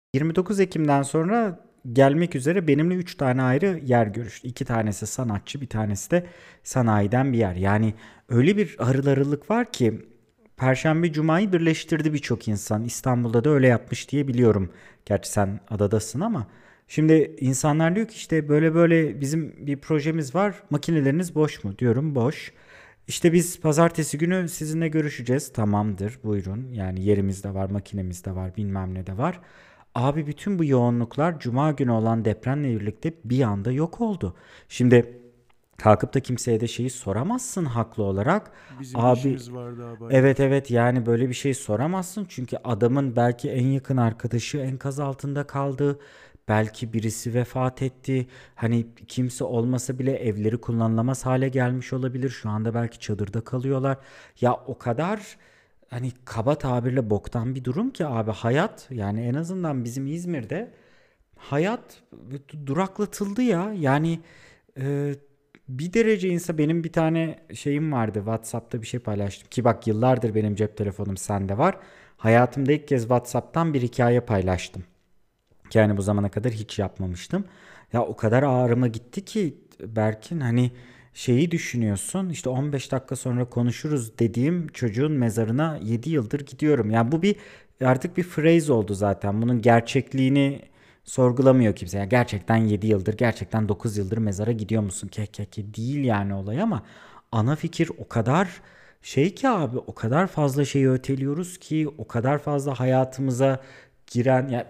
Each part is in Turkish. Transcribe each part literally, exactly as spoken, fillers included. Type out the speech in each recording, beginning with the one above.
yirmi dokuz Ekim'den sonra gelmek üzere benimle üç tane ayrı yer görüştü. iki tanesi sanatçı, bir tanesi de sanayiden bir yer. Yani öyle bir harıl harıllık var ki Perşembe Cuma'yı birleştirdi birçok insan. İstanbul'da da öyle yapmış diye biliyorum. Gerçi sen adadasın ama. Şimdi insanlar diyor ki işte böyle böyle bizim bir projemiz var. Makineleriniz boş mu? Diyorum boş. İşte biz pazartesi günü sizinle görüşeceğiz. Tamamdır, buyurun. Yani yerimiz de var, makinemiz de var, bilmem ne de var. Abi bütün bu yoğunluklar Cuma günü olan depremle birlikte bir anda yok oldu. Şimdi kalkıp da kimseye de şeyi soramazsın haklı olarak. Bizim de Abi işimiz vardı abi evet hayır. evet yani böyle bir şey soramazsın. Çünkü adamın belki en yakın arkadaşı enkaz altında kaldı. Belki birisi vefat etti. Hani kimse olmasa bile evleri kullanılamaz hale gelmiş olabilir. Şu anda belki çadırda kalıyorlar. Ya o kadar hani kaba tabirle boktan bir durum ki abi hayat yani en azından bizim İzmir'de hayat duraklatıldı ya. Yani e, bir derece insan benim bir tane şeyim vardı. WhatsApp'ta bir şey paylaştım ki bak yıllardır benim cep telefonum sende var. Hayatımda ilk kez WhatsApp'tan bir hikaye paylaştım. Yani bu zamana kadar hiç yapmamıştım. Ya o kadar ağrıma gitti ki Berkin hani şeyi düşünüyorsun işte on beş dakika sonra konuşuruz dediğim çocuğun mezarına yedi yıldır gidiyorum. Yani bu bir artık bir phrase oldu zaten. Bunun gerçekliğini sorgulamıyor kimse. Yani gerçekten yedi yıldır gerçekten dokuz yıldır mezara gidiyor musun? Keh keh keh değil yani olay ama ana fikir o kadar şey ki abi o kadar fazla şeyi öteliyoruz ki o kadar fazla hayatımıza giren ya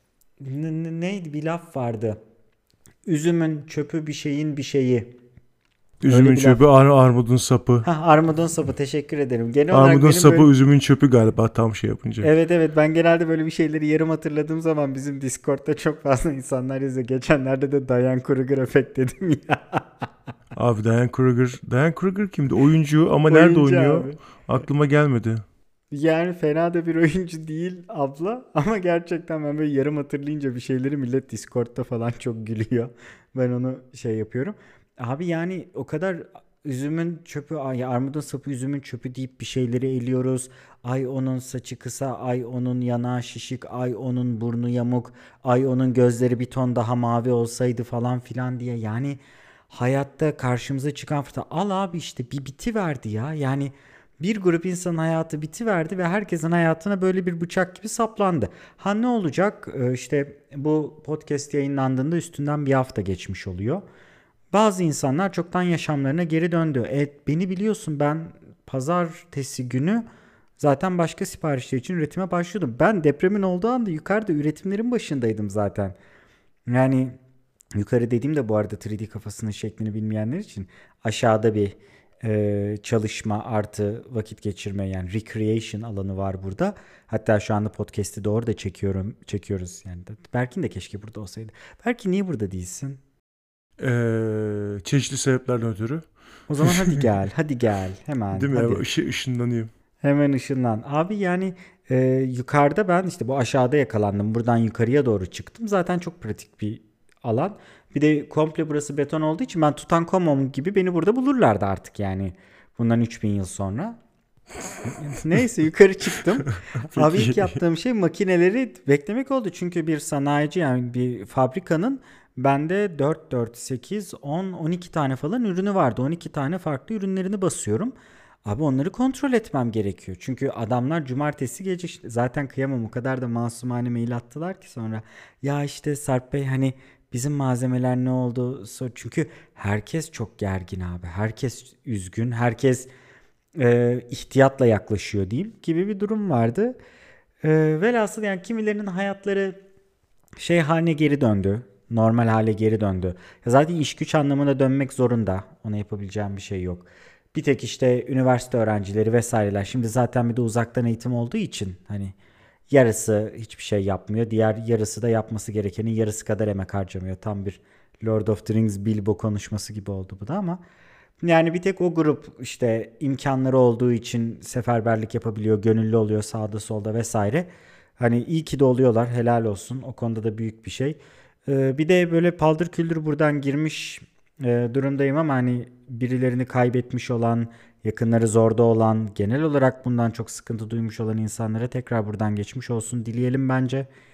N- neydi bir laf vardı. Üzümün çöpü bir şeyin bir şeyi. Öyle Üzümün bir laf. çöpü ar armudun sapı. Ha armudun sapı teşekkür ederim. Genel olarak Armudun benim sapı böyle üzümün çöpü galiba tam şey yapınca. evet evet ben genelde böyle bir şeyleri yarım hatırladığım zaman bizim Discord'da çok fazla insanlar yazıyor. Geçenlerde de Diane Kruger efekt dedim ya. Abi Diane Kruger. Diane Kruger kimdi? Oyuncu ama nerede Oyuncu oynuyor? abi. Aklıma gelmedi. Yani fena da bir oyuncu değil abla ama gerçekten ben böyle yarım hatırlayınca bir şeyleri millet Discord'da falan çok gülüyor. Ben onu şey yapıyorum. Abi yani o kadar üzümün çöpü, ay armudun sapı üzümün çöpü deyip bir şeyleri eliyoruz. Ay onun saçı kısa, ay onun yanağı şişik, ay onun burnu yamuk, ay onun gözleri bir ton daha mavi olsaydı falan filan diye. Yani hayatta karşımıza çıkan fırsat al abi işte bir biti verdi ya. Yani bir grup insanın hayatı bitiverdi ve herkesin hayatına böyle bir bıçak gibi saplandı. Ha ne olacak? Ee, işte bu podcast yayınlandığında üstünden bir hafta geçmiş oluyor. Bazı insanlar çoktan yaşamlarına geri döndü. Evet beni biliyorsun ben pazartesi günü zaten başka siparişler için üretime başlıyordum. Ben depremin olduğu anda yukarıda üretimlerin başındaydım zaten. Yani yukarı dediğim de bu arada üç D kafasının şeklini bilmeyenler için aşağıda bir e, çalışma artı vakit geçirme yani recreation alanı var burada. Hatta şu anda podcast'i de orada çekiyorum, çekiyoruz yani. Berkin de keşke burada olsaydı. Berkin niye burada değilsin? Ee, çeşitli sebeplerden ötürü. O zaman hadi gel, hadi gel hemen Değil mi? Ya, hadi. ışı, ışınlanayım. Hemen ışınlan. Abi yani e, yukarıda ben işte bu aşağıda yakalandım. Buradan yukarıya doğru çıktım. Zaten çok pratik bir alan. Bir de komple burası beton olduğu için ben Tutankamon gibi beni burada bulurlardı artık yani. Bundan üç bin yıl sonra. Neyse yukarı çıktım. Abi Peki. ilk yaptığım şey makineleri beklemek oldu. Çünkü bir sanayici yani bir fabrikanın bende dört, dört, sekiz, on, on iki tane falan ürünü vardı. on iki tane farklı ürünlerini basıyorum. Abi onları kontrol etmem gerekiyor. Çünkü adamlar cumartesi gece işte- zaten kıyamam o kadar da masumane mail attılar ki sonra. Ya işte Sarp Bey hani bizim malzemeler ne oldu? So- Çünkü herkes çok gergin abi. Herkes üzgün. Herkes e, ihtiyatla yaklaşıyor diyeyim gibi bir durum vardı. E, velhasıl yani kimilerinin hayatları şey haline geri döndü. Normal hale geri döndü. Ya zaten iş güç anlamına dönmek zorunda. Ona yapabileceğim bir şey yok. Bir tek işte üniversite öğrencileri vesaireler. Şimdi zaten bir de uzaktan eğitim olduğu için hani yarısı hiçbir şey yapmıyor. Diğer yarısı da yapması gerekenin yarısı kadar emek harcamıyor. Tam bir Lord of the Rings Bilbo konuşması gibi oldu bu da ama yani bir tek o grup işte imkanları olduğu için seferberlik yapabiliyor, gönüllü oluyor sağda solda vesaire. Hani iyi ki de oluyorlar, helal olsun. O konuda da büyük bir şey. Ee, bir de böyle paldır küldür buradan girmiş e, durumdayım ama hani birilerini kaybetmiş olan, yakınları zorda olan, genel olarak bundan çok sıkıntı duymuş olan insanlara tekrar buradan geçmiş olsun dileyelim bence.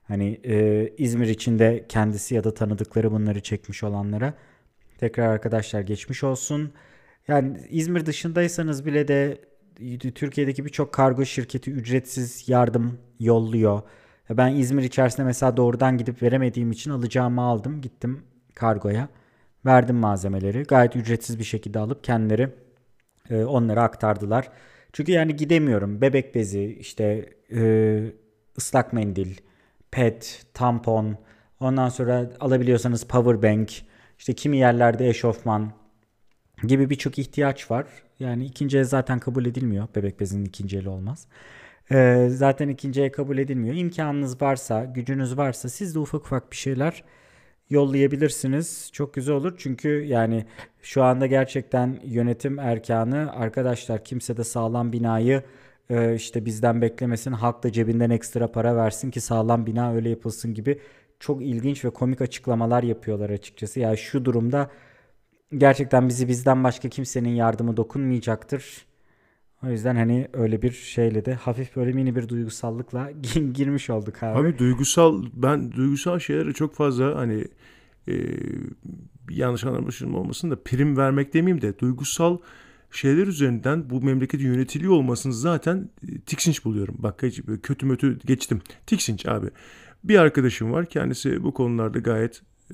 Hani e, İzmir içinde kendisi ya da tanıdıkları bunları çekmiş olanlara tekrar arkadaşlar geçmiş olsun. Yani İzmir dışındaysanız bile de Türkiye'deki birçok kargo şirketi ücretsiz yardım yolluyor. Ben İzmir içerisinde mesela doğrudan gidip veremediğim için alacağımı aldım. Gittim kargoya. Verdim malzemeleri. Gayet ücretsiz bir şekilde alıp kendileri e, onlara aktardılar. Çünkü yani gidemiyorum. Bebek bezi, işte e, ıslak mendil, pet, tampon, ondan sonra alabiliyorsanız power bank, işte kimi yerlerde eşofman gibi birçok ihtiyaç var. Yani ikinci el zaten kabul edilmiyor. Bebek bezinin ikinci eli olmaz. Ee, zaten ikinci el kabul edilmiyor. İmkanınız varsa, gücünüz varsa siz de ufak ufak bir şeyler yollayabilirsiniz. Çok güzel olur. Çünkü yani şu anda gerçekten yönetim erkanı arkadaşlar kimse de sağlam binayı e, işte bizden beklemesin. Halk da cebinden ekstra para versin ki sağlam bina öyle yapılsın gibi çok ilginç ve komik açıklamalar yapıyorlar açıkçası. Yani şu durumda gerçekten bizi bizden başka kimsenin yardımı dokunmayacaktır. O yüzden hani öyle bir şeyle de hafif böyle mini bir duygusallıkla girmiş olduk abi. Abi duygusal ben duygusal şeylere çok fazla hani e, yanlış anlaşılma olmasın da prim vermek demeyeyim de duygusal şeyler üzerinden bu memleketin yönetiliyor olmasını zaten e, tiksinç buluyorum. Bak hiç böyle kötü mötü geçtim. Tiksinç abi. Bir arkadaşım var. Kendisi bu konularda gayet e,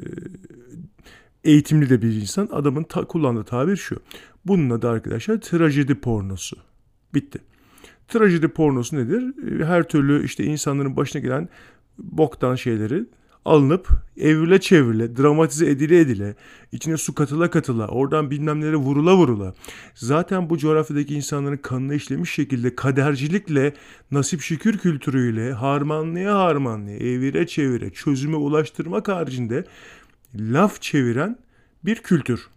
eğitimli de bir insan. Adamın ta- kullandığı tabir şu. Bunun adı arkadaşlar trajedi pornosu. Bitti. Trajedi pornosu nedir? Her türlü işte insanların başına gelen boktan şeyleri alınıp evrile çevrile, dramatize edile edile, içine su katıla katıla, oradan bilmem nelere vurula vurula, zaten bu coğrafyadaki insanların kanına işlemiş şekilde kadercilikle, nasip şükür kültürüyle, harmanlıya harmanlıya, evire çevire, çözüme ulaştırmak haricinde laf çeviren bir kültür.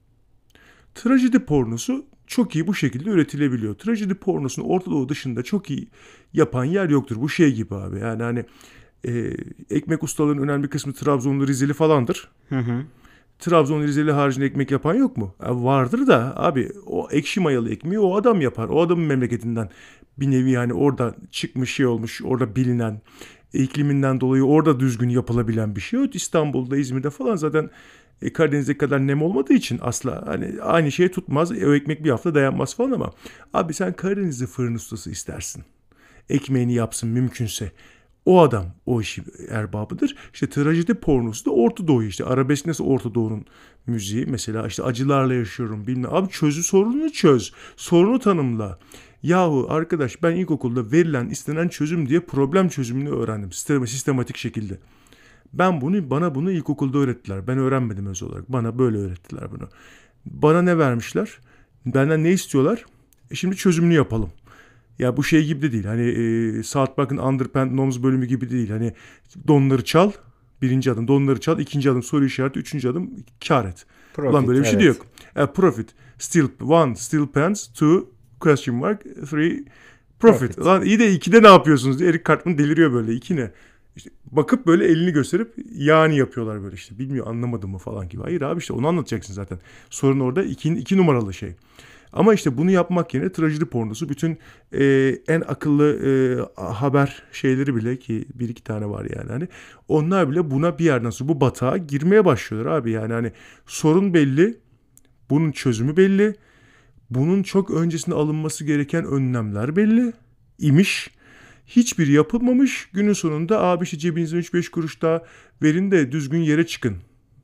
Trajedi pornosu çok iyi bu şekilde üretilebiliyor. Trajedi pornosunu Orta Doğu dışında çok iyi yapan yer yoktur. Bu şey gibi abi. Yani hani e, ekmek ustalarının önemli bir kısmı Trabzonlu, Rizeli falandır. Hı hı. Trabzon, Rizeli haricinde ekmek yapan yok mu? E, vardır da abi o ekşi mayalı ekmeği o adam yapar. O adamın memleketinden bir nevi yani orada çıkmış şey olmuş, orada bilinen, ikliminden dolayı orada düzgün yapılabilen bir şey. O İstanbul'da, İzmir'de falan zaten e, Karadeniz'deki kadar nem olmadığı için asla hani aynı şey tutmaz. E, o ekmek bir hafta dayanmaz falan ama abi sen Karadenizli fırın ustası istersin. Ekmeğini yapsın mümkünse. O adam o işi erbabıdır. İşte trajedi pornosu da Orta Doğu işte. Arabesk nasıl Orta Doğu'nun müziği? Mesela işte acılarla yaşıyorum bilmem. Abi çözü sorununu çöz. Sorunu tanımla. Yahu arkadaş ben ilkokulda verilen istenen çözüm diye problem çözümünü öğrendim. Sistematik şekilde. Ben bunu bana bunu ilkokulda öğrettiler. Ben öğrenmedim özel olarak. Bana böyle öğrettiler bunu. Bana ne vermişler? Benden ne istiyorlar? E şimdi çözümünü yapalım. Ya bu şey gibi de değil. Hani e, South Park'ın Underpants bölümü gibi değil. Hani donları çal. Birinci adım donları çal. İkinci adım soru işareti. Üçüncü adım kar et. Profit, Ulan böyle bir şey evet. de yok. E, profit. Still one. Still pants. Two. Question mark. Three. Profit. Profit. Ulan iyi de ikide ne yapıyorsunuz diye Eric Cartman deliriyor böyle. İki ne? İşte bakıp böyle elini gösterip yani yapıyorlar böyle işte. Bilmiyor anlamadım mı falan gibi. Hayır abi işte onu anlatacaksın zaten. Sorun orada iki, iki numaralı şey. Ama işte bunu yapmak yerine trajedi pornosu bütün e, en akıllı e, haber şeyleri bile ki bir iki tane var yani hani onlar bile buna bir yerden sonra bu batağa girmeye başlıyorlar abi yani hani sorun belli, bunun çözümü belli, bunun çok öncesinde alınması gereken önlemler belli imiş. Hiçbiri yapılmamış. Günün sonunda abi işte cebinizden üç beş kuruş daha verin de düzgün yere çıkın.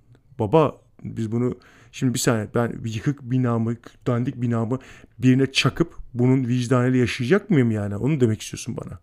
Baba biz bunu şimdi bir saniye ben yıkık binamı, dandik binamı birine çakıp bunun vicdanıyla yaşayacak mıyım yani? Onu demek istiyorsun bana.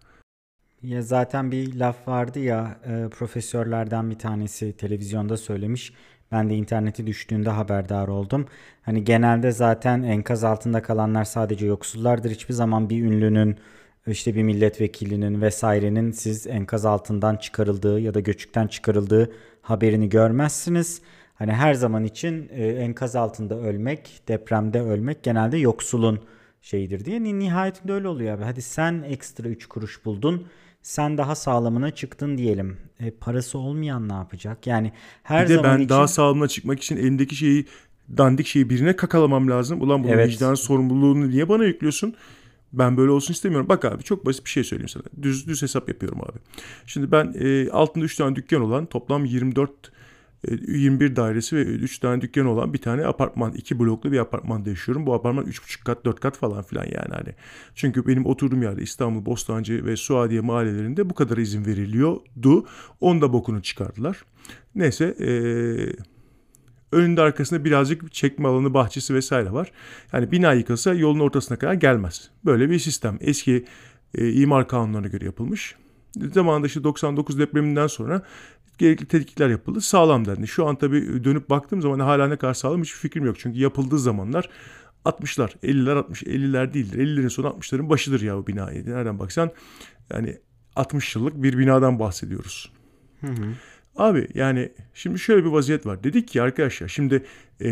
Ya zaten bir laf vardı ya e, profesörlerden bir tanesi televizyonda söylemiş. Ben de internete düştüğünde haberdar oldum. Hani genelde zaten enkaz altında kalanlar sadece yoksullardır. Hiçbir zaman bir ünlünün, işte bir milletvekilinin vesairenin siz enkaz altından çıkarıldığı ya da göçükten çıkarıldığı haberini görmezsiniz. Hani her zaman için e, enkaz altında ölmek, depremde ölmek genelde yoksulun şeyidir diye. Ni- Nihayetinde öyle oluyor abi. Hadi sen ekstra üç kuruş buldun. Sen daha sağlamına çıktın diyelim. E, parası olmayan ne yapacak? Yani her Bir de zaman ben için daha sağlamına çıkmak için elimdeki şeyi dandik şeyi birine kakalamam lazım. Ulan bunun evet, vicdan sorumluluğunu niye bana yüklüyorsun? Ben böyle olsun istemiyorum. Bak abi çok basit bir şey söyleyeyim sana. Düz düz hesap yapıyorum abi. Şimdi ben e, altında üç tane dükkan olan toplam yirmi dört e, yirmi bir dairesi ve üç tane dükkan olan bir tane apartman, iki bloklu bir apartmanda yaşıyorum. Bu apartman üç buçuk kat, dört kat falan filan yani hani. Çünkü benim oturduğum yerde İstanbul, Bostancı ve Suadiye mahallelerinde bu kadar izin veriliyordu. Onu da bokunu çıkardılar. Neyse eee önünde arkasında birazcık çekme alanı, bahçesi vesaire var. Yani bina yıkılsa yolun ortasına kadar gelmez. Böyle bir sistem. Eski e, imar kanunlarına göre yapılmış. Zamanında işte doksan dokuz depreminden sonra gerekli tetkikler yapıldı. Sağlam dendi. Şu an tabii dönüp baktığım zaman hala ne kadar sağlam hiçbir fikrim yok. Çünkü yapıldığı zamanlar altmışlar, elliler altmış, elliler değildir. ellilerin sonu altmışların başıdır ya bu bina. Nereden baksan yani altmış yıllık bir binadan bahsediyoruz. Hı hı. Abi yani şimdi şöyle bir vaziyet var. Dedik ki arkadaşlar şimdi ee,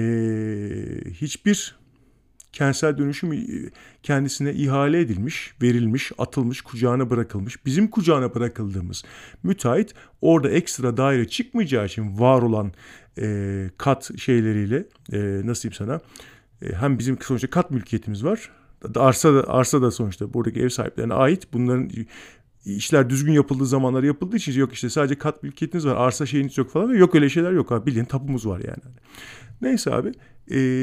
hiçbir kentsel dönüşüm kendisine ihale edilmiş, verilmiş, atılmış, kucağına bırakılmış. Bizim kucağına bırakıldığımız müteahhit orada ekstra daire çıkmayacağı için var olan ee, kat şeyleriyle ee, nasıl diyeyim sana ee, hem bizim sonuçta kat mülkiyetimiz var. Arsa da, arsa da sonuçta buradaki ev sahiplerine ait. Bunların işler düzgün yapıldığı zamanlar yapıldığı için yok işte sadece kat mülkiyetiniz var, arsa şeyiniz yok falan. Yok öyle şeyler yok abi. Bildiğin tapumuz var yani. Neyse abi. E,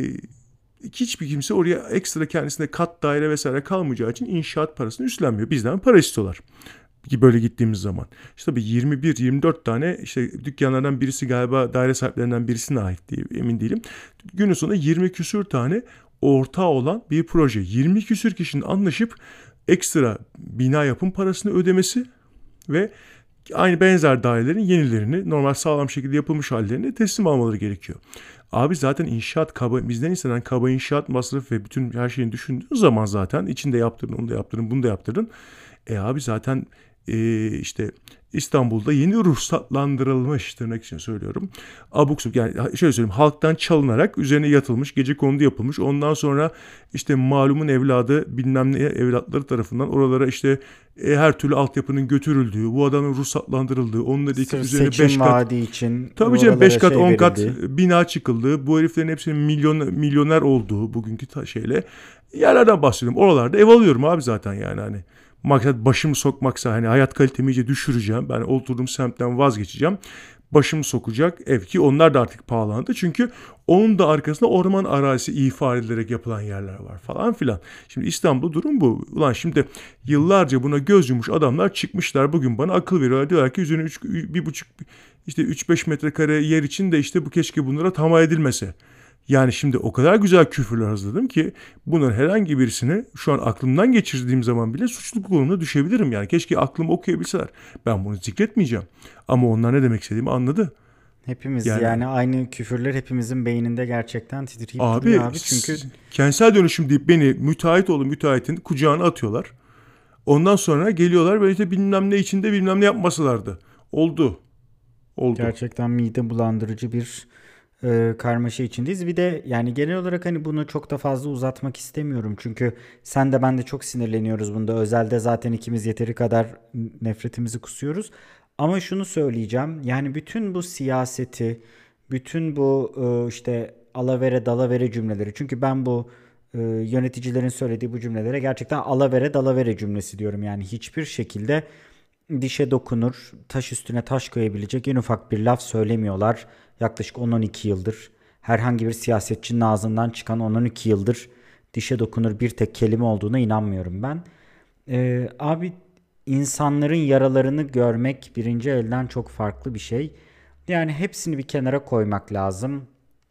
hiçbir kimse oraya ekstra kendisine kat daire vesaire kalmayacağı için inşaat parasını üstlenmiyor. Bizden para istiyorlar. Böyle gittiğimiz zaman. İşte tabii yirmi bir yirmi dört tane işte dükkanlardan birisi galiba daire sahiplerinden birisine ait diye emin değilim. Günün sonunda yirmi küsür tane ortağı olan bir proje. yirmi küsür kişinin anlaşıp ekstra bina yapım parasını ödemesi ve aynı benzer dairelerin yenilerini normal sağlam şekilde yapılmış hallerini teslim almaları gerekiyor. Abi zaten inşaat kaba, bizden istenen kaba inşaat masrafı ve bütün her şeyini düşündüğün zaman zaten içinde yaptırdın, onu da yaptırdın, bunu da yaptırdın. E abi zaten e, işte İstanbul'da yeni ruhsatlandırılmış tırnak için söylüyorum. Abuk subuk yani şöyle söyleyeyim halktan çalınarak üzerine yatılmış gecekondu yapılmış. Ondan sonra işte malumun evladı bilmem ne evlatları tarafından oralara işte e, her türlü altyapının götürüldüğü, bu adamın ruhsatlandırıldığı, onunla ilgili üzerine beş kat için tabii canım beş kat şey on kat verildi. bina çıkıldığı, bu heriflerin hepsinin milyon milyoner olduğu bugünkü ta- şeyle yerlerden bahsediyorum. Oralarda ev alıyorum abi zaten yani hani. Maksat başımı sokmaksa hani hayat kalitemi iyice düşüreceğim. Ben oturduğum semtten vazgeçeceğim. Başımı sokacak ev ki onlar da artık pahalandı. Çünkü onun da arkasında orman arazisi ifa edilerek yapılan yerler var falan filan. Şimdi İstanbul'da durum bu. Ulan şimdi yıllarca buna göz yummuş adamlar çıkmışlar bugün bana akıl veriyorlar. Diyorlar ki üzerine üç, bir buçuk işte üç beş metrekare yer için de işte bu keşke bunlara tamah edilmese. Yani şimdi o kadar güzel küfürler hazırladım ki bunun herhangi birisini şu an aklımdan geçirdiğim zaman bile suçluluk konumuna düşebilirim. Yani keşke aklımı okuyabilseler. Ben bunu zikretmeyeceğim. Ama onlar ne demek istediğimi anladı. Hepimiz Yani yani aynı küfürler hepimizin beyninde gerçekten titreyip abi duruyor abi. Çünkü kentsel dönüşüm deyip beni müteahhit oğlu müteahhitin kucağına atıyorlar. Ondan sonra geliyorlar böyle işte bilmem ne içinde bilmem ne yapmasalardı. Oldu. Oldu. gerçekten mide bulandırıcı bir e, karmaşa içindeyiz. Bir de yani genel olarak hani bunu çok da fazla uzatmak istemiyorum. Çünkü sen de ben de çok sinirleniyoruz bunda. Özelde zaten ikimiz yeteri kadar nefretimizi kusuyoruz. Ama şunu söyleyeceğim. Yani bütün bu siyaseti, bütün bu e, işte alavere dalavere cümleleri. Çünkü ben bu e, yöneticilerin söylediği bu cümlelere gerçekten alavere dalavere cümlesi diyorum. Yani hiçbir şekilde dişe dokunur, taş üstüne taş koyabilecek en ufak bir laf söylemiyorlar. Yaklaşık on on iki yıldır. Herhangi bir siyasetçinin ağzından çıkan on on iki yıldır dişe dokunur bir tek kelime olduğuna inanmıyorum ben. Ee, abi insanların yaralarını görmek birinci elden çok farklı bir şey. Yani hepsini bir kenara koymak lazım.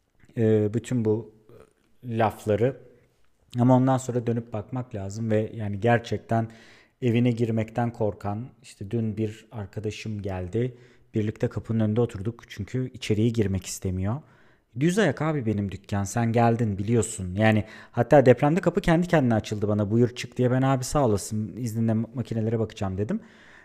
Ee, bütün bu lafları. Ama ondan sonra dönüp bakmak lazım ve yani gerçekten evine girmekten korkan, işte dün bir arkadaşım geldi. Birlikte kapının önünde oturduk çünkü içeriye girmek istemiyor. Düz ayak abi benim dükkan. Sen geldin biliyorsun. Yani hatta depremde kapı kendi kendine açıldı bana. Buyur çık diye ben abi sağ olasın izninle makinelere bakacağım dedim.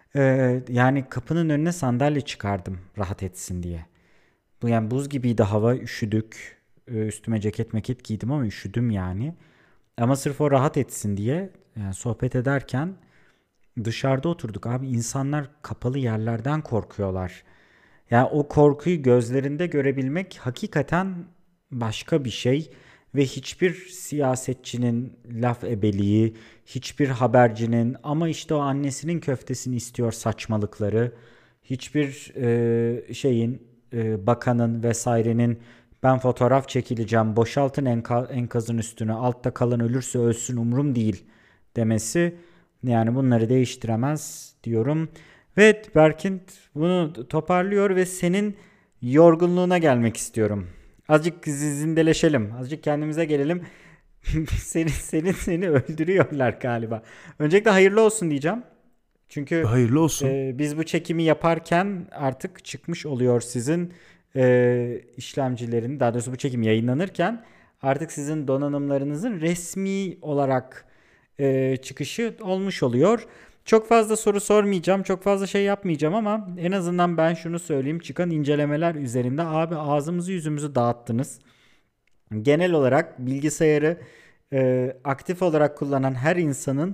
Ee, yani kapının önüne sandalye çıkardım rahat etsin diye. Bu yani buz gibiydi hava, üşüdük. Ee, üstüme ceket meket giydim ama üşüdüm yani. Ama sırf o rahat etsin diye yani sohbet ederken dışarıda oturduk abi. İnsanlar kapalı yerlerden korkuyorlar. Yani o korkuyu gözlerinde görebilmek hakikaten başka bir şey. ve hiçbir siyasetçinin laf ebeliği, hiçbir habercinin ama işte o annesinin köftesini istiyor saçmalıkları, hiçbir e, şeyin e, bakanın vesairenin ben fotoğraf çekileceğim, boşaltın enka- enkazın üstüne, altta kalan ölürse ölsün umrum değil demesi, yani bunları değiştiremez diyorum. Ve Berkin bunu toparlıyor ve senin yorgunluğuna gelmek istiyorum. Azıcık zindeleşelim, azıcık kendimize gelelim. seni seni seni öldürüyorlar galiba. Öncelikle hayırlı olsun diyeceğim. Çünkü Hayırlı olsun. e, biz bu çekimi yaparken artık çıkmış oluyor sizin e, işlemcilerin, daha doğrusu bu çekim yayınlanırken artık sizin donanımlarınızın resmi olarak e, çıkışı olmuş oluyor. Çok fazla soru sormayacağım, çok fazla şey yapmayacağım ama en azından ben şunu söyleyeyim. Çıkan incelemeler üzerinde abi ağzımızı yüzümüzü dağıttınız. Genel olarak bilgisayarı e, aktif olarak kullanan her insanın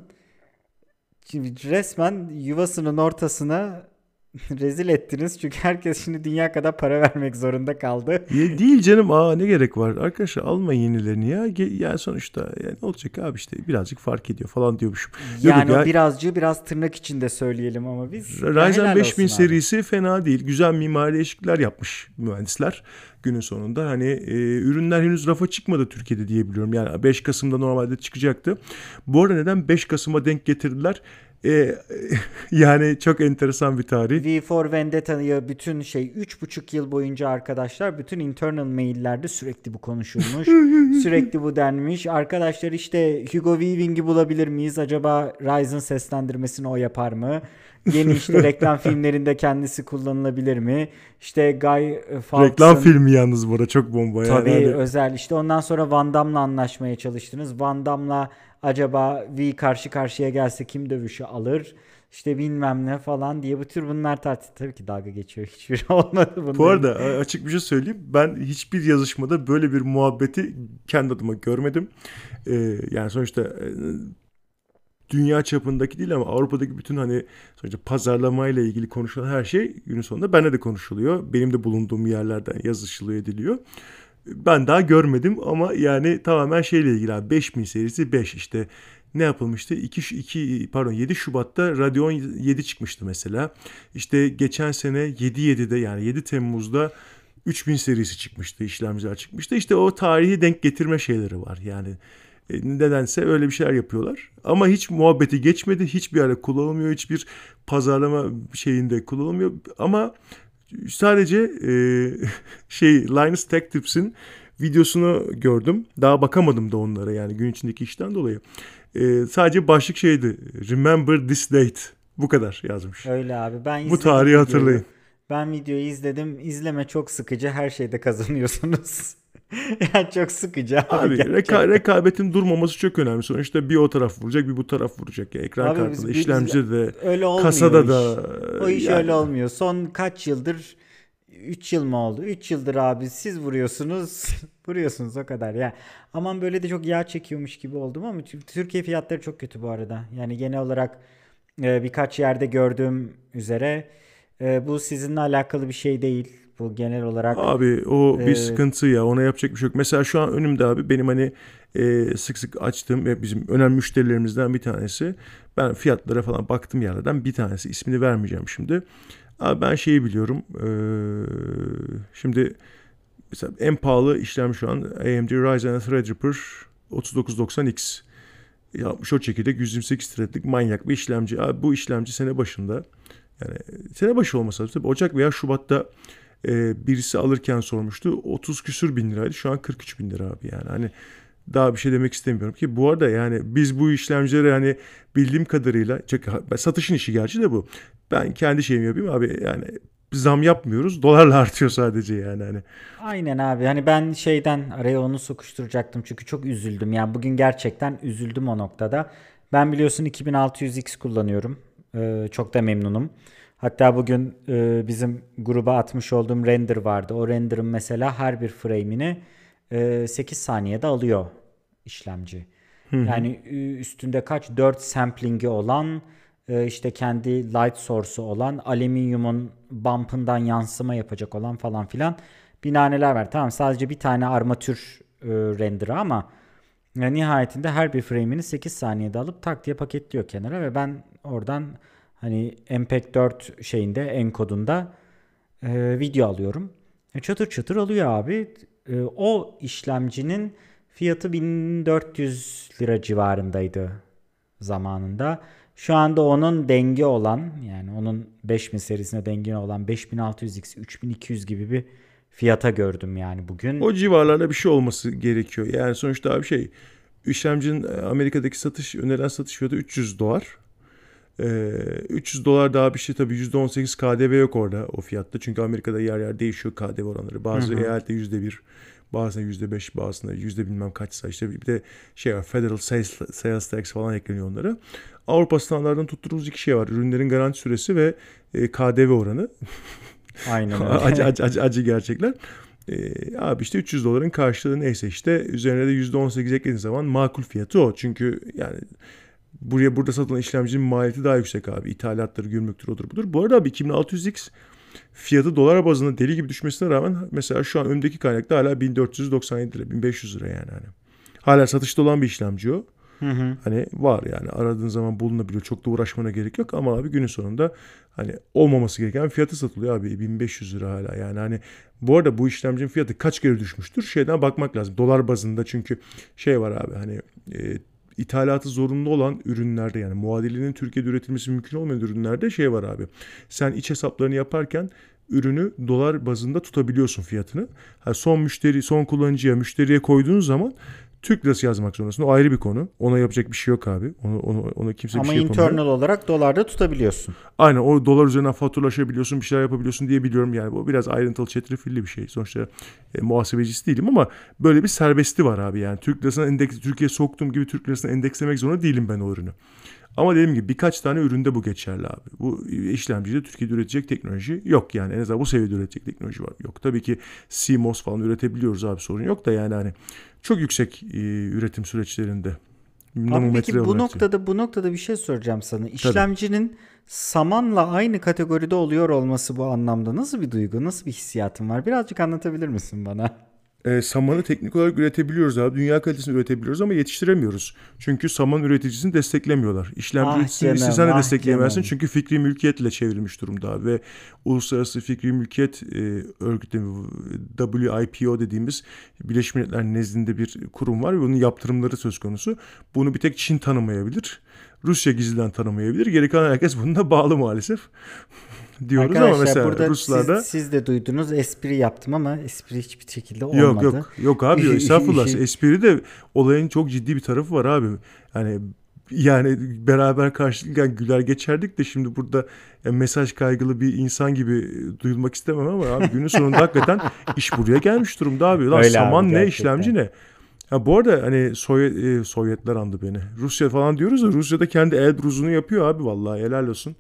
resmen yuvasının ortasına rezil ettiniz. Çünkü herkes şimdi dünya kadar para vermek zorunda kaldı. Ya değil canım, aa ne gerek var arkadaşlar, almayın yenilerini ya. Ge- yani sonuçta yani ne olacak abi, işte birazcık fark ediyor falan diyormuşum. Yani Yok o ya, birazcığı biraz tırnak içinde söyleyelim ama biz ya Ryzen helal beş bin olsun abi. serisi fena değil. Güzel mimari değişiklikler yapmış mühendisler günün sonunda. Hani e, ürünler henüz rafa çıkmadı Türkiye'de diye biliyorum. Yani beş Kasım'da normalde çıkacaktı. Bu arada neden beş Kasım'a denk getirdiler? E, yani çok enteresan bir tarih. V for Vendetta'yı bütün şey üç buçuk yıl boyunca arkadaşlar bütün internal maillerde sürekli bu konuşulmuş. Sürekli bu denmiş. Arkadaşlar işte Hugo Weaving'i bulabilir miyiz? Acaba Ryzen seslendirmesini o yapar mı? Yeni işte reklam filmlerinde kendisi kullanılabilir mi? İşte Guy Fawkes'ın Reklam filmi yalnız bu arada çok bomba. tabii Yani hani özel işte ondan sonra Van Damme'la anlaşmaya çalıştınız. Van Damme'la acaba V karşı karşıya gelse kim dövüşü alır? İşte bilmem ne falan diye bu tür bunlar tartış. Tabii ki dalga geçiyor. Hiçbir olmadı bunların. bu arada açık bir şey söyleyeyim. Ben hiçbir yazışmada böyle bir muhabbeti kendi adıma görmedim. Ee, yani sonuçta e, dünya çapındaki değil ama Avrupa'daki bütün hani sonuçta pazarlamayla ilgili konuşulan her şey günün sonunda bende de konuşuluyor. Benim de bulunduğum yerlerden yazışılıyor, ediliyor. Ben daha görmedim ama yani tamamen şeyle ilgili abi, beş bin serisi beş işte ne yapılmıştı? iki, iki pardon yedi Şubat'ta Radeon yedi çıkmıştı mesela. İşte geçen sene yedi yedide yani yedi Temmuz'da üç bin serisi çıkmıştı, işlemciler çıkmıştı. İşte o tarihi denk getirme şeyleri var. Yani e, nedense öyle bir şeyler yapıyorlar. Ama hiç muhabbeti geçmedi. Hiçbir yerde kullanılmıyor. Hiçbir pazarlama şeyinde kullanılmıyor. Ama sadece e, şey Linus Tech Tips'in videosunu gördüm. Daha bakamadım da onlara yani gün içindeki işten dolayı. E, sadece başlık şeydi. Remember this date. Bu kadar yazmış. Öyle abi. Ben Bu izledim tarihi videoyu. hatırlayın. Ben videoyu izledim. İzleme çok sıkıcı. Her şeyde kazanıyorsunuz. Yani çok sıkıcı abi, Abi reka- gerçekten. rekabetin durmaması çok önemli. Sonuçta bir o taraf vuracak, bir bu taraf vuracak. Ya ekran Abi biz, kartında, biz işlemcide de, öyle olmuyor kasada iş. da O iş yani. öyle olmuyor. Son kaç yıldır üç yıl mı oldu? üç yıldır abi siz vuruyorsunuz. Vuruyorsunuz o kadar ya. Aman böyle de çok yağ çekiyormuş gibi oldum ama Tür- Türkiye fiyatları çok kötü bu arada. Yani genel olarak e, birkaç yerde gördüğüm üzere e, bu sizinle alakalı bir şey değil. Bu genel olarak Abi o bir e, sıkıntı ya, ona yapacak bir şey yok. Mesela şu an önümde abi benim hani e, sık sık açtığım ve bizim önemli müşterilerimizden bir tanesi. Ben fiyatlara falan baktım yerlerden bir tanesi, ismini vermeyeceğim şimdi. Abi ben şeyi biliyorum. E, şimdi mesela en pahalı işlem şu an A M D Ryzen Threadripper otuz dokuz doksan X. Yapmış o çekirdek yüz yirmi sekiz threadlik manyak bir işlemci. Abi bu işlemci sene başında, yani sene başı olmasa lazım. Tabii Ocak veya Şubat'ta e, birisi alırken sormuştu. otuz küsür bin liraydı. Şu an kırk üç bin lira abi yani. Hani daha bir şey demek istemiyorum ki. Bu arada yani biz bu işlemcileri hani bildiğim kadarıyla çok, satışın işi gerçi de bu. Ben kendi şeyimi yapayım abi, yani zam yapmıyoruz. Dolarla artıyor sadece yani hani. aynen abi. Hani ben şeyden araya onu sokuşturacaktım çünkü çok üzüldüm. Yani bugün gerçekten üzüldüm o noktada. Ben biliyorsun iki bin altı yüz X kullanıyorum. Ee, çok da memnunum. Hatta bugün e, bizim gruba atmış olduğum render vardı. O render'ın mesela her bir frame'ini e, sekiz saniyede alıyor işlemci. Hı hı. Yani e, üstünde kaç dört sampling'i olan e, işte kendi light source'u olan alüminyumun bump'ından yansıma yapacak olan falan filan binaneler var. Tamam, sadece bir tane armatür e, render'ı ama ya nihayetinde her bir frame'ini sekiz saniyede alıp tak diye paketliyor kenara ve ben oradan hani M P E G dört şeyinde enkodunda e, video alıyorum. E, çatır çatır alıyor abi. E, o işlemcinin fiyatı bin dört yüz lira civarındaydı zamanında. Şu anda onun dengi olan, yani onun beş bin serisine dengi olan beş bin altı yüz X, üç bin iki yüz gibi bir fiyata gördüm yani bugün. O civarlarda bir şey olması gerekiyor. Yani sonuçta abi şey, işlemcinin Amerika'daki satış önerilen satış fiyatı üç yüz dolar. Ee, üç yüz dolar daha bir şey, tabii yüzde on sekiz K D V yok orada o fiyatta. Çünkü Amerika'da yer yer değişiyor K D V oranları. Bazı Hı hı. eyalette yüzde bir, bazısında yüzde beş, bazısında yüzde bilmem kaçsa, işte bir de şey var, Federal Sales, Sales Tax falan ekleniyor onlara. Avrupa standartlarının tutturduğumuz iki şey var: ürünlerin garanti süresi ve e, K D V oranı. Aynen öyle. acı, acı, acı, acı gerçekler. Ee, abi işte üç yüz doların karşılığı neyse, işte üzerine de yüzde on sekiz eklediğin zaman makul fiyatı o. Çünkü yani buraya burada satılan işlemcinin maliyeti daha yüksek abi. İthalatları, gümrüktür, odur budur. Bu arada abi iki bin altı yüz X fiyatı dolar bazında deli gibi düşmesine rağmen mesela şu an önümdeki kaynakta hala bin dört yüz doksan yedi lira, bin beş yüz lira yani. Hani. Hala satışta olan bir işlemci o. Hı hı. Hani var yani, aradığın zaman bulunabiliyor. Çok da uğraşmana gerek yok ama abi günün sonunda hani olmaması gereken fiyatı satılıyor abi, bin beş yüz lira hala yani. Hani bu arada bu işlemcinin fiyatı kaç kere düşmüştür şeyden bakmak lazım, dolar bazında. Çünkü şey var abi, hani e, ithalatı zorunlu olan ürünlerde, yani muadilinin Türkiye'de üretilmesi mümkün olmayan ürünlerde şey var abi, sen iç hesaplarını yaparken ürünü dolar bazında tutabiliyorsun fiyatını. Ha, son müşteri, son kullanıcıya, müşteriye koyduğun zaman Türk lirası yazmak zorundasın. O ayrı bir konu. Ona yapacak bir şey yok abi. Onu, onu, ona kimse Ama bir şey yapamıyor. internal olarak dolarda tutabiliyorsun. Aynen, o dolar üzerinden faturalaşabiliyorsun, bir şeyler yapabiliyorsun diye biliyorum. Yani bu biraz ayrıntılı, çetrefilli bir şey. Sonuçta e, muhasebecisi değilim ama böyle bir serbesti var abi. Yani Türk lirasına endeks, Türkiye'ye soktuğum gibi Türk lirasına endekslemek zorunda değilim ben o ürünü. Ama dediğim gibi birkaç tane üründe bu geçerli abi. Bu işlemcide Türkiye'de üretecek teknoloji yok yani. En azından bu seviyede üretecek teknoloji var. Yok. Tabii ki C M O S falan üretebiliyoruz abi, sorun yok da yani hani çok yüksek e, üretim süreçlerinde. Abi peki bu olarak noktada bu noktada bir şey soracağım sana. tabii. İşlemcinin samanla aynı kategoride oluyor olması bu anlamda nasıl bir duygu, nasıl bir hissiyatın var? Birazcık anlatabilir misin bana? E, samanı teknik olarak üretebiliyoruz abi. Dünya kalitesini üretebiliyoruz ama yetiştiremiyoruz. Çünkü saman üreticisini desteklemiyorlar. İşlemci Ah üreticisini canım, istesen de ah destekleyemezsin. canım. Çünkü fikri mülkiyetle çevrilmiş durumda abi. Ve Uluslararası Fikri Mülkiyet e, Örgütü, W I P O dediğimiz Birleşmiş Milletler nezdinde bir kurum var ve bunun yaptırımları söz konusu. Bunu bir tek Çin tanımayabilir. Rusya gizliden tanımayabilir. Geri kalan herkes bununla bağlı maalesef. Diyoruz ama Arkadaşlar mesela burada Ruslarda siz, siz de duydunuz, espri yaptım ama espri hiçbir şekilde yok olmadı. yok yok abi, estağfurullah, espri de olayın çok ciddi bir tarafı var abi. Yani yani beraber karşılıklı güler geçerdik de şimdi burada yani mesaj kaygılı bir insan gibi duyulmak istemem ama abi günün sonunda hakikaten iş buraya gelmiş durumda abi. Lan Öyle saman abi, ne, gerçekten. işlemci ne? Ha, bu arada hani Sovyet, e, Sovyetler andı beni. Rusya falan diyoruz da Rusya'da kendi Elbruz'unu yapıyor abi, vallahi helal olsun.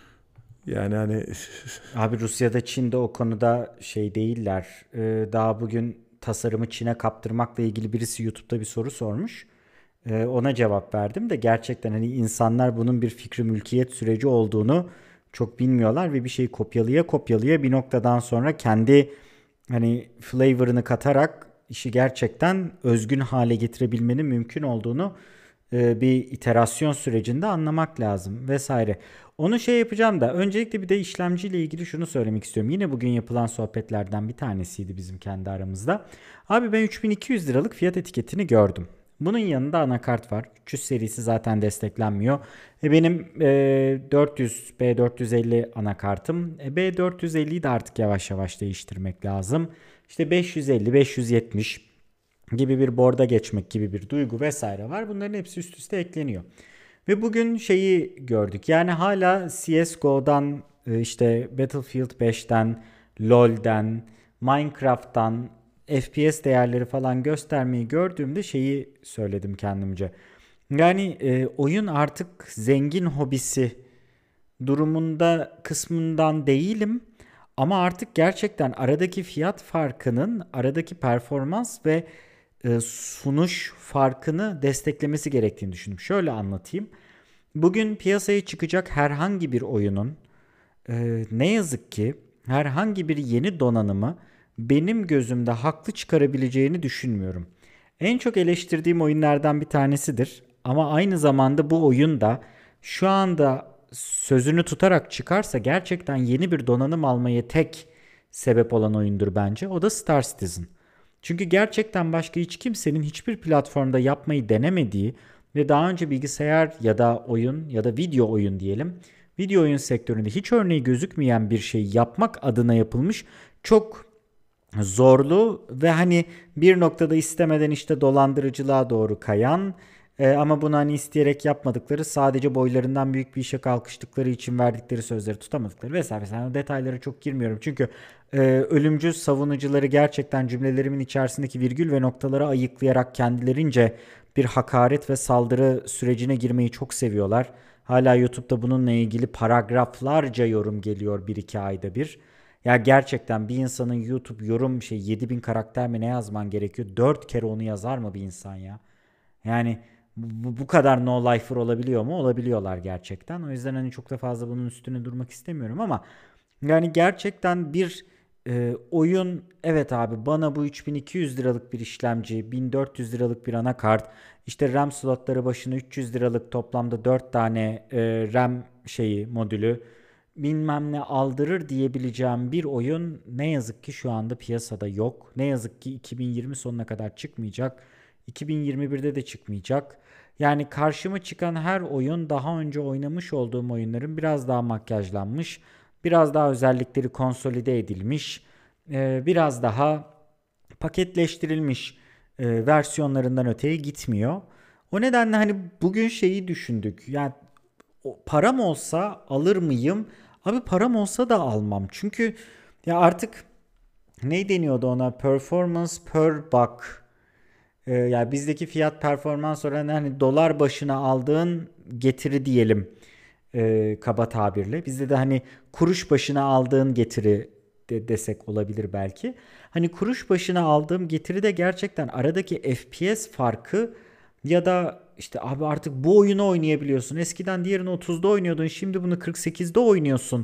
Yani hani Abi Rusya'da Çin'de o konuda şey değiller. Ee, daha bugün tasarımı Çin'e kaptırmakla ilgili birisi YouTube'da bir soru sormuş. Ee, ona cevap verdim de gerçekten hani insanlar bunun bir fikri mülkiyet süreci olduğunu çok bilmiyorlar ve bir şeyi kopyalaya kopyalaya bir noktadan sonra kendi hani flavor'ını katarak işi gerçekten özgün hale getirebilmenin mümkün olduğunu e, bir iterasyon sürecinde anlamak lazım vesaire. Onu şey yapacağım da öncelikle bir de işlemciyle ilgili şunu söylemek istiyorum. Yine bugün yapılan sohbetlerden bir tanesiydi bizim kendi aramızda. Abi ben üç bin iki yüz liralık fiyat etiketini gördüm. Bunun yanında anakart var. üç yüz serisi zaten desteklenmiyor. E benim e, dört yüz B dört yüz elli anakartım. E, B dört yüz elliyi de artık yavaş yavaş değiştirmek lazım. İşte beş yüz elli, beş yüz yetmiş gibi bir board'a geçmek gibi bir duygu vesaire var. Bunların hepsi üst üste ekleniyor. Ve bugün şeyi gördük. Yani hala C S G O'dan, işte Battlefield beşten, LoL'den, Minecraft'tan F P S değerleri falan göstermeyi gördüğümde şeyi söyledim kendimce. Yani e, oyun artık zengin hobisi durumunda kısmından değilim. Ama artık gerçekten aradaki fiyat farkının aradaki performans ve e, sunuş farkını desteklemesi gerektiğini düşündüm. Şöyle anlatayım. Bugün piyasaya çıkacak herhangi bir oyunun e, ne yazık ki herhangi bir yeni donanımı benim gözümde haklı çıkarabileceğini düşünmüyorum. En çok eleştirdiğim oyunlardan bir tanesidir. Ama aynı zamanda bu oyun da şu anda sözünü tutarak çıkarsa gerçekten yeni bir donanım almaya tek sebep olan oyundur bence. O da Star Citizen. Çünkü gerçekten başka hiç kimsenin hiçbir platformda yapmayı denemediği ve daha önce bilgisayar ya da oyun ya da video oyun diyelim, video oyun sektöründe hiç örneği gözükmeyen bir şeyi yapmak adına yapılmış çok zorlu ve hani bir noktada istemeden işte dolandırıcılığa doğru kayan, e, ama bunu hani isteyerek yapmadıkları, sadece boylarından büyük bir işe kalkıştıkları için verdikleri sözleri tutamadıkları vesaire. Yani detaylara çok girmiyorum çünkü e, ölümcül savunucuları gerçekten cümlelerimin içerisindeki virgül ve noktaları ayıklayarak kendilerince bir hakaret ve saldırı sürecine girmeyi çok seviyorlar. Hala YouTube'da bununla ilgili paragraflarca yorum geliyor bir iki ayda bir. Ya gerçekten bir insanın YouTube yorum şey yedi bin karakter mi ne yazman gerekiyor? Dört kere onu yazar mı bir insan ya? Yani bu, bu kadar no lifer olabiliyor mu? Olabiliyorlar gerçekten. O yüzden hani çok da fazla bunun üstüne durmak istemiyorum ama yani gerçekten bir e, oyun, evet abi bana bu üç bin iki yüz liralık bir işlemci, bin dört yüz liralık bir anakart, işte RAM slotları başına üç yüz liralık toplamda dört tane e, RAM şeyi modülü bilmem ne aldırır diyebileceğim bir oyun ne yazık ki şu anda piyasada yok. Ne yazık ki iki bin yirmi sonuna kadar çıkmayacak. iki bin yirmi birde de çıkmayacak. Yani karşıma çıkan her oyun daha önce oynamış olduğum oyunların biraz daha makyajlanmış, biraz daha özellikleri konsolide edilmiş, e, biraz daha paketleştirilmiş e, versiyonlarından öteye gitmiyor. O nedenle hani bugün şeyi düşündük. Yani o, param olsa alır mıyım? Abi param olsa da almam. Çünkü ya artık ne deniyordu ona? Performance per buck. Ee, yani bizdeki fiyat performans oranı hani dolar başına aldığın getiri diyelim, e, kaba tabirle. Bizde de hani kuruş başına aldığın getiri de desek olabilir belki. Hani kuruş başına aldığım getiri de gerçekten aradaki F P S farkı ya da işte abi artık bu oyunu oynayabiliyorsun. Eskiden diğerini otuzda oynuyordun, şimdi bunu kırk sekizde oynuyorsun.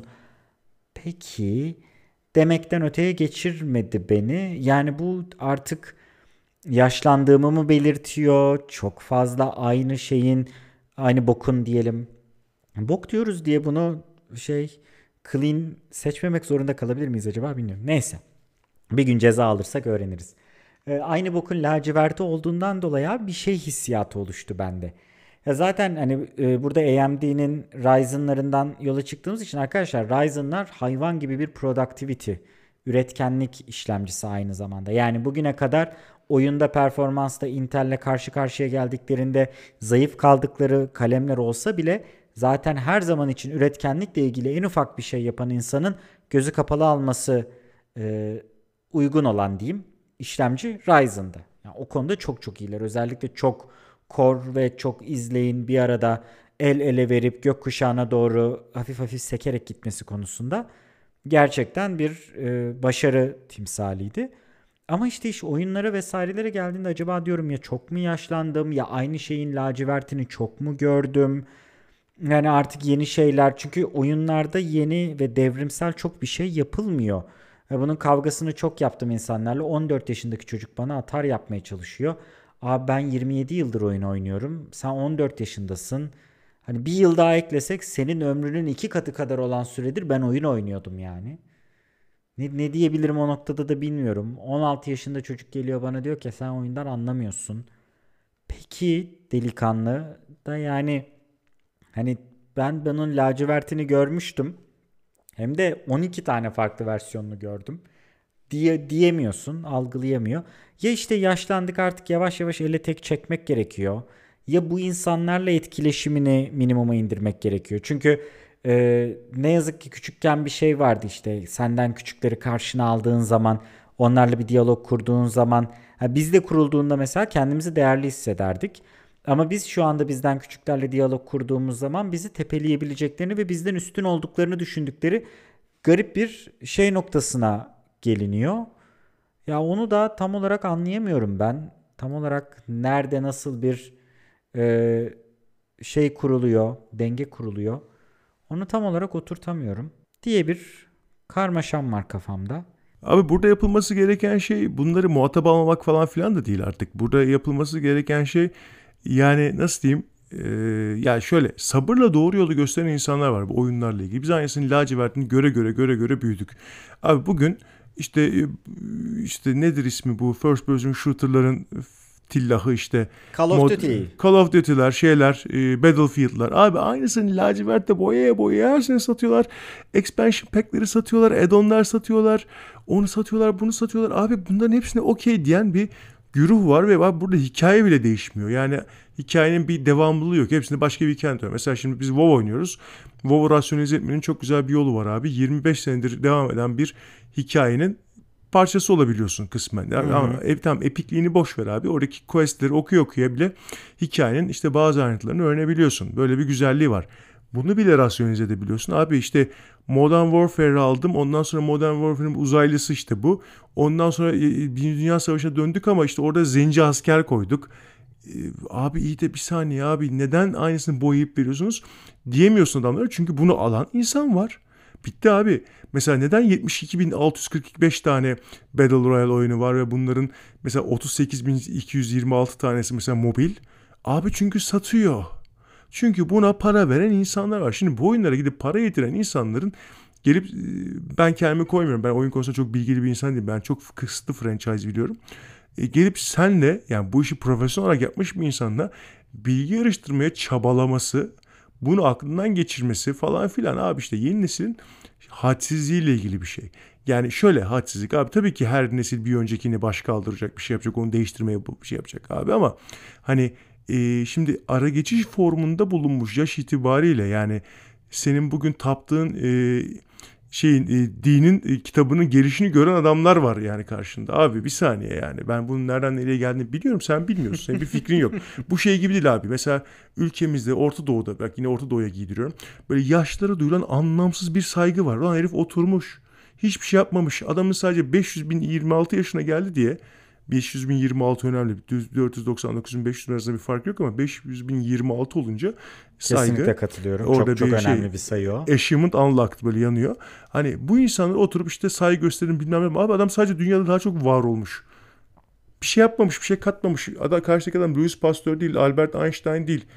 Peki demekten öteye geçirmedi beni. Yani bu artık yaşlandığımı mı belirtiyor? Çok fazla aynı şeyin, aynı bokun diyelim. Bok diyoruz diye bunu şey clean seçmemek zorunda kalabilir miyiz acaba bilmiyorum. Neyse. Bir gün ceza alırsak öğreniriz. Ee, aynı bokun laciverti olduğundan dolayı abi bir şey hissiyatı oluştu bende. Ya zaten hani e, burada A M D'nin Ryzen'larından yola çıktığımız için arkadaşlar, Ryzen'lar hayvan gibi bir productivity, üretkenlik işlemcisi aynı zamanda. Yani bugüne kadar oyunda performansta Intel'le karşı karşıya geldiklerinde zayıf kaldıkları kalemler olsa bile zaten her zaman için üretkenlikle ilgili en ufak bir şey yapan insanın gözü kapalı alması e, uygun olan diyeyim işlemci Ryzen'da. Yani o konuda çok çok iyiler. Özellikle çok core ve çok izleyin bir arada el ele verip gökkuşağına doğru hafif hafif sekerek gitmesi konusunda gerçekten bir e, başarı timsaliydi. Ama işte iş oyunlara vesairelere geldiğinde acaba diyorum ya çok mu yaşlandım, ya aynı şeyin lacivertini çok mu gördüm? Yani artık yeni şeyler, çünkü oyunlarda yeni ve devrimsel çok bir şey yapılmıyor. Ve bunun kavgasını çok yaptım insanlarla. on dört yaşındaki çocuk bana atar yapmaya çalışıyor. Abi ben yirmi yedi yıldır oyun oynuyorum. Sen on dört yaşındasın. Hani bir yıl daha eklesek senin ömrünün iki katı kadar olan süredir ben oyun oynuyordum yani. Ne, ne diyebilirim o noktada da bilmiyorum. on altı yaşında çocuk geliyor bana diyor ki sen oyundan anlamıyorsun. Peki delikanlı da yani hani ben bunun lacivertini görmüştüm. Hem de on iki tane farklı versiyonunu gördüm. Diye diyemiyorsun, algılayamıyor. Ya işte yaşlandık artık, yavaş yavaş ele tek çekmek gerekiyor. Ya bu insanlarla etkileşimini minimuma indirmek gerekiyor. Çünkü e, ne yazık ki küçükken bir şey vardı, işte senden küçükleri karşına aldığın zaman, onlarla bir diyalog kurduğun zaman, ha, bizde kurulduğunda mesela kendimizi değerli hissederdik. Ama biz şu anda bizden küçüklerle diyalog kurduğumuz zaman bizi tepeleyebileceklerini ve bizden üstün olduklarını düşündükleri garip bir şey noktasına geliniyor. Ya onu da tam olarak anlayamıyorum ben. Tam olarak nerede nasıl bir e, şey kuruluyor, denge kuruluyor. Onu tam olarak oturtamıyorum diye bir karmaşam var kafamda. Abi burada yapılması gereken şey bunları muhatap almamak falan filan da değil artık. Burada yapılması gereken şey yani nasıl diyeyim ee, ya şöyle sabırla doğru yolu gösteren insanlar var bu oyunlarla ilgili. Biz aynısını lacivertini göre göre göre göre büyüdük. Abi bugün işte işte nedir ismi bu first person shooter'ların tillahı işte Call of mod, Duty. Call of Duty'ler şeyler e, Battlefield'lar abi aynısını lacivertte boyaya boyaya her sene satıyorlar. Expansion pack'leri satıyorlar, add-on'lar satıyorlar, onu satıyorlar, bunu satıyorlar. Abi bunların hepsine okey diyen bir güruh var ve abi burada hikaye bile değişmiyor. Yani hikayenin bir devamlılığı yok. Hepsinde başka bir hikaye anlatıyor. Mesela şimdi biz WoW oynuyoruz. WoW'u rasyonelize etmenin çok güzel bir yolu var abi. yirmi beş senedir devam eden bir hikayenin parçası olabiliyorsun kısmen. Yani ama e, tamam epikliğini boş ver abi. Oradaki questleri okuya okuya bile hikayenin işte bazı ayrıntılarını öğrenebiliyorsun. Böyle bir güzelliği var. Bunu bile rasyonize edebiliyorsun. Abi işte Modern Warfare'ı aldım. Ondan sonra Modern Warfare'ın uzaylısı işte bu. Ondan sonra Birinci Dünya Savaşı'na döndük ama işte orada zenci asker koyduk. Abi iyi de bir saniye abi neden aynısını boyayıp veriyorsunuz diyemiyorsun adamlara. Çünkü bunu alan insan var. Bitti abi. Mesela neden yetmiş iki bin altı yüz kırk beş tane Battle Royale oyunu var ve bunların mesela otuz sekiz bin iki yüz yirmi altı tanesi mesela mobil? Abi çünkü satıyor. Çünkü buna para veren insanlar var. Şimdi bu oyunlara gidip para yetiren insanların gelip ben kendimi koymuyorum. Ben oyun konusunda çok bilgili bir insan değilim. Ben çok kısıtlı franchise biliyorum. E, gelip senle yani bu işi profesyonel olarak yapmış bir insanla bilgi yarıştırmaya çabalaması, bunu aklından geçirmesi falan filan abi işte yeni neslin hadsizliğiyle ilgili bir şey. Yani şöyle hadsizlik abi tabii ki her nesil bir öncekini baş kaldıracak bir şey yapacak onu değiştirmeye bir şey yapacak abi ama hani e, şimdi ara geçiş formunda bulunmuş yaş itibariyle yani senin bugün taptığın e, şeyin e, dinin e, kitabının gelişini gören adamlar var yani karşında. Abi bir saniye yani ben bunun nereden nereye geldiğini biliyorum sen bilmiyorsun. Senin bir fikrin yok. Bu şey gibi değil abi. Mesela ülkemizde Orta Doğu'da bak yine Orta Doğu'ya giydiriyorum. Böyle yaşlara duyulan anlamsız bir saygı var. Lan herif oturmuş. Hiçbir şey yapmamış. Adamın sadece beş yüz bin yirmi altı yaşına geldi diye beş yüz bin yirmi altı önemli. dört yüz doksan dokuz bin beş yüz arasında bir fark yok ama beş yüz bin yirmi altı olunca saygı. Kesinlikle katılıyorum. Orada çok çok bir önemli şey, bir sayı o. achievement unlocked böyle yanıyor. Hani bu insanlar oturup işte saygı gösterin bilmem ne. Abi adam sadece dünyada daha çok var olmuş. Bir şey yapmamış, bir şey katmamış. Adam, karşıdaki adam Louis Pasteur değil, Albert Einstein değil.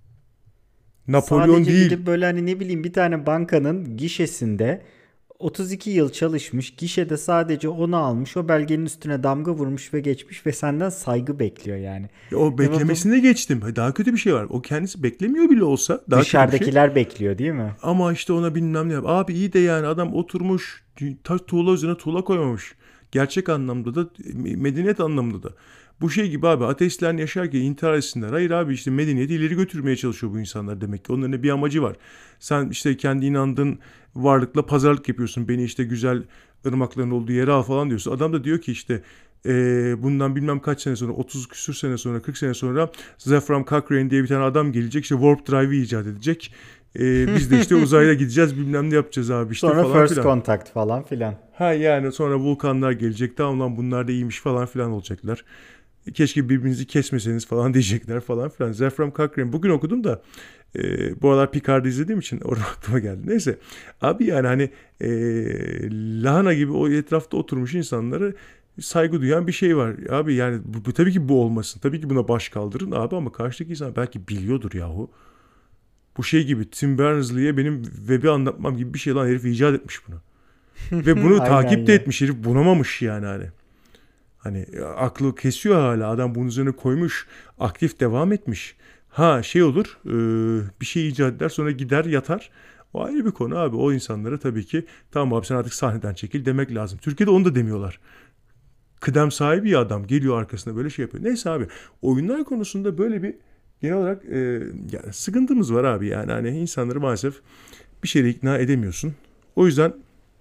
Napolyon Sadece değil. gidip böyle hani ne bileyim bir tane bankanın gişesinde otuz iki yıl çalışmış. Gişede sadece onu almış. O belgenin üstüne damga vurmuş ve geçmiş ve senden saygı bekliyor yani. Ya o Ve bu beklemesine geçtim. Daha kötü bir şey var. O kendisi beklemiyor bile olsa daha kötü bir şey. dışarıdakiler bekliyor değil mi? Ama işte ona bilmem ne yap. Abi iyi de yani adam oturmuş ta- tuğla üzerine tuğla koymamış. Gerçek anlamda da medeniyet anlamında da. Bu şey gibi abi ateistler yaşarken intihar etsinler. Hayır abi işte medeniyeti ileri götürmeye çalışıyor bu insanlar demek ki. Onların bir amacı var. Sen işte kendi inandığın varlıkla pazarlık yapıyorsun. Beni işte güzel ırmakların olduğu yere al falan diyorsun. Adam da diyor ki işte e, bundan bilmem kaç sene sonra otuz küsür sene sonra kırk sene sonra Zefram Cochrane diye bir tane adam gelecek. İşte Warp Drive'ı icat edecek. Ee, biz de işte uzayda gideceğiz bilmem ne yapacağız abi işte Sonra falan first filan. contact falan filan. Ha yani sonra vulkanlar gelecek tamam lan bunlar da iyiymiş falan filan olacaklar. Keşke birbirinizi kesmeseniz falan diyecekler falan filan. Zefram Cochrane bugün okudum da e, bu aralar Picard'ı izlediğim için oradan aklıma geldi. Neyse abi yani hani e, lahana gibi o etrafta oturmuş insanları saygı duyan bir şey var. Abi yani bu, bu tabii ki bu olmasın. Tabii ki buna baş kaldırın abi ama karşıdaki insan belki biliyordur yahu. Bu şey gibi Tim Berners-Lee'ye benim web'i anlatmam gibi bir şey lan herif icat etmiş bunu. Ve bunu takip de ya. etmiş herif bunamamış yani hani. Hani aklı kesiyor hala adam bunun üzerine koymuş aktif devam etmiş. Ha şey olur e, bir şey icat eder sonra gider yatar. O ayrı bir konu abi o insanlara tabii ki tamam abi sen artık sahneden çekil demek lazım. Türkiye'de onu da demiyorlar. Kıdem sahibi ya adam geliyor arkasına böyle şey yapıyor. Neyse abi oyunlar konusunda böyle bir genel olarak e, yani sıkıntımız var abi yani hani insanları maalesef bir şeyle ikna edemiyorsun. O yüzden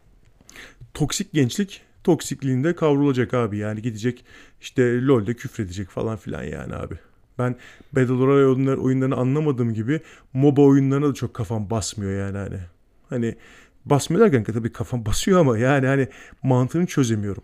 toksik gençlik toksikliğinde kavrulacak abi yani gidecek işte LoL'de küfredecek falan filan yani abi. Ben Battle Royale oyunlar, oyunlarını anlamadığım gibi MOBA oyunlarına da çok kafam basmıyor yani hani. Hani basmıyor derken tabii kafam basıyor ama yani hani mantığını çözemiyorum.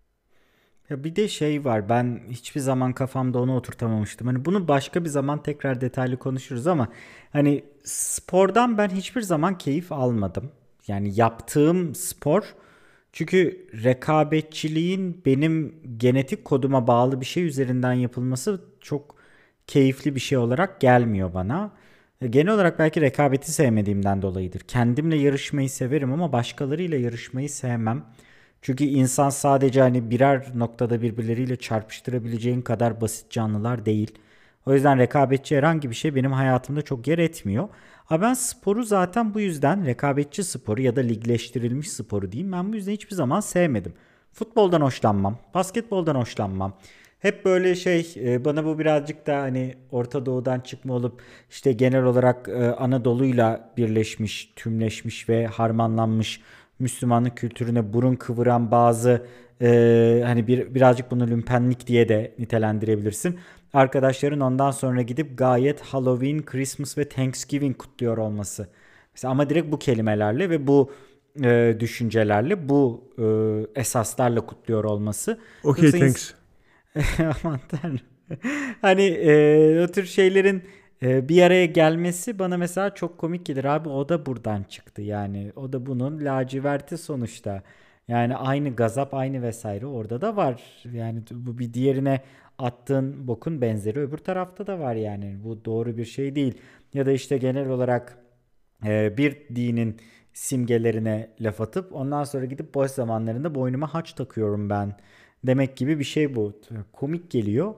Ya bir de şey var ben hiçbir zaman kafamda onu oturtamamıştım. Hani bunu başka bir zaman tekrar detaylı konuşuruz ama hani spordan ben hiçbir zaman keyif almadım. Yani yaptığım spor Çünkü rekabetçiliğin benim genetik koduma bağlı bir şey üzerinden yapılması çok keyifli bir şey olarak gelmiyor bana. E, Genel olarak belki rekabeti sevmediğimden dolayıdır. Kendimle yarışmayı severim ama başkalarıyla yarışmayı sevmem. Çünkü insan sadece hani birer noktada birbirleriyle çarpıştırabileceğin kadar basit canlılar değil. O yüzden rekabetçi herhangi bir şey benim hayatımda çok yer etmiyor. Ha ben sporu zaten bu yüzden rekabetçi sporu ya da ligleştirilmiş sporu diyeyim. Ben bu yüzden hiçbir zaman sevmedim. Futboldan hoşlanmam, basketboldan hoşlanmam. Hep böyle şey e, bana bu birazcık da hani Orta Doğu'dan çıkma olup işte genel olarak e, Anadolu'yla birleşmiş, tümleşmiş ve harmanlanmış Müslümanlık kültürüne burun kıvıran bazı e, hani bir birazcık bunu lümpenlik diye de nitelendirebilirsin. Arkadaşların ondan sonra gidip gayet Halloween, Christmas ve Thanksgiving kutluyor olması. Mesela ama direkt bu kelimelerle ve bu e, düşüncelerle, bu e, esaslarla kutluyor olması. Okay, Yoksa ins- thanks. Aman tanrım. Hani e, o tür şeylerin e, bir araya gelmesi bana mesela çok komik gelir. Abi o da buradan çıktı yani. O da bunun laciverti sonuçta. Yani aynı gazap, aynı vesaire orada da var. Yani bu bir diğerine attığın bokun benzeri öbür tarafta da var yani. Bu doğru bir şey değil. Ya da işte genel olarak e, bir dinin simgelerine laf atıp ondan sonra gidip boş zamanlarında boynuma haç takıyorum ben demek gibi bir şey bu. Komik geliyor.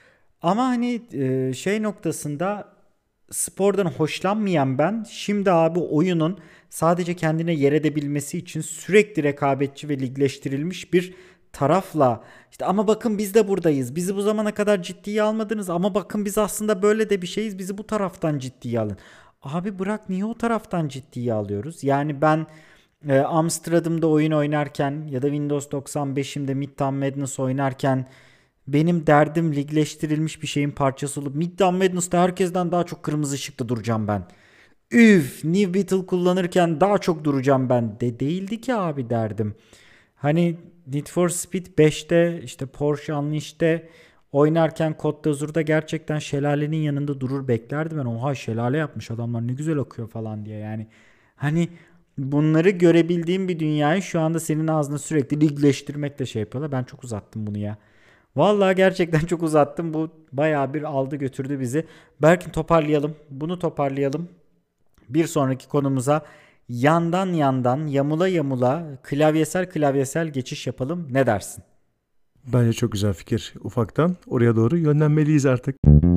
Ama hani e, şey noktasında spordan hoşlanmayan ben şimdi abi oyunun sadece kendine yer edebilmesi için sürekli rekabetçi ve ligleştirilmiş bir tarafla işte ama bakın biz de buradayız. Bizi bu zamana kadar ciddiye almadınız ama bakın biz aslında böyle de bir şeyiz. Bizi bu taraftan ciddiye alın. Abi bırak niye o taraftan ciddiye alıyoruz? Yani ben e, Amsterdam'da oyun oynarken ya da Windows doksan beşimde Midtown Madness oynarken benim derdim ligleştirilmiş bir şeyin parçası olup Midtown Madness'ta herkesten daha çok kırmızı ışıkta duracağım ben. Üf, New Beetle kullanırken daha çok duracağım ben de değildi ki abi derdim. Hani Need for Speed beşte işte Porsche Unleashed'de oynarken Côte d'Azur'da gerçekten şelalenin yanında durur beklerdim ben. Oha şelale yapmış adamlar ne güzel akıyor falan diye yani. Hani bunları görebildiğim bir dünyayı şu anda senin ağzına sürekli ligleştirmekle şey yapıyorlar. Ben çok uzattım bunu ya. Vallahi gerçekten çok uzattım. Bu bayağı bir aldı götürdü bizi. Belki toparlayalım. Bunu toparlayalım. Bir sonraki konumuza yandan yandan yamula yamula klavyesel klavyesel geçiş yapalım. Ne dersin? Bence çok güzel fikir. Ufaktan oraya doğru yönlenmeliyiz artık.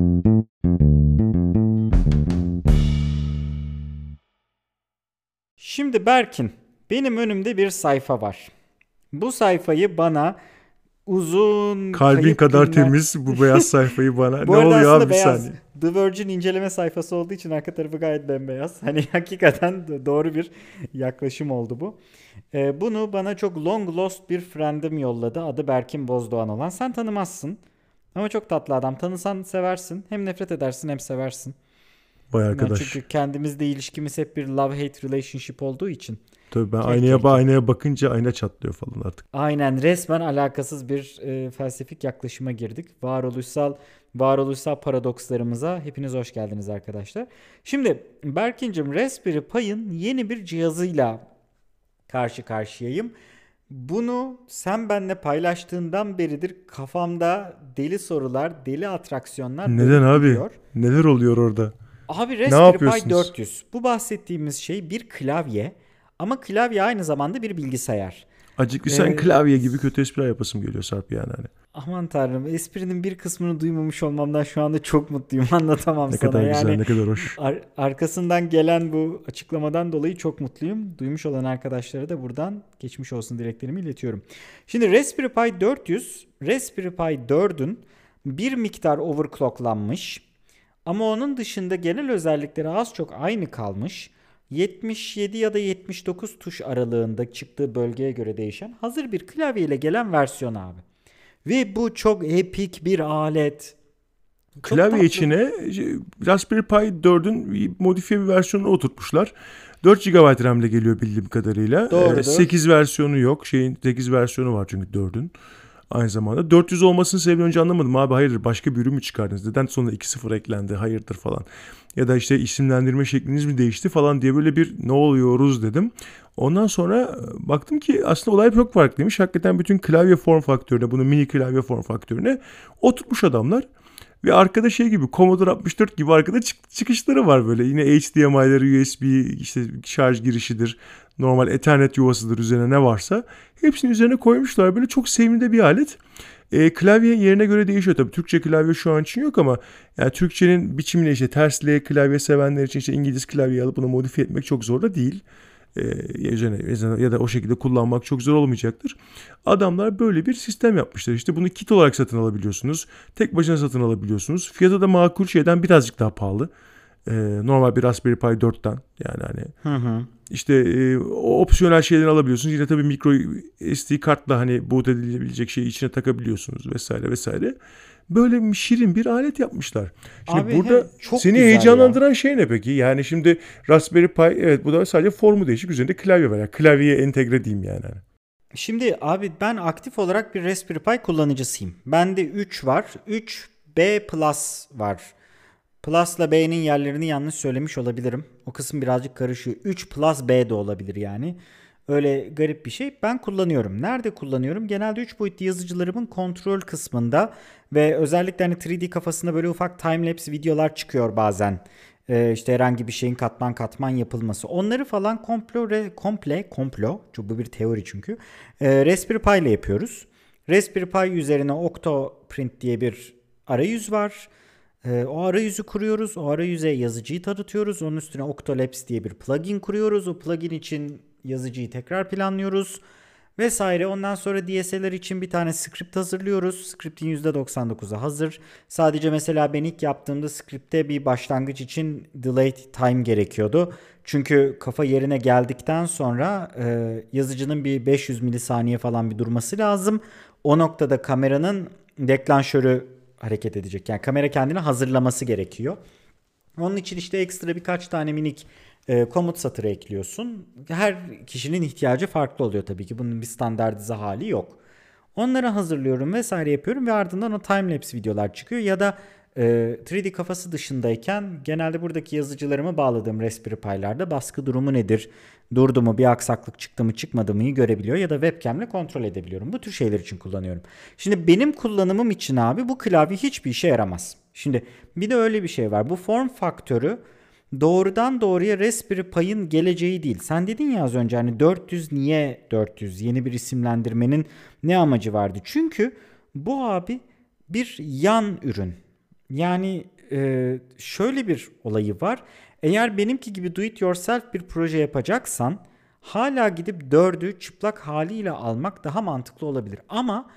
Şimdi Berkin, benim önümde bir sayfa var. Bu sayfayı bana uzun Kalbin kayıp kadar günler... temiz bu beyaz sayfayı bana. Bu Ne arada oluyor aslında abi bir beyaz saniye. The Verge'in inceleme sayfası olduğu için arka tarafı gayet bembeyaz. Hani hakikaten doğru bir yaklaşım oldu bu. Ee, bunu bana çok long lost bir friend'im yolladı. Adı Berkin Bozdoğan olan. Sen tanımazsın. Ama çok tatlı adam. Tanısan seversin. Hem nefret edersin hem seversin. Vay Yani arkadaş. çünkü kendimizde ilişkimiz hep bir love hate relationship olduğu için. Tabii ben Kel aynaya, kel kel. aynaya bakınca ayna çatlıyor falan artık. Aynen resmen alakasız bir e, felsefik yaklaşıma girdik. Varoluşsal varoluşsal paradokslarımıza hepiniz hoş geldiniz arkadaşlar. Şimdi Berkin'cim Raspberry Pi'ın yeni bir cihazıyla karşı karşıyayım. Bunu sen benimle paylaştığından beridir kafamda deli sorular, deli atraksiyonlar Neden dönüp abi? duruyor. Neler oluyor orada? Abi Ne Raspberry Pi yapıyorsunuz? dört yüz. Bu bahsettiğimiz şey bir klavye ama klavye aynı zamanda bir bilgisayar. Acık sen Ee, klavye gibi kötü espri yapasım geliyor Sarp yani hani. Aman tanrım esprinin bir kısmını duymamış olmamdan şu anda çok mutluyum anlatamam Ne sana. kadar güzel, Yani ne kadar hoş. ar- arkasından gelen bu açıklamadan dolayı çok mutluyum. Duymuş olan arkadaşlara da buradan geçmiş olsun dileklerimi iletiyorum. Şimdi Raspberry Pi dört yüz, Raspberry Pi dördün bir miktar overclocklanmış ama onun dışında genel özellikleri az çok aynı kalmış. yetmiş yedi ya da yetmiş dokuz tuş aralığında çıktığı bölgeye göre değişen hazır bir klavyeyle gelen versiyon abi. Ve bu çok epik bir alet. Çok Klavye tatlı. içine e, Raspberry Pi dördün bir modifiye bir versiyonunu oturtmuşlar. dört gigabayt RAM ile geliyor bildiğim kadarıyla. Doğrudur. sekiz versiyonu yok. Şeyin sekiz versiyonu var çünkü dördün. Aynı zamanda dört yüz olmasının sebebini önce anlamadım. Abi hayırdır, başka bir ürün mü çıkardınız? Neden sonra iki sıfır eklendi? Hayırdır falan. Ya da işte isimlendirme şekliniz mi değişti falan diye böyle bir ne oluyoruz dedim. Ondan sonra baktım ki aslında olay çok farklıymış. Hakikaten bütün klavye form faktörüne, bunu mini klavye form faktörüne oturtmuş adamlar. Ve arkada şey gibi, Commodore altmış dört gibi arkada çık- çıkışları var böyle. Yine H D M I'ları, U S B, işte şarj girişidir, normal Ethernet yuvasıdır, üzerine ne varsa hepsini üzerine koymuşlar. Böyle çok sevimli de bir alet. E, klavye yerine göre değişiyor tabii. Türkçe klavye şu an için yok ama yani Türkçenin biçimine, işte tersli klavye sevenler için işte İngiliz klavye alıp bunu modifiye etmek çok zor da değil. E, ya da o şekilde kullanmak çok zor olmayacaktır. Adamlar böyle bir sistem yapmışlar. İşte bunu kit olarak satın alabiliyorsunuz. Tek başına satın alabiliyorsunuz. Fiyatı da makul şeyden birazcık daha pahalı. E, normal bir Raspberry Pi dörtten, yani hani Hı hı. işte e, o opsiyonel şeyleri alabiliyorsunuz. Yine tabii micro S D kartla hani boot edilebilecek şeyi içine takabiliyorsunuz vesaire vesaire. Böyle şirin bir alet yapmışlar. Şimdi Abi he, burada çok seni güzel ya. heyecanlandıran şey ne peki? Yani şimdi Raspberry Pi, evet, bu da sadece formu değişik, üzerinde klavye var. Yani klavyeye entegre diyeyim yani. Şimdi abi ben aktif olarak bir Raspberry Pi kullanıcısıyım. Bende üç var. üç B Plus var. Plus'la B'nin yerlerini yanlış söylemiş olabilirim. O kısım birazcık karışıyor. üç Plus B de olabilir yani. Öyle garip bir şey. Ben kullanıyorum. Nerede kullanıyorum? Genelde üç boyutlu yazıcılarımın kontrol kısmında ve özellikle hani üç D kafasında böyle ufak timelapse videolar çıkıyor bazen. Ee, işte herhangi bir şeyin katman katman yapılması. Onları falan komplo, re- komple, komplo, çok bu bir teori çünkü. Ee, Raspberry Pi ile yapıyoruz. Raspberry Pi üzerine Octoprint diye bir arayüz var. Ee, o arayüzü kuruyoruz. O arayüze yazıcıyı tanıtıyoruz. Onun üstüne Octolabs diye bir plugin kuruyoruz. O plugin için yazıcıyı tekrar planlıyoruz. Vesaire. Ondan sonra D S L R için bir tane script hazırlıyoruz. Script'in yüzde doksan dokuzu hazır. Sadece mesela ben ilk yaptığımda script'te bir başlangıç için delayed time gerekiyordu. Çünkü kafa yerine geldikten sonra e, yazıcının bir beş yüz milisaniye falan bir durması lazım. O noktada kameranın deklanşörü hareket edecek. Yani kamera kendini hazırlaması gerekiyor. Onun için işte ekstra birkaç tane minik e, komut satırı ekliyorsun. Her kişinin ihtiyacı farklı oluyor tabii ki. Bunun bir standartize hali yok. Onları hazırlıyorum vesaire yapıyorum ve ardından o timelapse videolar çıkıyor. Ya da e, üç D kafası dışındayken genelde buradaki yazıcılarımı bağladığım Raspberry Pi'lerde baskı durumu nedir? Durdu mu, bir aksaklık çıktı mı çıkmadı mı görebiliyor ya da webcam'le kontrol edebiliyorum. Bu tür şeyler için kullanıyorum. Şimdi benim kullanımım için abi bu klavye hiçbir işe yaramaz. Şimdi bir de öyle bir şey var. Bu form faktörü doğrudan doğruya Raspberry Pi'ın geleceği değil. Sen dedin ya az önce hani dört yüz niye dört yüz? Yeni bir isimlendirmenin ne amacı vardı? Çünkü bu abi bir yan ürün. Yani e, şöyle bir olayı var. Eğer benimki gibi do it yourself bir proje yapacaksan hala gidip dördü çıplak haliyle almak daha mantıklı olabilir. Ama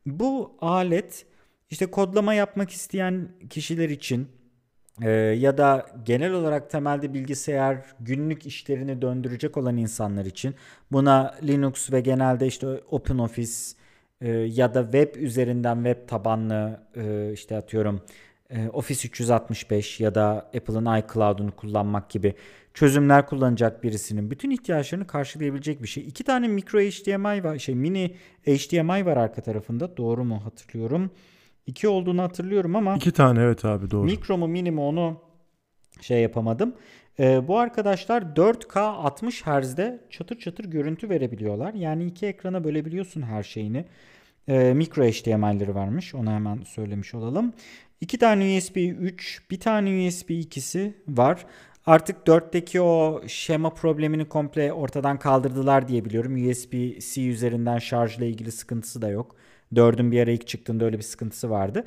bu alet işte kodlama yapmak isteyen kişiler için ee, ya da genel olarak temelde bilgisayar günlük işlerini döndürecek olan insanlar için buna Linux ve genelde işte OpenOffice e, ya da web üzerinden web tabanlı e, işte atıyorum e, Office üç yüz altmış beş ya da Apple'ın iCloud'unu kullanmak gibi çözümler kullanacak birisinin bütün ihtiyaçlarını karşılayabilecek bir şey. İki tane micro H D M I var, şey mini H D M I var arka tarafında. Doğru mu hatırlıyorum? İki olduğunu hatırlıyorum ama İki tane, evet abi, doğru. mikro mu mini mi onu şey yapamadım. Ee, bu arkadaşlar dört K altmış Hz'de çatır çatır görüntü verebiliyorlar. Yani iki ekrana bölebiliyorsun her şeyini. Ee, micro H D M I'leri varmış. Onu hemen söylemiş olalım. İki tane U S B üç, bir tane U S B ikisi var. Artık dörtteki o şema problemini komple ortadan kaldırdılar diye biliyorum. U S B-C üzerinden şarjla ilgili sıkıntısı da yok. dördün bir ara ilk çıktığında öyle bir sıkıntısı vardı.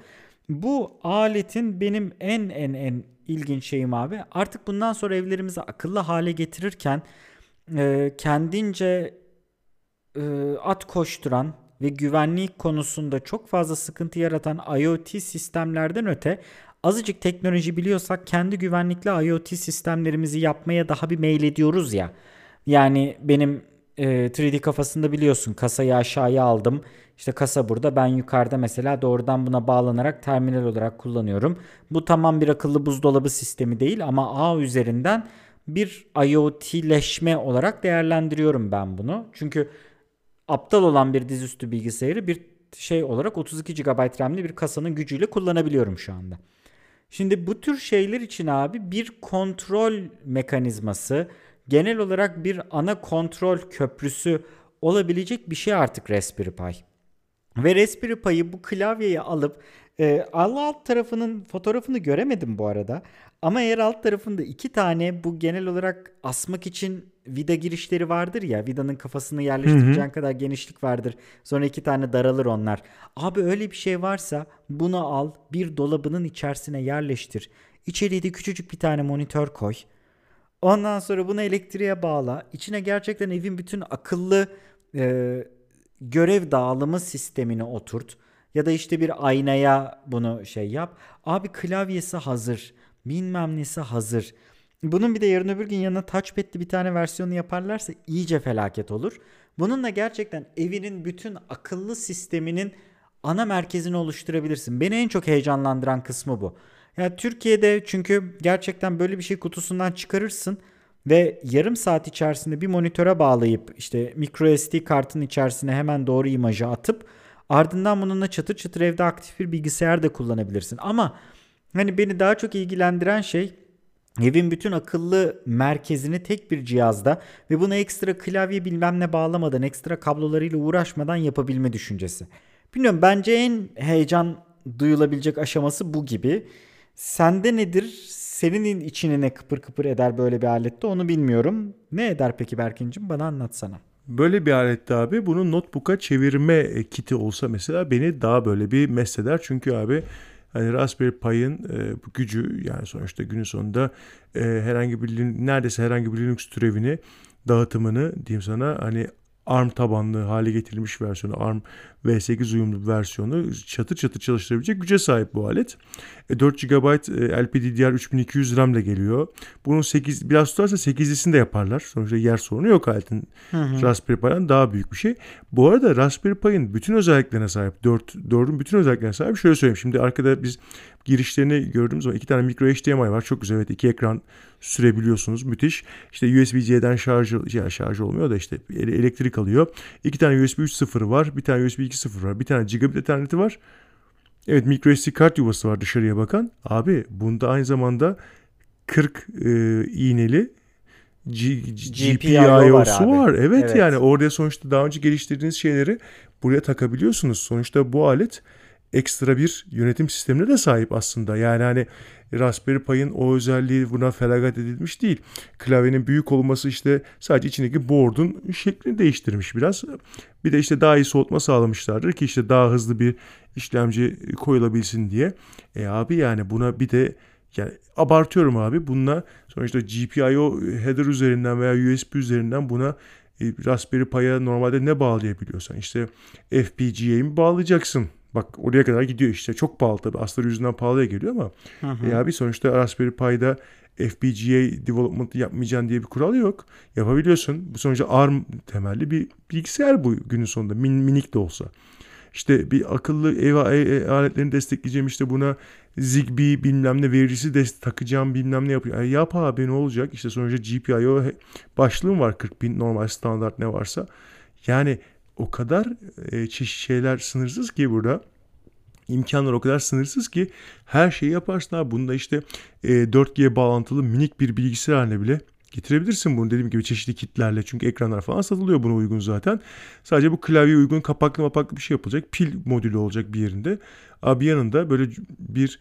Bu aletin benim en en en ilginç şeyim abi. Artık bundan sonra evlerimizi akıllı hale getirirken e, kendince e, at koşturan ve güvenlik konusunda çok fazla sıkıntı yaratan IoT sistemlerden öte azıcık teknoloji biliyorsak kendi güvenlikli IoT sistemlerimizi yapmaya daha bir meyil ediyoruz ya. Yani benim e, üç D kafasında biliyorsun kasayı aşağıya aldım. İşte kasa burada, ben yukarıda mesela doğrudan buna bağlanarak terminal olarak kullanıyorum. Bu tamam bir akıllı buzdolabı sistemi değil ama ağ üzerinden bir IoT'leşme olarak değerlendiriyorum ben bunu. Çünkü aptal olan bir dizüstü bilgisayarı bir şey olarak otuz iki gigabayt RAM'li bir kasanın gücüyle kullanabiliyorum şu anda. Şimdi bu tür şeyler için abi bir kontrol mekanizması, genel olarak bir ana kontrol köprüsü olabilecek bir şey artık Raspberry Pi. Ve Raspberry Pi'yi bu klavyeyi alıp e, alt tarafının fotoğrafını göremedim bu arada. Ama eğer alt tarafında iki tane bu genel olarak asmak için vida girişleri vardır ya. Vidanın kafasını Hı hı. yerleştireceğin kadar genişlik vardır. Sonra iki tane daralır onlar. Abi öyle bir şey varsa bunu al, bir dolabının içerisine yerleştir. İçeriye de küçücük bir tane monitör koy. Ondan sonra bunu elektriğe bağla. İçine gerçekten evin bütün akıllı e, görev dağılımı sistemini oturt. Ya da işte bir aynaya bunu şey yap. Abi klavyesi hazır. Bilmem nesi hazır. Bunun bir de yarın öbür gün yanına touchpad'li bir tane versiyonu yaparlarsa iyice felaket olur. Bununla gerçekten evinin bütün akıllı sisteminin ana merkezini oluşturabilirsin. Beni en çok heyecanlandıran kısmı bu. Ya Türkiye'de çünkü gerçekten böyle bir şey kutusundan çıkarırsın ve yarım saat içerisinde bir monitöre bağlayıp işte micro S D kartın içerisine hemen doğru imajı atıp ardından bununla çatır çatır evde aktif bir bilgisayar da kullanabilirsin. Ama hani beni daha çok ilgilendiren şey evin bütün akıllı merkezini tek bir cihazda ve buna ekstra klavye bilmem ne bağlamadan, ekstra kablolarıyla uğraşmadan yapabilme düşüncesi. Bilmiyorum, bence en heyecan duyulabilecek aşaması bu gibi. Sende nedir? Senin içini ne kıpır kıpır eder böyle bir alette, onu bilmiyorum. Ne eder peki Berkincim? Bana anlatsana. Böyle bir alette abi bunun notebook'a çevirme e, kiti olsa mesela beni daha böyle bir mest. Çünkü abi hani Raspberry Pi'ın e, bu gücü, yani sonuçta günün sonunda e, herhangi bir neredeyse herhangi bir Linux türevini dağıtımını diyeyim sana, hani ARM tabanlı hale getirilmiş versiyonu, ARM v sekiz uyumlu versiyonu çatır çatır çalıştırabilecek güce sahip bu alet. E, dört gigabayt L P D D R üç bin iki yüz RAM ile geliyor. Bunun sekiz biraz tutarsa sekizlisini de yaparlar. Sonuçta yer sorunu yok aletin. Hı hı. Raspberry Pi'den daha büyük bir şey. Bu arada Raspberry Pi'nin bütün özelliklerine sahip. dört, dördün bütün özelliklerine sahip. Şöyle söyleyeyim. Şimdi arkada biz girişlerini gördüğümüz zaman iki tane micro H D M I var. Çok güzel. Evet, iki ekran sürebiliyorsunuz. Müthiş. İşte U S B-C'den şarj, ya şarj olmuyor da işte elektrik alıyor. İki tane U S B üç nokta sıfır var. Bir tane U S B iki nokta sıfır var. Bir tane gigabit ethernet'i var. Evet, micro S D kart yuvası var dışarıya bakan. Abi bunda aynı zamanda kırk e, iğneli G- G P I O var GPIO'su abi. var. Evet, yani Evet. orada sonuçta daha önce geliştirdiğiniz şeyleri buraya takabiliyorsunuz. Sonuçta bu alet ekstra bir yönetim sistemine de sahip aslında. Yani hani Raspberry Pi'nin o özelliği buna feragat edilmiş değil. Klavyenin büyük olması işte sadece içindeki board'un şeklini değiştirmiş biraz. Bir de işte daha iyi soğutma sağlamışlardır ki işte daha hızlı bir işlemci koyulabilsin diye. E abi yani buna bir de, yani abartıyorum abi, bununla sonuçta G P I O header üzerinden veya U S B üzerinden buna e, Raspberry Pi'ye normalde ne bağlayabiliyorsan işte F P G A'yı mı bağlayacaksın? Bak oraya kadar gidiyor işte. Çok pahalı tabii. Astarı yüzünden pahalıya geliyor ama Hı e hı. abi sonuçta Raspberry Pi'da F P G A development yapmayacaksın diye bir kural yok. Yapabiliyorsun. Bu sonuçta ARM temelli bir bilgisayar bu günün sonunda. Min, minik de olsa. İşte bir akıllı ev, ev aletlerini destekleyeceğim, işte buna Zigbee bilmem ne vericisi de takacağım, bilmem ne yapıyor. Yani yap abi, ne olacak? İşte sonuçta G P I O başlığım var, kırk bin normal standart ne varsa. Yani o kadar e, çeşit şeyler sınırsız ki burada. İmkanlar o kadar sınırsız ki her şeyi yaparsın abi. Bunda işte e, dört G bağlantılı minik bir bilgisayar haline bile getirebilirsin bunu, dediğim gibi çeşitli kitlerle. Çünkü ekranlar falan satılıyor buna uygun zaten. Sadece bu klavyeye uygun kapaklı mapaklı bir şey yapılacak. Pil modülü olacak bir yerinde. Abi yanında böyle bir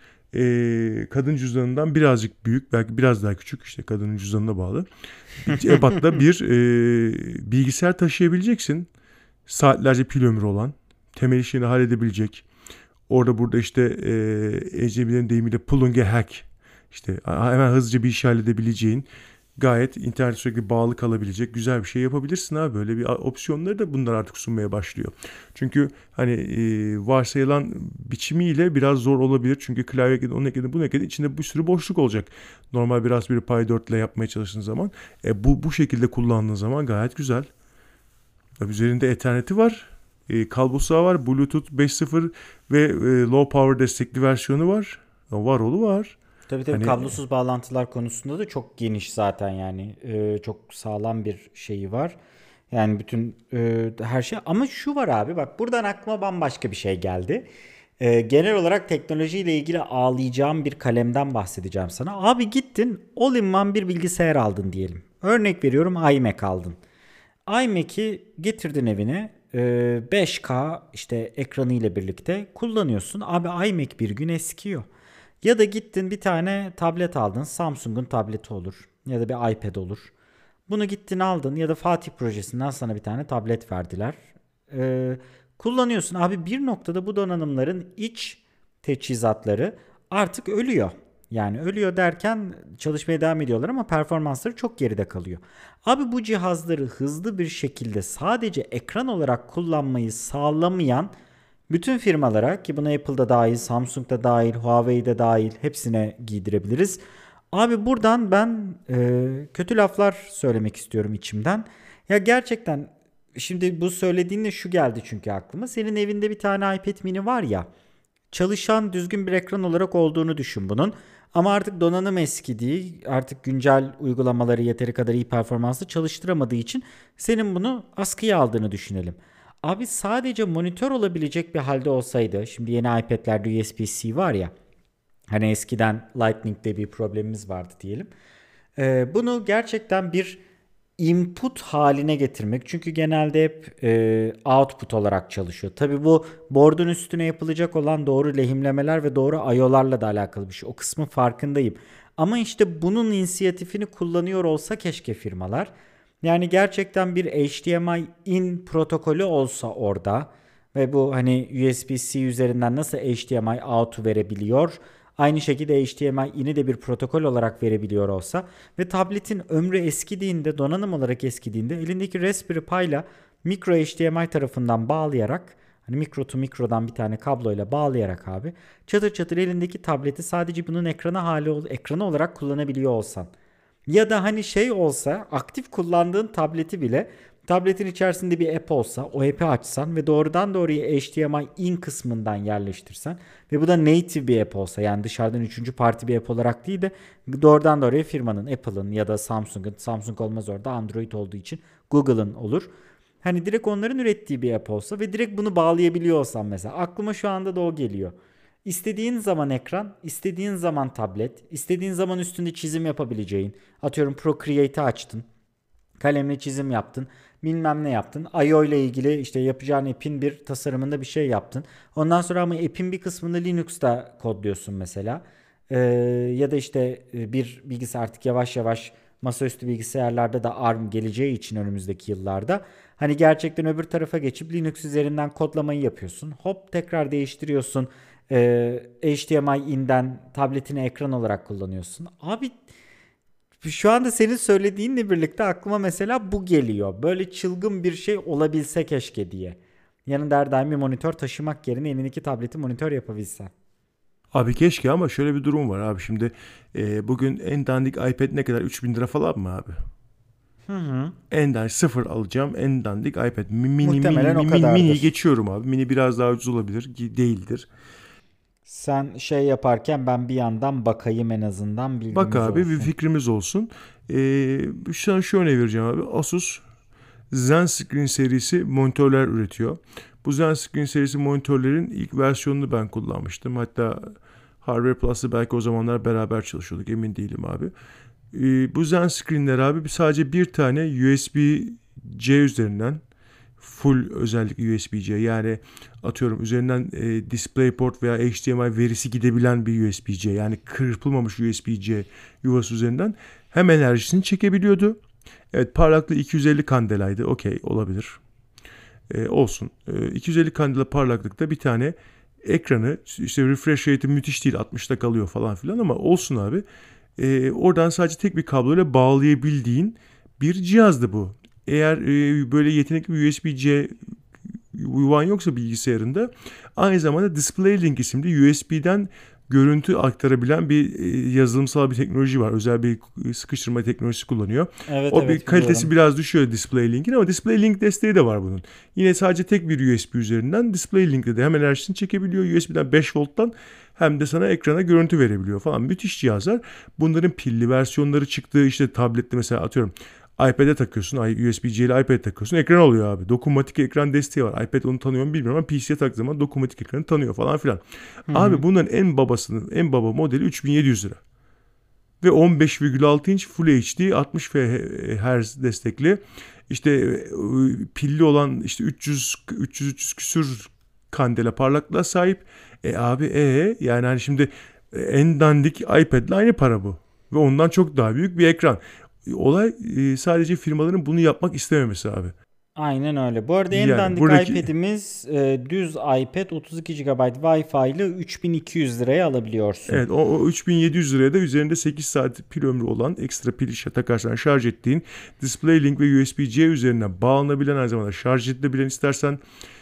e, kadın cüzdanından birazcık büyük, belki biraz daha küçük, işte kadının cüzdanına bağlı. Bir ebatla bir e, bilgisayar taşıyabileceksin. Saatlerce pil ömrü olan. Temel işini halledebilecek. Orada burada işte e, ecnebilerin deyimiyle pulling a hack. İşte hemen hızlıca bir işi halledebileceğin, gayet internet sürekli bağlı kalabilecek güzel bir şey yapabilirsin abi. Böyle bir opsiyonları da bunlar artık sunmaya başlıyor. Çünkü hani e, varsayılan biçimiyle biraz zor olabilir. Çünkü klavye ekledi, onu ekledi, bunu ekledi. İçinde bir sürü boşluk olacak. Normal bir Raspberry Pi dört ile yapmaya çalıştığın zaman. E, bu bu şekilde kullandığın zaman gayet güzel. Üzerinde Ethernet'i var. E, kablosu var. Bluetooth beş nokta sıfır ve e, low power destekli versiyonu var. Var oğlu var. Tabii tabii, Hani kablosuz bağlantılar konusunda da çok geniş zaten yani. Ee, çok sağlam bir şeyi var. Yani bütün e, her şey. Ama şu var abi, bak buradan aklıma bambaşka bir şey geldi. E, genel olarak teknolojiyle ilgili ağlayacağım bir kalemden bahsedeceğim sana. Abi gittin all-in-one bir bilgisayar aldın diyelim. Örnek veriyorum, iMac aldın. iMac'i getirdin evine, e, beş K işte ekranı ile birlikte kullanıyorsun. Abi iMac bir gün eskiyor. Ya da gittin bir tane tablet aldın. Samsung'un tableti olur. Ya da bir iPad olur. Bunu gittin aldın ya da Fatih projesinden sana bir tane tablet verdiler. Ee, kullanıyorsun. Abi bir noktada bu donanımların iç teçhizatları artık ölüyor. Yani ölüyor derken çalışmaya devam ediyorlar ama performansları çok geride kalıyor. Abi bu cihazları hızlı bir şekilde sadece ekran olarak kullanmayı sağlamayan bütün firmalara, ki buna Apple'da dahil, Samsung'da dahil, Huawei'de dahil, hepsine giydirebiliriz. Abi buradan ben e, kötü laflar söylemek istiyorum içimden. Ya gerçekten şimdi bu söylediğinde şu geldi çünkü aklıma. Senin evinde bir tane iPad mini var ya. Çalışan düzgün bir ekran olarak olduğunu düşün bunun. Ama artık donanım eskidiği, artık güncel uygulamaları yeteri kadar iyi performanslı çalıştıramadığı için senin bunu askıya aldığını düşünelim. Abi sadece monitör olabilecek bir halde olsaydı, şimdi yeni iPad'lerde U S B-C var ya, hani eskiden Lightning'de bir problemimiz vardı diyelim. Ee, bunu gerçekten bir input haline getirmek. Çünkü genelde hep e, output olarak çalışıyor. Tabii bu board'un üstüne yapılacak olan doğru lehimlemeler ve doğru I O'larla da alakalı bir şey. O kısmın farkındayım. Ama işte bunun inisiyatifini kullanıyor olsa keşke firmalar. Yani gerçekten bir H D M I in protokolü olsa orada ve bu hani U S B-C üzerinden nasıl H D M I out'u verebiliyor, aynı şekilde H D M I in'i de bir protokol olarak verebiliyor olsa ve tabletin ömrü eskidiğinde, donanım olarak eskidiğinde elindeki Raspberry Pi ile micro H D M I tarafından bağlayarak, hani mikro to mikrodan bir tane kabloyla bağlayarak abi çatır çatır elindeki tableti sadece bunun ekranı hali ekranı olarak kullanabiliyor olsan. Ya da hani şey olsa, aktif kullandığın tableti bile tabletin içerisinde bir app olsa, o app'i açsan ve doğrudan doğruya H D M I in kısmından yerleştirsen ve bu da native bir app olsa, yani dışarıdan üçüncü parti bir app olarak değil de doğrudan doğruya firmanın, Apple'ın ya da Samsung'un, Samsung olmaz orada, Android olduğu için Google'ın olur. Hani direkt onların ürettiği bir app olsa ve direkt bunu bağlayabiliyor olsam mesela, aklıma şu anda da o geliyor. İstediğin zaman ekran, istediğin zaman tablet, istediğin zaman üstünde çizim yapabileceğin. Atıyorum Procreate'i açtın. Kalemle çizim yaptın. Bilmem ne yaptın. I O ile ilgili işte yapacağın app'in bir tasarımında bir şey yaptın. Ondan sonra ama app'in bir kısmını Linux'ta kodluyorsun mesela. Ee, ya da işte bir bilgisayar artık yavaş yavaş masaüstü bilgisayarlarda da ARM geleceği için önümüzdeki yıllarda, hani gerçekten öbür tarafa geçip Linux üzerinden kodlamayı yapıyorsun. Hop tekrar değiştiriyorsun. Ee, H D M I in'den tabletini ekran olarak kullanıyorsun. Abi şu anda senin söylediğinle birlikte aklıma mesela bu geliyor. Böyle çılgın bir şey olabilse keşke diye. Yanında her daim bir monitör taşımak yerine elindeki tableti monitör yapabilsen. Abi keşke, ama şöyle bir durum var abi. Şimdi e, bugün en dandik iPad ne kadar? üç bin lira falan mı abi? Hı hı. En dandik sıfır alacağım. En dandik iPad. Mini, mini, Muhtemelen o mini, mini kadardır. geçiyorum abi. Mini biraz daha ucuz olabilir. Değildir. Sen şey yaparken ben bir yandan bakayım, en azından Bak bilgimiz abi, bir olsun. fikrimiz olsun. Ee, sana şu örneği vereceğim abi. Asus ZenScreen serisi monitörler üretiyor. Bu ZenScreen serisi monitörlerin ilk versiyonunu ben kullanmıştım. Hatta Hardware Plus'ı belki o zamanlar beraber çalışıyorduk. Emin değilim abi. Ee, bu ZenScreen'ler abi sadece bir tane U S B-C üzerinden, full özellikle U S B-C, yani atıyorum üzerinden e, DisplayPort veya H D M I verisi gidebilen bir U S B-C, yani kırpılmamış U S B-C yuvası üzerinden hem enerjisini çekebiliyordu. Evet, parlaklığı iki yüz elli kandelaydı. Okey, olabilir. E, olsun. E, iki yüz elli kandela parlaklıkta bir tane ekranı, işte refresh rate'i müthiş değil, altmışta kalıyor falan filan, ama olsun abi. E, oradan sadece tek bir kabloyla bağlayabildiğin bir cihazdı bu. Eğer e, böyle yetenekli bir U S B-C yuvan yoksa bilgisayarında, aynı zamanda DisplayLink isimli U S B'den görüntü aktarabilen bir e, yazılımsal bir teknoloji var. Özel bir sıkıştırma teknolojisi kullanıyor. Evet O bir evet, kalitesi biliyorum. biraz düşüyor DisplayLink'in, ama DisplayLink desteği de var bunun. Yine sadece tek bir U S B üzerinden DisplayLink'le de hem enerjisini çekebiliyor U S B'den beş volttan, hem de sana ekrana görüntü verebiliyor falan. Müthiş cihazlar. Bunların pilli versiyonları çıktı. İşte tablette mesela atıyorum iPad'e takıyorsun. U S B-C ile iPad'e takıyorsun. Ekran oluyor abi. Dokunmatik ekran desteği var. iPad onu tanıyor mu bilmiyorum ama P C'ye taktığı zaman dokunmatik ekranı tanıyor falan filan. Hı Abi hı. bunların en babasının en baba modeli üç bin yedi yüz lira. Ve on beş virgül altı inç Full H D altmış Hz destekli. İşte e, pilli olan işte üç yüz üç yüz üç yüz küsür kandela parlaklığa sahip. E abi e yani hani şimdi en dandik iPad'le aynı para bu. Ve ondan çok daha büyük bir ekran. Olay e, sadece firmaların bunu yapmak istememesi abi. Aynen öyle. Bu arada en Yani dandik buradaki iPad'imiz e, düz iPad otuz iki gigabayt Wi-Fi ile üç bin iki yüz liraya alabiliyorsun. evet o, o üç bin yedi yüz liraya da üzerinde sekiz saat pil ömrü olan ekstra pil işe takarsan şarj ettiğin DisplayLink ve U S B-C üzerinden bağlanabilen aynı zamanda şarj edilebilen istersen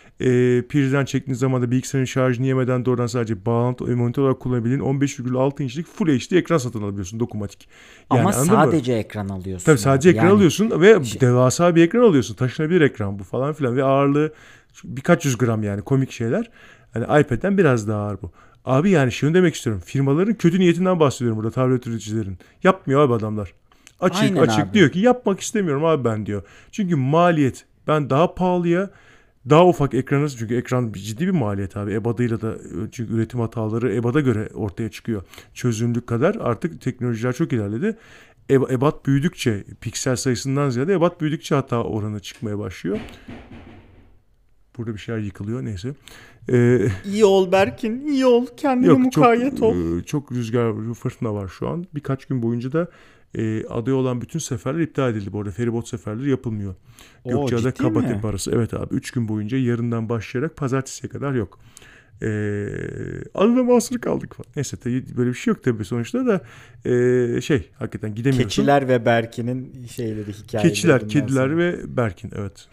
e, prizden çektiğin zaman da bilgisayarın şarjını yemeden doğrudan sadece bağlantı e, monitör olarak kullanabildiğin on beş virgül altı inçlik Full H D ekran satın alabiliyorsun dokunmatik. Yani Ama anladın mı? sadece ekran alıyorsun Tabii sadece abi. ekran Yani alıyorsun ve şey- devasa bir ekran alıyorsun. Taşınabilir ekran bu falan filan ve ağırlığı birkaç yüz gram yani komik şeyler. Hani iPad'den biraz daha ağır bu. Abi yani şunu demek istiyorum. Firmaların kötü niyetinden bahsediyorum burada tablet üreticilerin. Yapmıyor abi adamlar. Açık aynen açık abi. diyor ki yapmak istemiyorum abi ben diyor. Çünkü maliyet ben daha pahalıya daha ufak ekranı çünkü ekran ciddi bir maliyet abi. EBAD'ıyla da çünkü üretim hataları EBAD'a göre ortaya çıkıyor. Çözünürlük kadar artık teknolojiler çok ilerledi. Ebat büyüdükçe piksel sayısından ziyade ebat büyüdükçe hata oranı çıkmaya başlıyor. Burada bir şeyler yıkılıyor neyse. Ee, İyi ol Berkin, iyi ol. Kendine yok çok mukayyet ol. e, çok rüzgar fırtına var şu an. Birkaç gün boyunca da e, adaya olan bütün seferler iptal edildi. Bu arada feribot seferleri yapılmıyor. Oo, Gökçeada ciddi mi? Kabatepe arası. Evet abi üç gün boyunca yarından başlayarak pazartesiye kadar yok. Ee, adada mahsur kaldık falan. Neyse tabii böyle bir şey yok tabii sonuçta da e, şey hakikaten gidemiyorsun. Keçiler ve Berkin'in şeyleri, hikayeleri Keçiler, bundan kediler sonra. ve Berkin evet.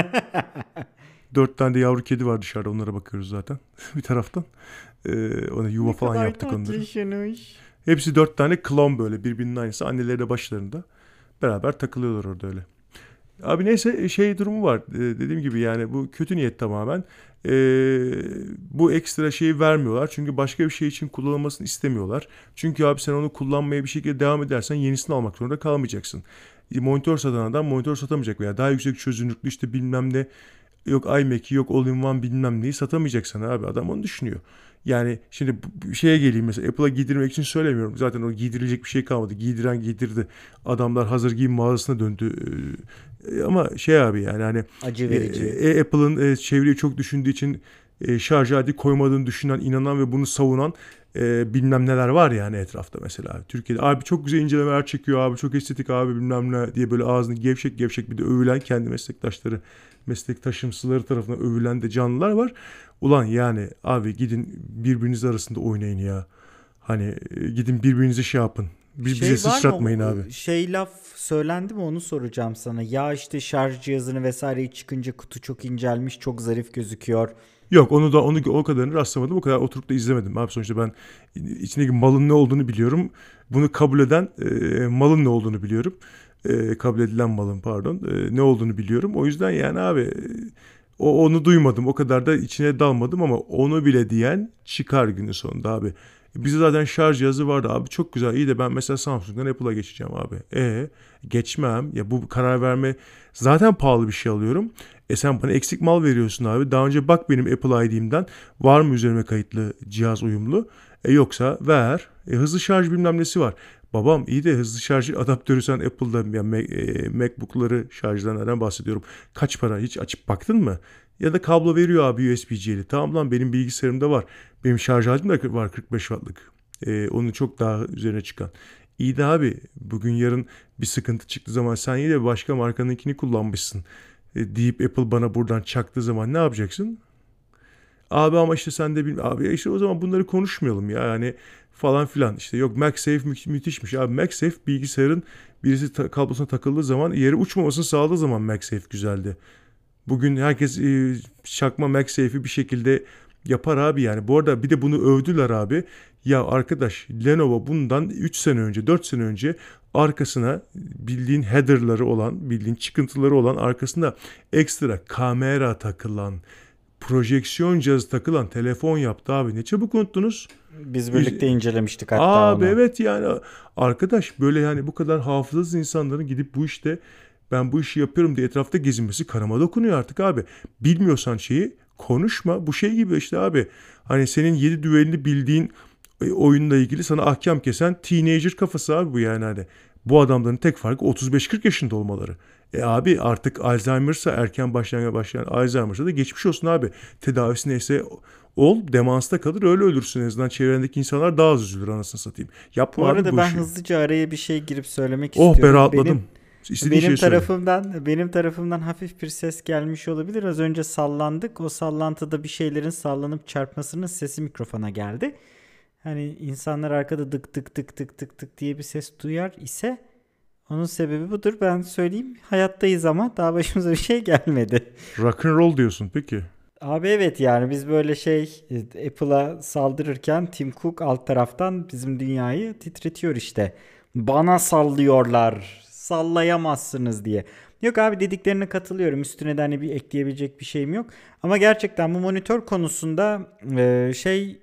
Dört tane de yavru kedi var dışarıda onlara bakıyoruz zaten bir taraftan. Ee, ona yuva Ne falan kadar yaptık onları. tatlışmış. Hepsi dört tane klon böyle birbirinin aynısı. Anneleri de başlarında. Beraber takılıyorlar orada öyle. Abi neyse şey durumu var. Ee, dediğim gibi yani bu kötü niyet tamamen. Ee, bu ekstra şeyi vermiyorlar. Çünkü başka bir şey için kullanılmasını istemiyorlar. Çünkü abi sen onu kullanmaya bir şekilde devam edersen yenisini almak zorunda kalmayacaksın. Monitör satan adam monitör satamayacak veya daha yüksek çözünürlüklü işte bilmem ne yok iMac'i yok All-in-One bilmem neyi satamayacak sana abi. Adam onu düşünüyor. Yani şimdi bir şeye geleyim mesela Apple'a giydirmek için söylemiyorum. Zaten o giydirilecek bir şey kalmadı. Giydiren giydirdi. Adamlar hazır giyim mağazasına döndü. Ee, ama şey abi yani hani Acı e, verici. e, Apple'ın e, çevreyi çok düşündüğü için e, şarj aleti koymadığını düşünen, inanan ve bunu savunan e, bilmem neler var yani etrafta mesela. Türkiye'de abi çok güzel incelemeler çekiyor abi çok estetik abi bilmem ne diye böyle ağzını gevşek gevşek bir de övülen kendi meslektaşları meslektaşımsıları tarafından övülen de canlılar var. Ulan yani abi gidin birbiriniz arasında oynayın ya. Hani e, gidin birbirinizi şey yapın. Bir, Şey bize var mı? sıçratmayın abi. Şey laf söylendi mi onu soracağım sana. Ya işte şarj cihazını vesaireyi çıkınca kutu çok incelmiş, çok zarif gözüküyor. Yok onu da onu o kadarını rastlamadım. O kadar oturup da izlemedim. Abi sonuçta ben içindeki malın ne olduğunu biliyorum. Bunu kabul eden e, malın ne olduğunu biliyorum. E, kabul edilen malın pardon. E, ne olduğunu biliyorum. O yüzden yani abi e, o onu duymadım. O kadar da içine dalmadım ama onu bile diyen çıkar günün sonunda abi. Bizde zaten şarj cihazı vardı abi çok güzel iyi de ben mesela Samsung'dan Apple'a geçeceğim abi. E geçmem ya bu karar verme zaten pahalı bir şey alıyorum. E sen bana eksik mal veriyorsun abi. Daha önce bak benim Apple I D'imden var mı üzerime kayıtlı cihaz uyumlu? E yoksa ver. E hızlı şarj bilmem nesi var. Babam iyi de hızlı şarj adaptörü sen Apple'da yani e, MacBook'ları şarjlarından bahsediyorum. Kaç para hiç açıp baktın mı? Ya da kablo veriyor abi U S B-C'li. Tamam lan benim bilgisayarımda var. Benim şarj aletim de var kırk beş wattlık. E, onun çok daha üzerine çıkan. İyi de abi bugün yarın bir sıkıntı çıktığı zaman sen yine de başka markanınkini kullanmışsın. E, deyip Apple bana buradan çaktığı zaman ne yapacaksın? Abi ama işte sen de bil abi işte o zaman bunları konuşmayalım ya yani falan filan işte yok MagSafe mü- müthişmiş abi MagSafe bilgisayarın birisi ta- kablosuna takıldığı zaman yere uçmamasını sağladığı zaman MagSafe güzeldi. Bugün herkes e, çakma MagSafe'i bir şekilde yapar abi yani. Bu arada bir de bunu övdüler abi. Ya arkadaş Lenovo bundan üç sene önce dört sene önce arkasına bildiğin header'ları olan bildiğin çıkıntıları olan arkasında ekstra kamera takılan projeksiyon cihazı takılan telefon yaptı abi. Ne çabuk unuttunuz. Biz birlikte incelemiştik hatta Abi onu. evet yani arkadaş böyle yani bu kadar hafızasız insanların gidip bu işte ben bu işi yapıyorum diye etrafta gezinmesi karama dokunuyor artık abi. Bilmiyorsan şeyi konuşma. Bu şey gibi işte abi. Hani senin yedi düelini bildiğin e, oyunla ilgili sana ahkam kesen teenager kafası abi bu yani hani. Bu adamların tek farkı otuz beş kırk yaşında olmaları. E abi artık Alzheimer'sa erken başlayan başlayan Alzheimer'sa da geçmiş olsun abi. Tedavisi neyse ol, demansta kalır, öyle ölürsün. En azından çevrendeki insanlar daha az üzülür, anasını satayım. Bu Yapma abi arada bu ben işi. hızlıca araya bir şey girip söylemek Oh be, istiyorum. rahatladım. Benim İstediğin benim şeyi söyle. tarafımdan benim tarafımdan hafif bir ses gelmiş olabilir. Az önce sallandık. O sallantıda bir şeylerin sallanıp çarpmasının sesi mikrofona geldi. Hani insanlar arkada dık dık dık dık dık dık diye bir ses duyar ise onun sebebi budur. Ben söyleyeyim. Hayattayız ama daha başımıza bir şey gelmedi. Rock and roll diyorsun peki. Abi evet, yani biz böyle şey e, Apple'a saldırırken Tim Cook alt taraftan bizim dünyayı titretiyor işte. Bana sallıyorlar, sallayamazsınız diye. Yok abi, dediklerine katılıyorum. Üstüne de hani bir ekleyebilecek bir şeyim yok. Ama gerçekten bu monitör konusunda e, şey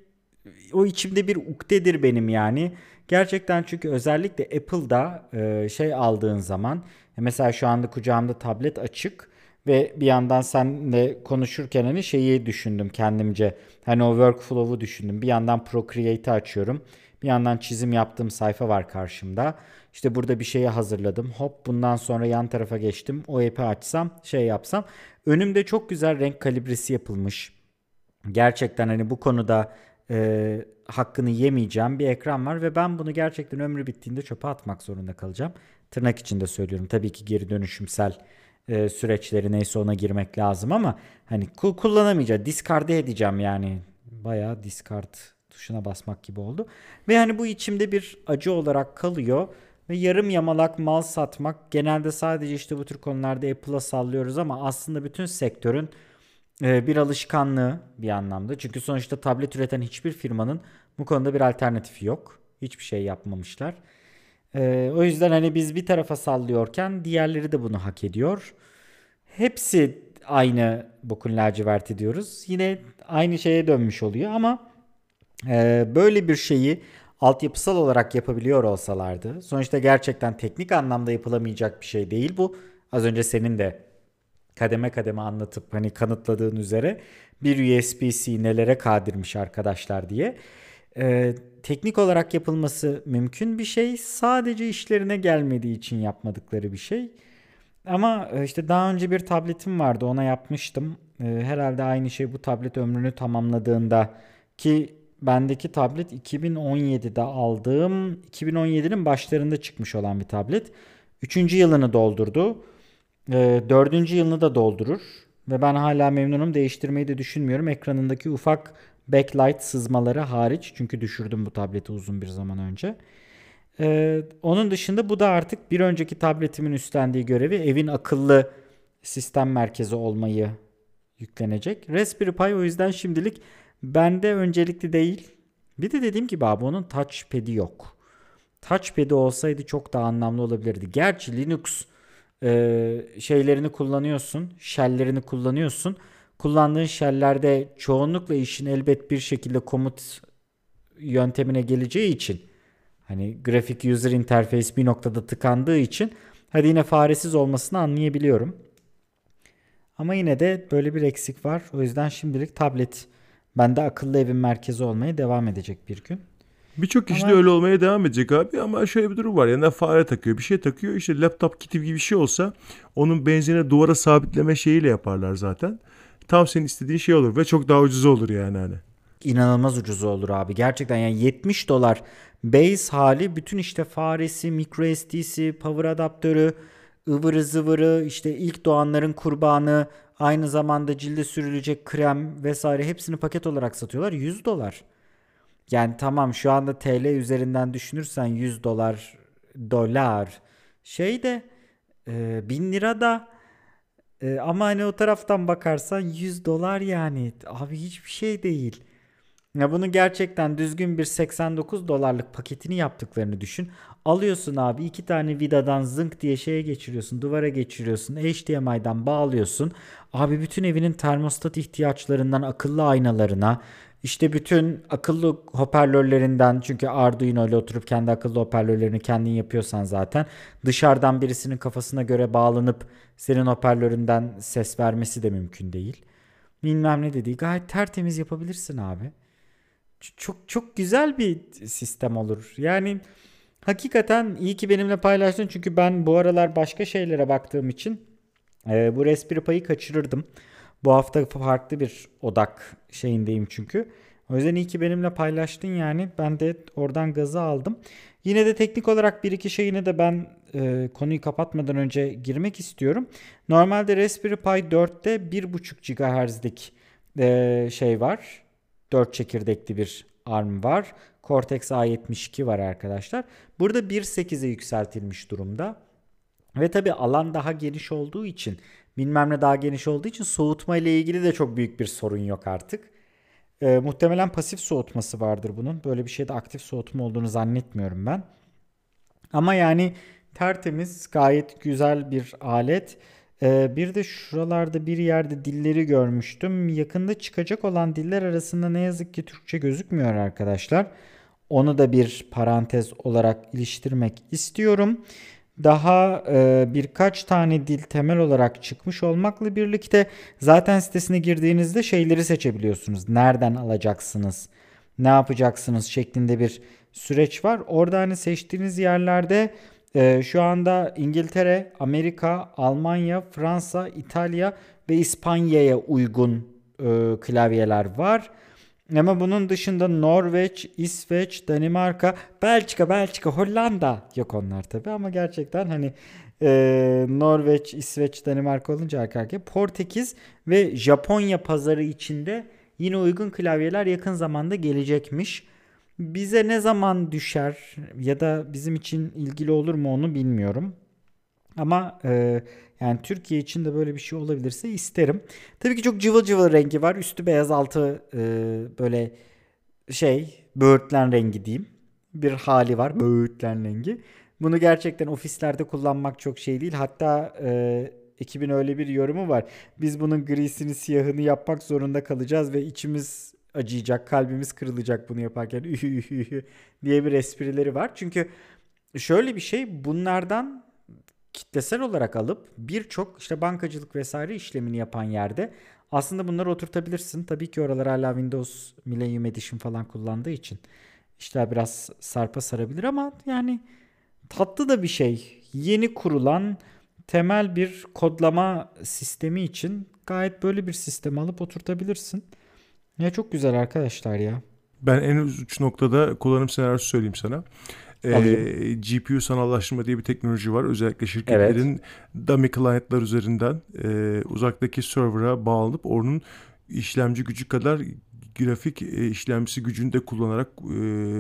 o içimde bir ukdedir benim yani. Gerçekten, çünkü özellikle Apple'da e, şey aldığın zaman, mesela şu anda kucağımda tablet açık. Ve bir yandan seninle konuşurken hani şeyi düşündüm kendimce. Hani o workflow'u düşündüm. Bir yandan Procreate'i açıyorum. Bir yandan çizim yaptığım sayfa var karşımda. İşte burada bir şeyi hazırladım. Hop, bundan sonra yan tarafa geçtim. O app'i açsam, şey yapsam. Önümde çok güzel renk kalibresi yapılmış. Gerçekten hani bu konuda e, hakkını yemeyeceğim bir ekran var. Ve ben bunu gerçekten ömrü bittiğinde çöpe atmak zorunda kalacağım. Tırnak içinde söylüyorum. Tabii ki geri dönüşümsel e, süreçleri neyse ona girmek lazım ama hani ku- kullanamayacağım. Discard'e edeceğim yani. Bayağı discard tuşuna basmak gibi oldu. Ve hani bu içimde bir acı olarak kalıyor. Ve yarım yamalak mal satmak, genelde sadece işte bu tür konularda Apple'a sallıyoruz ama aslında bütün sektörün e, bir alışkanlığı bir anlamda. Çünkü sonuçta tablet üreten hiçbir firmanın bu konuda bir alternatifi yok. Hiçbir şey yapmamışlar. Ee, o yüzden hani biz bir tarafa sallıyorken diğerleri de bunu hak ediyor. Hepsi aynı bokun laciverti diyoruz. Yine aynı şeye dönmüş oluyor ama e, böyle bir şeyi altyapısal olarak yapabiliyor olsalardı, sonuçta gerçekten teknik anlamda yapılamayacak bir şey değil bu. Az önce senin de kademe kademe anlatıp hani kanıtladığın üzere bir U S B-C nelere kadirmiş arkadaşlar diye. Ee, teknik olarak yapılması mümkün bir şey. Sadece işlerine gelmediği için yapmadıkları bir şey. Ama e, işte daha önce bir tabletim vardı, ona yapmıştım. Ee, herhalde aynı şey bu tablet ömrünü tamamladığında, ki bendeki tablet iki bin on yedide aldığım, iki bin on yedinin başlarında çıkmış olan bir tablet. Üçüncü yılını doldurdu. Ee, dördüncü yılını da doldurur. Ve ben hala memnunum. Değiştirmeyi de düşünmüyorum. Ekranındaki ufak backlight sızmaları hariç. Çünkü düşürdüm bu tableti uzun bir zaman önce. Ee, onun dışında bu da artık bir önceki tabletimin üstlendiği görevi, evin akıllı sistem merkezi olmayı yüklenecek. Raspberry Pi o yüzden şimdilik bende öncelikli değil. Bir de dediğim gibi abi, onun touchpad'i yok. Touchpad'i olsaydı çok daha anlamlı olabilirdi. Gerçi Linux e, şeylerini kullanıyorsun, shell'lerini kullanıyorsun. Kullandığın shell'lerde çoğunlukla işin elbet bir şekilde komut yöntemine geleceği için, hani grafik user interface bir noktada tıkandığı için, hadi yine faresiz olmasını anlayabiliyorum. Ama yine de böyle bir eksik var. O yüzden şimdilik tablet bende akıllı evin merkezi olmaya devam edecek bir gün. Birçok kişi de Ama öyle olmaya devam edecek abi, ama şöyle bir durum var. Yani fare takıyor, bir şey takıyor. İşte laptop kiti gibi bir şey olsa onun benzerine duvara sabitleme şeyiyle yaparlar zaten. Tam senin istediğin şey olur ve çok daha ucuz olur yani hani. inanılmaz ucuz olur abi. Gerçekten yani yetmiş dolar base hali, bütün işte faresi, micro S D'si, power adaptörü, ıvırı zıvırı, işte ilk doğanların kurbanı, aynı zamanda cilde sürülecek krem vesaire, hepsini paket olarak satıyorlar. yüz dolar. Yani tamam, şu anda T L üzerinden düşünürsen yüz dolar, dolar şey de e, bin lira da, e, ama hani o taraftan bakarsan yüz dolar yani abi hiçbir şey değil. Ya bunu gerçekten düzgün bir seksen dokuz dolarlık paketini yaptıklarını düşün. Alıyorsun abi, iki tane vidadan zınk diye şeye geçiriyorsun, duvara geçiriyorsun, H D M I'den bağlıyorsun. Abi bütün evinin termostat ihtiyaçlarından akıllı aynalarına, İşte bütün akıllı hoparlörlerinden, çünkü Arduino ile oturup kendi akıllı hoparlörlerini kendin yapıyorsan zaten dışarıdan birisinin kafasına göre bağlanıp senin hoparlöründen ses vermesi de mümkün değil. Bilmem ne dediği gayet tertemiz yapabilirsin abi. Çok çok güzel bir sistem olur. Yani hakikaten iyi ki benimle paylaştın, çünkü ben bu aralar başka şeylere baktığım için e, bu Raspberry Pi'yi kaçırırdım. Bu hafta farklı bir odak şeyindeyim çünkü. O yüzden iyi ki benimle paylaştın yani. Ben de oradan gazı aldım. Yine de teknik olarak bir iki şeyine de ben e, konuyu kapatmadan önce girmek istiyorum. Normalde Raspberry Pi dörtte bir buçuk gigahertz'lik e, şey var. dört çekirdekli bir ARM var. Cortex A yetmiş iki var arkadaşlar. Burada bir nokta sekize yükseltilmiş durumda. Ve tabii alan daha geniş olduğu için, bilmem ne daha geniş olduğu için soğutma ile ilgili de çok büyük bir sorun yok artık. Ee, muhtemelen pasif soğutması vardır bunun. Böyle bir şeyde aktif soğutma olduğunu zannetmiyorum ben. Ama yani tertemiz, gayet güzel bir alet. Ee, bir de şuralarda bir yerde dilleri görmüştüm. Yakında çıkacak olan diller arasında ne yazık ki Türkçe gözükmüyor arkadaşlar. Onu da bir parantez olarak iliştirmek istiyorum. Daha e, birkaç tane dil temel olarak çıkmış olmakla birlikte zaten sitesine girdiğinizde şeyleri seçebiliyorsunuz. Nereden alacaksınız, ne yapacaksınız şeklinde bir süreç var. Orada hani seçtiğiniz yerlerde e, şu anda İngiltere, Amerika, Almanya, Fransa, İtalya ve İspanya'ya uygun e, klavyeler var. Ama bunun dışında Norveç, İsveç, Danimarka, Belçika, Belçika, Hollanda yok onlar tabi, ama gerçekten hani e, Norveç, İsveç, Danimarka olunca arka arkaya Portekiz ve Japonya pazarı içinde yine uygun klavyeler yakın zamanda gelecekmiş. Bize ne zaman düşer ya da bizim için ilgili olur mu onu bilmiyorum. Ama e, yani Türkiye için de böyle bir şey olabilirse isterim. Tabii ki çok cıvıl cıvıl rengi var. Üstü beyaz, altı e, böyle şey böğürtlen rengi diyeyim. Bir hali var, böğürtlen rengi. Bunu gerçekten ofislerde kullanmak çok şey değil. Hatta e, ekibin öyle bir yorumu var. Biz bunun grisini, siyahını yapmak zorunda kalacağız ve içimiz acıyacak, kalbimiz kırılacak bunu yaparken diye bir esprileri var. Çünkü şöyle bir şey, bunlardan kitlesel olarak alıp birçok işte bankacılık vesaire işlemini yapan yerde aslında bunları oturtabilirsin. Tabii ki oralar hala Windows Millennium Edition falan kullandığı için işler biraz sarpa sarabilir, ama yani tatlı da bir şey. Yeni kurulan temel bir kodlama sistemi için gayet böyle bir sistem alıp oturtabilirsin. Ya çok güzel arkadaşlar ya. Ben en uç noktada kullanım senaryosu söyleyeyim sana. Alayım. Ee, G P U sanallaştırma diye bir teknoloji var. Özellikle Evet. şirketlerin dummy client'lar üzerinden e, uzaktaki server'a bağlanıp onun işlemci gücü kadar grafik e, işlemcisi gücünü de kullanarak e,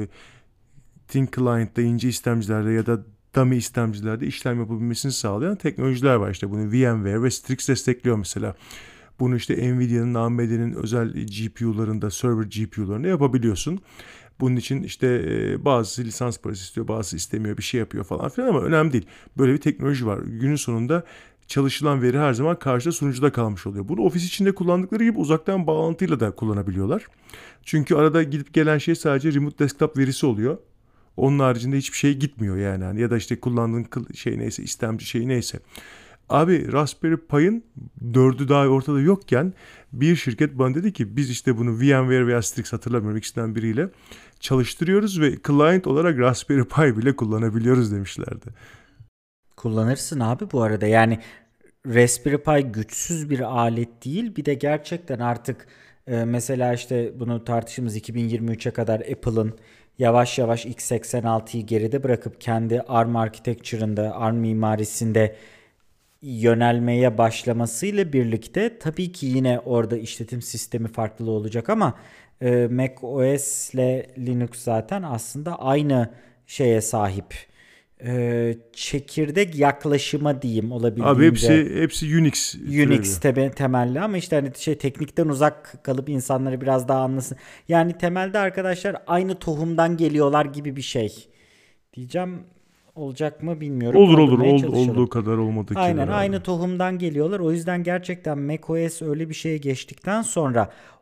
thin client'ta, ince istemcilerde ya da dummy istemcilerde işlem yapabilmesini sağlayan teknolojiler var. İşte bunu VMware ve Strix destekliyor mesela. Bunu işte Nvidia'nın, A M D'nin özel G P U'larında, server G P U'larında yapabiliyorsun. Bunun için işte e, bazısı lisans parası istiyor, bazısı istemiyor, bir şey yapıyor falan filan, ama önemli değil. Böyle bir teknoloji var. Günün sonunda çalışılan veri her zaman karşıda, sunucuda kalmış oluyor. Bunu ofis içinde kullandıkları gibi uzaktan bağlantıyla da kullanabiliyorlar. Çünkü arada gidip gelen şey sadece remote desktop verisi oluyor. Onun haricinde hiçbir şey gitmiyor yani. Hani ya da işte kullandığın şey neyse, istemci şey neyse. Abi Raspberry Pi'ın dördü daha ortada yokken bir şirket bana dedi ki biz işte bunu VMware veya Strix, hatırlamıyorum, ikisinden biriyle çalıştırıyoruz ve client olarak Raspberry Pi bile kullanabiliyoruz demişlerdi. Kullanırsın abi bu arada. Yani Raspberry Pi güçsüz bir alet değil. Bir de gerçekten artık e, mesela işte bunu tartıştığımız iki bin yirmi üçe kadar Apple'ın yavaş yavaş x seksen altıyı geride bırakıp kendi ARM architecture'ında, ARM mimarisinde yönelmeye başlamasıyla birlikte tabii ki yine orada işletim sistemi farklı olacak, ama e, macOS ile Linux zaten aslında aynı şeye sahip. E, çekirdek yaklaşıma diyeyim Abi olabildiğince. hepsi hepsi Unix Unix türevi. tebe- temelli, ama işte hani şey teknikten uzak kalıp insanları biraz daha anlasın. Yani temelde arkadaşlar aynı tohumdan geliyorlar gibi bir şey. Diyeceğim, olacak mı bilmiyorum. Olur olur, Doldurmaya Ol, çalışalım. olduğu kadar olmadığı Aynen kadar abi. aynı tohumdan geliyorlar. O yüzden gerçekten macOS öyle bir şeye geçtikten sonra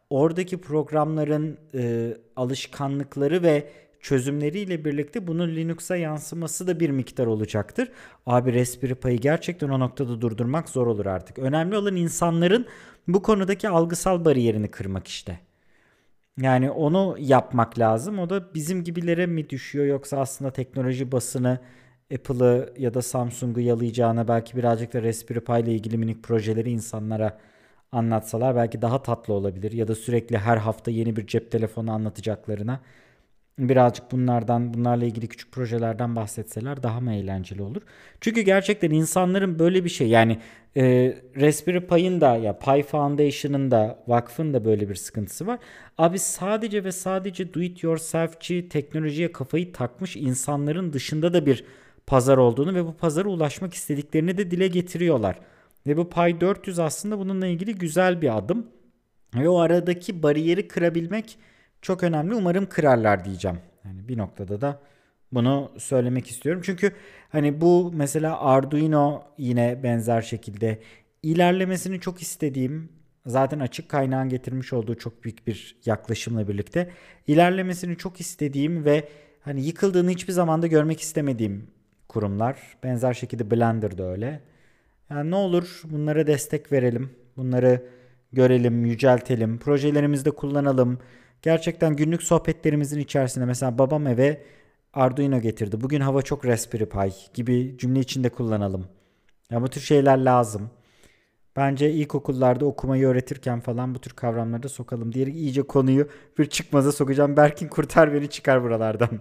oradaki programların e, alışkanlıkları ve çözümleriyle birlikte bunun Linux'a yansıması da bir miktar olacaktır. Abi Raspberry Pi'yi gerçekten o noktada durdurmak zor olur artık. Önemli olan insanların bu konudaki algısal bariyerini kırmak işte. Yani onu yapmak lazım. O da bizim gibilere mi düşüyor, yoksa aslında teknoloji basını Apple'ı ya da Samsung'u yalayacağına belki birazcık da Raspberry Pi ile ilgili minik projeleri insanlara anlatsalar belki daha tatlı olabilir. Ya da sürekli her hafta yeni bir cep telefonu anlatacaklarına birazcık bunlardan, bunlarla ilgili küçük projelerden bahsetseler daha mı eğlenceli olur? Çünkü gerçekten insanların böyle bir şey, yani e, Raspberry Pi'nin da, ya Pi Foundation'ın da, vakfın da böyle bir sıkıntısı var. Abi sadece ve sadece do it yourself'ci teknolojiye kafayı takmış insanların dışında da bir pazar olduğunu ve bu pazara ulaşmak istediklerini de dile getiriyorlar. Ve bu Pi dört yüz aslında bununla ilgili güzel bir adım. Ve o aradaki bariyeri kırabilmek çok önemli. Umarım kırarlar diyeceğim. Yani bir noktada da bunu söylemek istiyorum. Çünkü hani bu mesela Arduino yine benzer şekilde ilerlemesini çok istediğim, zaten açık kaynağın getirmiş olduğu çok büyük bir yaklaşımla birlikte ilerlemesini çok istediğim ve hani yıkıldığını hiçbir zaman da görmek istemediğim kurumlar. Benzer şekilde Blender de öyle. Yani ne olur bunlara destek verelim. Bunları görelim, yüceltelim. Projelerimizde kullanalım. Gerçekten günlük sohbetlerimizin içerisinde mesela babam eve Arduino getirdi, bugün hava çok Raspberry Pi gibi cümle içinde kullanalım. Ya bu tür şeyler lazım. Bence ilkokullarda okumayı öğretirken falan bu tür kavramları da sokalım diyerek iyice konuyu bir çıkmaza sokacağım. Berkin kurtar beni, çıkar buralardan.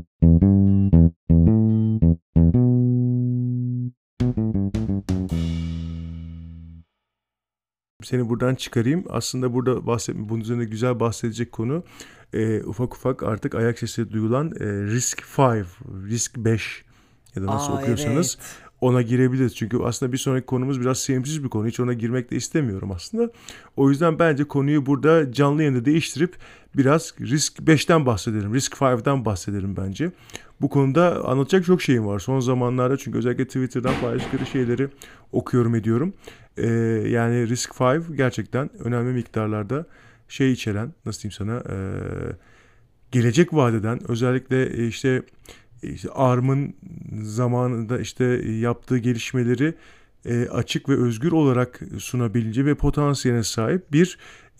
Seni buradan çıkarayım. Aslında burada bahset, bunun üzerine güzel bahsedecek konu e, ufak ufak artık ayak sesi duyulan e, Risk beş, Risk beş ya da nasıl Aa, okuyorsanız evet. ona girebiliriz. Çünkü aslında bir sonraki konumuz biraz sevimsiz bir konu. Hiç ona girmek de istemiyorum aslında. O yüzden bence konuyu burada canlı yayında değiştirip biraz Risk beşten bahsedelim. Risk beşten bahsedelim bence. Bu konuda anlatacak çok şeyim var. Son zamanlarda çünkü özellikle Twitter'dan paylaştıkları şeyleri okuyorum ediyorum. Ee, yani Risk beş gerçekten önemli miktarlarda şey içeren, nasıl diyeyim sana, e, gelecek vadeden özellikle işte, işte A R M'ın zamanında işte yaptığı gelişmeleri e, açık ve özgür olarak sunabileceği ve potansiyeline sahip bir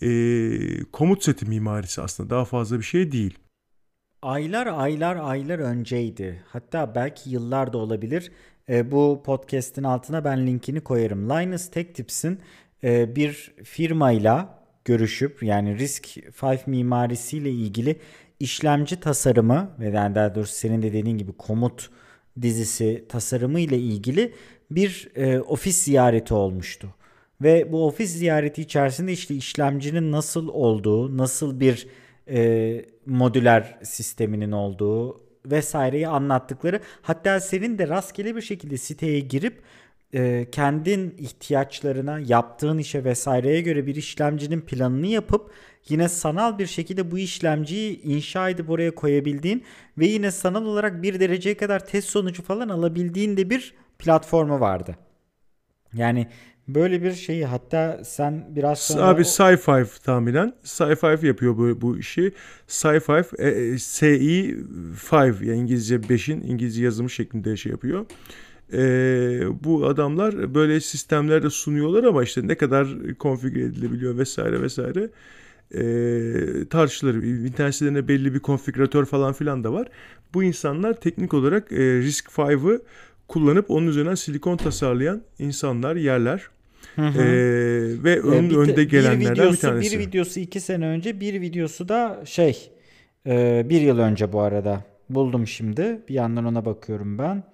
e, komut seti mimarisi, aslında daha fazla bir şey değil. Aylar aylar aylar önceydi. Hatta belki yıllar da olabilir. E, bu podcast'in altına ben linkini koyarım. Linus Tech Tips'in e, bir firmayla görüşüp, yani Risk beş mimarisiyle ilgili işlemci tasarımı ve yani daha doğrusu senin de dediğin gibi komut dizisi tasarımı ile ilgili bir e, ofis ziyareti olmuştu. Ve bu ofis ziyareti içerisinde işte işlemcinin nasıl olduğu, nasıl bir e, modüler sisteminin olduğu vesaireyi anlattıkları, hatta senin de rastgele bir şekilde siteye girip e, kendin ihtiyaçlarına, yaptığın işe vesaireye göre bir işlemcinin planını yapıp yine sanal bir şekilde bu işlemciyi inşa edip oraya koyabildiğin ve yine sanal olarak bir dereceye kadar test sonucu falan alabildiğin de bir platformu vardı. Yani böyle bir şeyi, hatta sen biraz sonra Abi o... Sci-Fi tahminen. Sci-Fi yapıyor bu, bu işi. Sci-Fi, e, S I beş, yani İngilizce beşin İngilizce yazımı şeklinde şey yapıyor. E, bu adamlar böyle sistemler de sunuyorlar ama işte ne kadar konfigüre edilebiliyor vesaire vesaire e, tartışılır. İnternet sitelerinde belli bir konfigüratör falan filan da var. Bu insanlar teknik olarak e, Risk beşi kullanıp onun üzerinden silikon tasarlayan insanlar, yerler. Hı Ee, hı. ve Ee, ön, bir, önde te- bir gelenlerden bir videosu tanesi. bir videosu iki sene önce, bir videosu da şey e, bir yıl önce bu arada. Buldum şimdi. Bir yandan ona bakıyorum ben.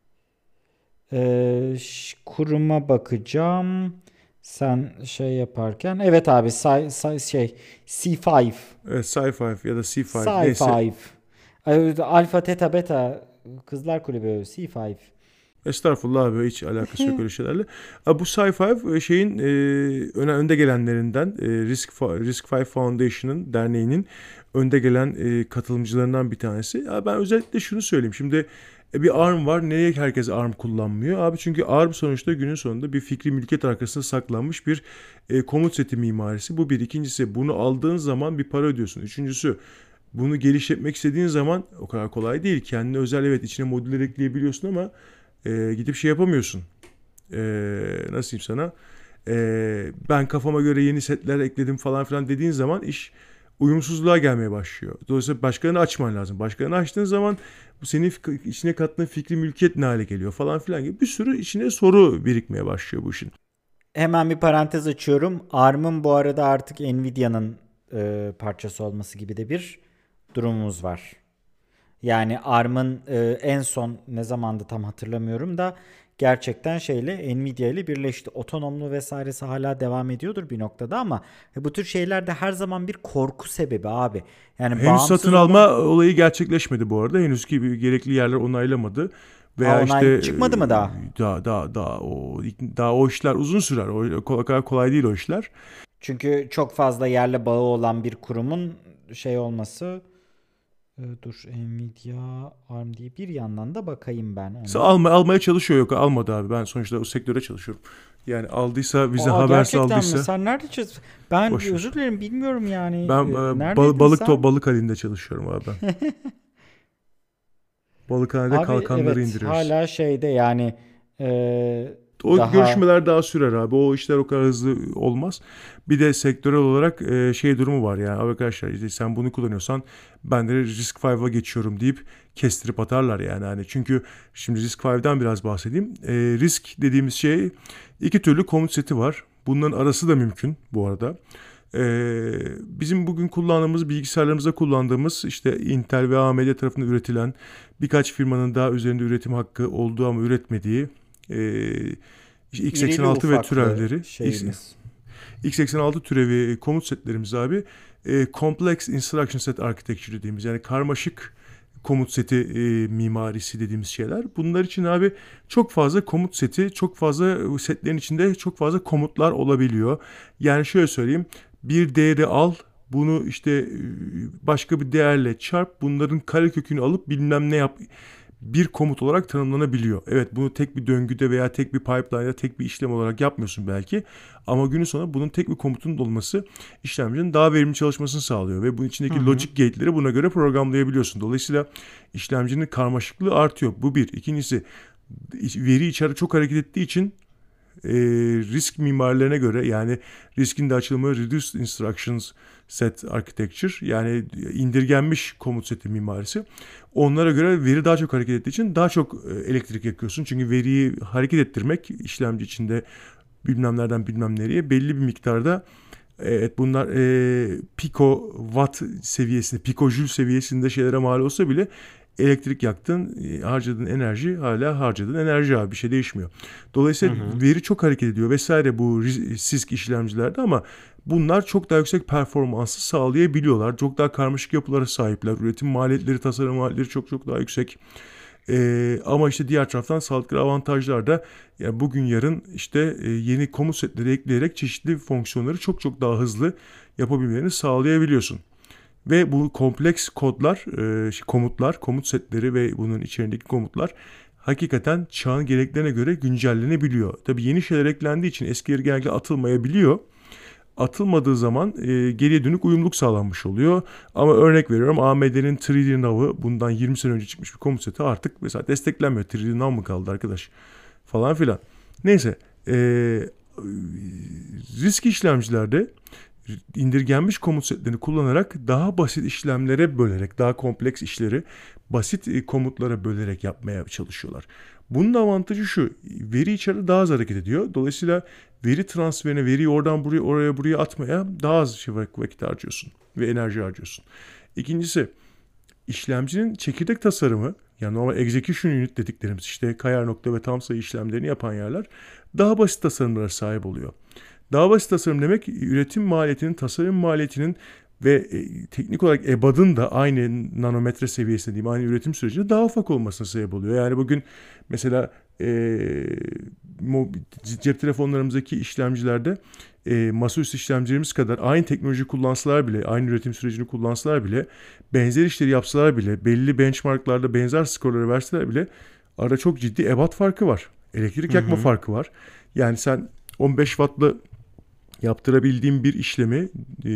Ee, ş- kuruma bakacağım. Sen şey yaparken. Evet abi, say, say- şey C beş. Evet, Sci-Fi ya da C beş neyse. C beş. Ee, Alfa Theta Beta Kızlar Kulübü C beş. Estağfurullah abi, hiç alakası yok öyle şeylerle. Bu Sci-Fi şeyin e, öne, önde gelenlerinden, e, Risk Risk Five Foundation'ın, derneğinin önde gelen e, katılımcılarından bir tanesi. Ya ben özellikle şunu söyleyeyim. Şimdi e, bir ARM var. Nereye herkes ARM kullanmıyor? Abi çünkü ARM sonuçta günün sonunda bir fikri mülkiyet arkasında saklanmış bir e, komut seti mimarisi. Bu bir. İkincisi, bunu aldığın zaman bir para ödüyorsun. Üçüncüsü, bunu geliştirmek istediğin zaman o kadar kolay değil. Kendine özel, evet, içine modüller ekleyebiliyorsun ama e, gidip şey yapamıyorsun. E, nasıl diyeyim sana? E, ben kafama göre yeni setler ekledim falan filan dediğin zaman iş uyumsuzluğa gelmeye başlıyor. Dolayısıyla başkalarını açman lazım. Başkalarını açtığın zaman bu senin içine kattığın fikri mülkiyet ne hale geliyor falan filan gibi bir sürü içine soru birikmeye başlıyor bu işin. Hemen bir parantez açıyorum. ARM'ın bu arada artık Nvidia'nın e, parçası olması gibi de bir durumumuz var. Yani ARM'ın e, en son ne zamandı tam hatırlamıyorum da gerçekten şeyle, Nvidia ile birleşti. Otonomlu vesairesi hala devam ediyordur bir noktada ama bu tür şeyler de her zaman bir korku sebebi abi. Yani Henüz satın bağımsız alma olun... olayı gerçekleşmedi bu arada. Henüz ki bir gerekli yerler onaylamadı. Veya Aa, onay işte çıkmadı mı daha? daha daha daha o daha o işler uzun sürer. O kolay kolay, kolay değil o işler. Çünkü çok fazla yerle bağı olan bir kurumun şey olması... Ee, dur, Nvidia ARM diye bir yandan da bakayım ben ona. Alma, almaya çalışıyor, yok almadı abi. Ben sonuçta o sektöre çalışıyorum. Yani aldıysa, bize Aa, haber gerçekten mi? saldıysa. Sen nerede çalışıyorsun? Ben Boş ver. özür dilerim, bilmiyorum yani. Ben Ee, e, neredeydin bal, balık sen? to, balık halinde çalışıyorum abi ben. Balıkhanede Abi kalkanları evet, indiriyoruz. hala şeyde yani ee, O daha görüşmeler daha sürer abi. O işler o kadar hızlı olmaz. Bir de sektörel olarak e, şey durumu var yani. Arkadaşlar işte sen bunu kullanıyorsan ben de Risk Five'a geçiyorum deyip kestirip atarlar yani. Hani çünkü şimdi Risk Five'den biraz bahsedeyim. E, risk dediğimiz şey, iki türlü komut seti var. Bunların arası da mümkün bu arada. Ee, bizim bugün kullandığımız, bilgisayarlarımızda kullandığımız, işte Intel ve A M D tarafından üretilen, birkaç firmanın daha üzerinde üretim hakkı olduğu ama üretmediği e, x seksen altı ve türevleri, X, şeyimiz. x seksen altı türevi komut setlerimiz abi, e, Complex Instruction Set Architecture dediğimiz, yani karmaşık komut seti e, mimarisi dediğimiz şeyler. Bunlar için abi çok fazla komut seti, çok fazla setlerin içinde çok fazla komutlar olabiliyor. Yani şöyle söyleyeyim, bir değeri al, bunu işte başka bir değerle çarp, bunların karekökünü alıp bilmem ne yap, bir komut olarak tanımlanabiliyor. Evet, bunu tek bir döngüde veya tek bir pipeline'da, tek bir işlem olarak yapmıyorsun belki. Ama günün sonunda bunun tek bir komutunun olması işlemcinin daha verimli çalışmasını sağlıyor. Ve bunun içindeki hı hı. logic gate'leri buna göre programlayabiliyorsun. Dolayısıyla işlemcinin karmaşıklığı artıyor. Bu bir. İkincisi, veri içeri çok hareket ettiği için e, risk mimarilerine göre, yani riskin de açılımı Reduced Instructions Set Architecture, yani indirgenmiş komut seti mimarisi. Onlara göre veri daha çok hareket ettiği için daha çok elektrik yakıyorsun. Çünkü veriyi hareket ettirmek işlemci içinde bilmem bilmem nereye belli bir miktarda, evet bunlar e, piko watt seviyesinde, pikojoule seviyesinde şeylere mal olsa bile elektrik yaktın, harcadığın enerji hala harcadığın enerji abi, bir şey değişmiyor. Dolayısıyla hı hı. veri çok hareket ediyor vesaire bu C I S K işlemcilerde ama bunlar çok daha yüksek performansı sağlayabiliyorlar. Çok daha karmaşık yapılara sahipler. Üretim maliyetleri, tasarım maliyetleri çok çok daha yüksek. Ee, ama işte diğer taraftan sağlıklı avantajlar da, yani bugün yarın işte e, yeni komut setleri ekleyerek çeşitli fonksiyonları çok çok daha hızlı yapabilmelerini sağlayabiliyorsun. Ve bu kompleks kodlar, e, komutlar, komut setleri ve bunun içerisindeki komutlar hakikaten çağın gereklerine göre güncellenebiliyor. Tabii yeni şeyler eklendiği için eskileri genellikle atılmayabiliyor. Atılmadığı zaman e, geriye dönük uyumluluk sağlanmış oluyor. Ama örnek veriyorum, A M D'nin üç D Now'ı bundan yirmi sene önce çıkmış bir komut seti artık mesela desteklenmiyor. üç D Now mı kaldı arkadaş falan filan. Neyse, e, risk işlemcilerde indirgenmiş komut setlerini kullanarak daha basit işlemlere bölerek, daha kompleks işleri basit komutlara bölerek yapmaya çalışıyorlar. Bunun avantajı şu: veri içeride daha az hareket ediyor. Dolayısıyla veri transferine, veriyi oradan buraya, oraya buraya atmaya daha az şey vakit harcıyorsun ve enerji harcıyorsun. İkincisi, işlemcinin çekirdek tasarımı, yani normal execution unit dediklerimiz, işte kayar nokta ve tam sayı işlemlerini yapan yerler daha basit tasarımlara sahip oluyor. Daha basit tasarım demek, üretim maliyetinin, tasarım maliyetinin Ve e, teknik olarak ebadın da aynı nanometre seviyesinde diyeyim, aynı üretim sürecinde daha ufak olmasına sebep oluyor. Yani bugün mesela e, cep telefonlarımızdaki işlemcilerde e, masaüstü işlemcilerimiz kadar aynı teknoloji kullansalar bile, aynı üretim sürecini kullansalar bile, benzer işleri yapsalar bile, belli benchmarklarda benzer skorları verseler bile arada çok ciddi ebat farkı var. Elektrik Hı yakma hı. farkı var. Yani sen on beş wattlı yaptırabildiğim bir işlemi e,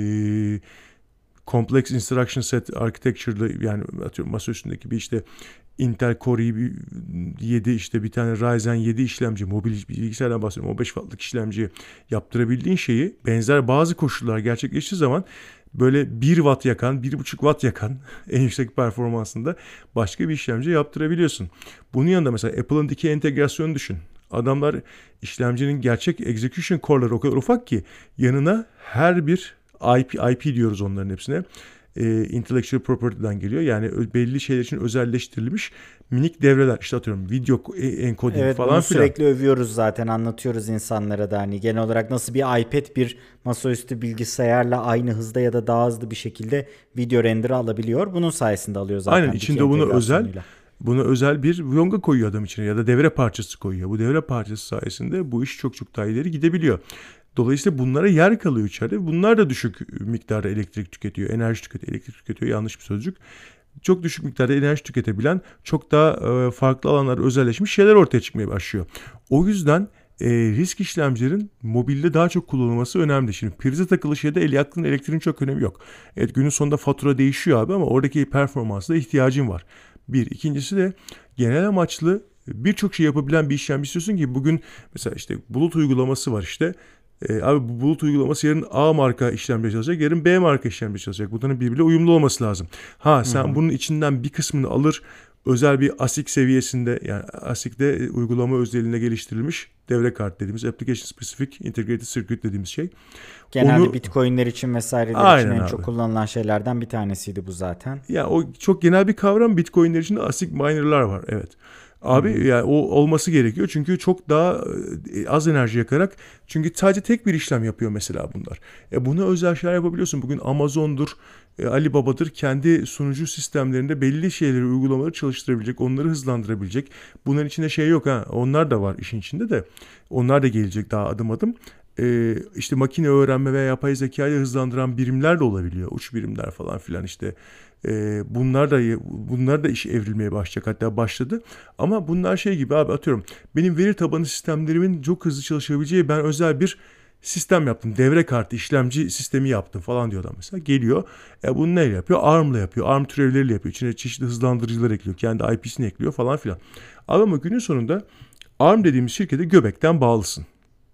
Complex Instruction Set Architecture'da, yani atıyorum masa üstündeki bir işte Intel Core i yedi, işte bir tane Ryzen yedi işlemci, mobil bilgisayardan bahsediyorum, on beş wattlık işlemci yaptırabildiğin şeyi benzer bazı koşullar gerçekleştiği zaman böyle bir watt yakan, bir buçuk watt yakan en yüksek performansında başka bir işlemci yaptırabiliyorsun. Bunun yanında mesela Apple'ın dikey entegrasyonu düşün. Adamlar işlemcinin gerçek execution core'ları o kadar ufak ki yanına her bir I P, I P diyoruz onların hepsine. E, intellectual property'den geliyor. Yani belli şeyler için özelleştirilmiş minik devreler. İşte atıyorum video encoding Evet, falan bunu filan. sürekli övüyoruz zaten, anlatıyoruz insanlara da, hani genel olarak nasıl bir iPad bir masaüstü bilgisayarla aynı hızda ya da daha hızlı bir şekilde video render'ı alabiliyor. Bunun sayesinde alıyor zaten. Aynen, içinde bunu özel buna özel bir Yonga koyuyor adam içine ya da devre parçası koyuyor. Bu devre parçası sayesinde bu iş çok çok daha ileri gidebiliyor. Dolayısıyla bunlara yer kalıyor içeride. Bunlar da düşük miktarda elektrik tüketiyor, enerji tüketiyor. Elektrik tüketiyor yanlış bir sözcük. Çok düşük miktarda enerji tüketebilen, çok daha e, farklı alanlarda özelleşmiş şeyler ortaya çıkmaya başlıyor. O yüzden e, risk işlemcilerin mobilde daha çok kullanılması önemli. Şimdi prize takılı şeyde el yaktığın elektriğin çok önemi yok. Evet, günün sonunda fatura değişiyor abi ama oradaki performansa ihtiyacın var. Bir. İkincisi de genel amaçlı birçok şey yapabilen bir işlemci istiyorsun ki bugün mesela işte bulut uygulaması var işte. E, abi bu bulut uygulaması yarın A marka işlemci çalışacak, yarın B marka işlemci çalışacak. Bunların birbiriyle uyumlu olması lazım. Ha sen Hı-hı. bunun içinden bir kısmını alır, özel bir ASIC seviyesinde, yani ASIC'de uygulama özelliğine geliştirilmiş devre kartı dediğimiz Application Specific Integrated Circuit dediğimiz şey. Genelde Onu, Bitcoin'ler için vesaireler için en abi. çok kullanılan şeylerden bir tanesiydi bu zaten. Ya o çok genel bir kavram. Bitcoin'ler için de ASIC miner'lar var. Evet. Abi hmm. yani o olması gerekiyor çünkü çok daha az enerji yakarak, çünkü sadece tek bir işlem yapıyor mesela bunlar. E buna özel şeyler yapabiliyorsun. Bugün Amazon'dur, e, Alibaba'dır kendi sunucu sistemlerinde belli şeyleri, uygulamaları çalıştırabilecek, onları hızlandırabilecek. Bunların içinde şey yok ha. Onlar da var işin içinde de. Onlar da gelecek daha adım adım. E, işte makine öğrenme veya yapay zekayı hızlandıran birimler de olabiliyor. Uç birimler falan filan işte. Ee, bunlar da bunlar da iş evrilmeye başlayacak, hatta başladı. Ama bunlar şey gibi abi, atıyorum benim veri tabanı sistemlerimin çok hızlı çalışabileceği ben özel bir sistem yaptım. Devre kartı işlemci sistemi yaptım falan diyor adam mesela. Geliyor. E bunu neyle yapıyor? ARM'la yapıyor. ARM türevleriyle yapıyor. İçine çeşitli hızlandırıcılar ekliyor. Kendi I P'sini ekliyor falan filan. Ama günün sonunda ARM dediğimiz şirkete göbekten bağlısın.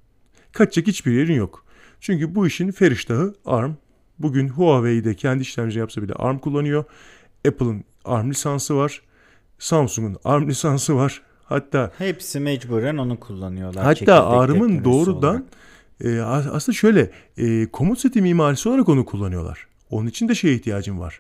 Kaçacak hiçbir yerin yok. Çünkü bu işin feriştahı ARM. Bugün Huawei'de kendi işlemci yapsa bile ARM kullanıyor. Apple'ın ARM lisansı var. Samsung'un ARM lisansı var. Hatta hepsi mecburen onu kullanıyorlar. Hatta ARM'ın doğrudan e, aslında şöyle e, komut seti mimarisi olarak onu kullanıyorlar. Onun için de şeye ihtiyacım var.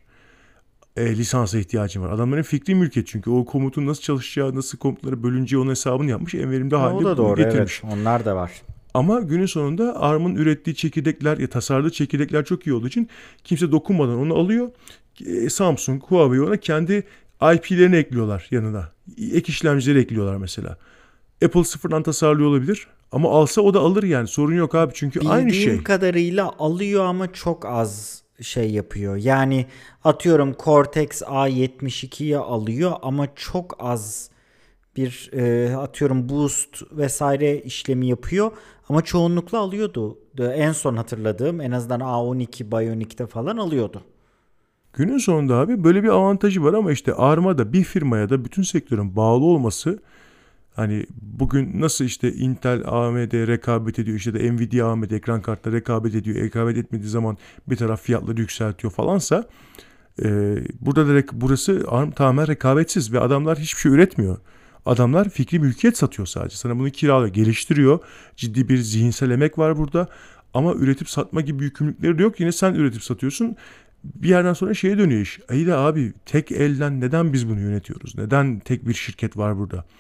E, lisansa ihtiyacım var. Adamların fikri mülkiyet, çünkü o komutun nasıl çalışacağı, nasıl komutları bölüneceği onun hesabını yapmış. En verimli haline o da doğru, getirmiş. Evet, onlar da var. Ama günün sonunda ARM'ın ürettiği çekirdekler, ya tasarladığı çekirdekler çok iyi olduğu için kimse dokunmadan onu alıyor. E, Samsung, Huawei ona kendi I P'lerini ekliyorlar yanına. Ek işlemcileri ekliyorlar mesela. Apple sıfırdan tasarlıyor olabilir ama alsa o da alır yani, sorun yok abi, çünkü Bildiğim aynı şey. Bildiğim kadarıyla alıyor ama çok az şey yapıyor. Yani atıyorum Cortex A yetmiş ikiyi alıyor ama çok az bir e, atıyorum boost vesaire işlemi yapıyor ama çoğunlukla alıyordu. En son hatırladığım en azından A on iki Bionic'te falan alıyordu. Günün sonunda abi böyle bir avantajı var ama işte ARM'a da bir firmaya da bütün sektörün bağlı olması, hani bugün nasıl işte Intel A M D rekabet ediyor, işte de Nvidia A M D ekran kartları rekabet ediyor, rekabet etmediği zaman bir taraf fiyatları yükseltiyor falansa e, burada da burası ARM tamamen rekabetsiz ve adamlar hiçbir şey üretmiyor. Adamlar fikri mülkiyet satıyor sadece. Sana bunu kiralıyor, geliştiriyor. Ciddi bir zihinsel emek var burada. Ama üretip satma gibi yükümlülükleri de yok. Yine sen üretip satıyorsun. Bir yerden sonra şeye dönüyor iş. İyi de abi tek elden neden biz bunu yönetiyoruz? Neden tek bir şirket var burada?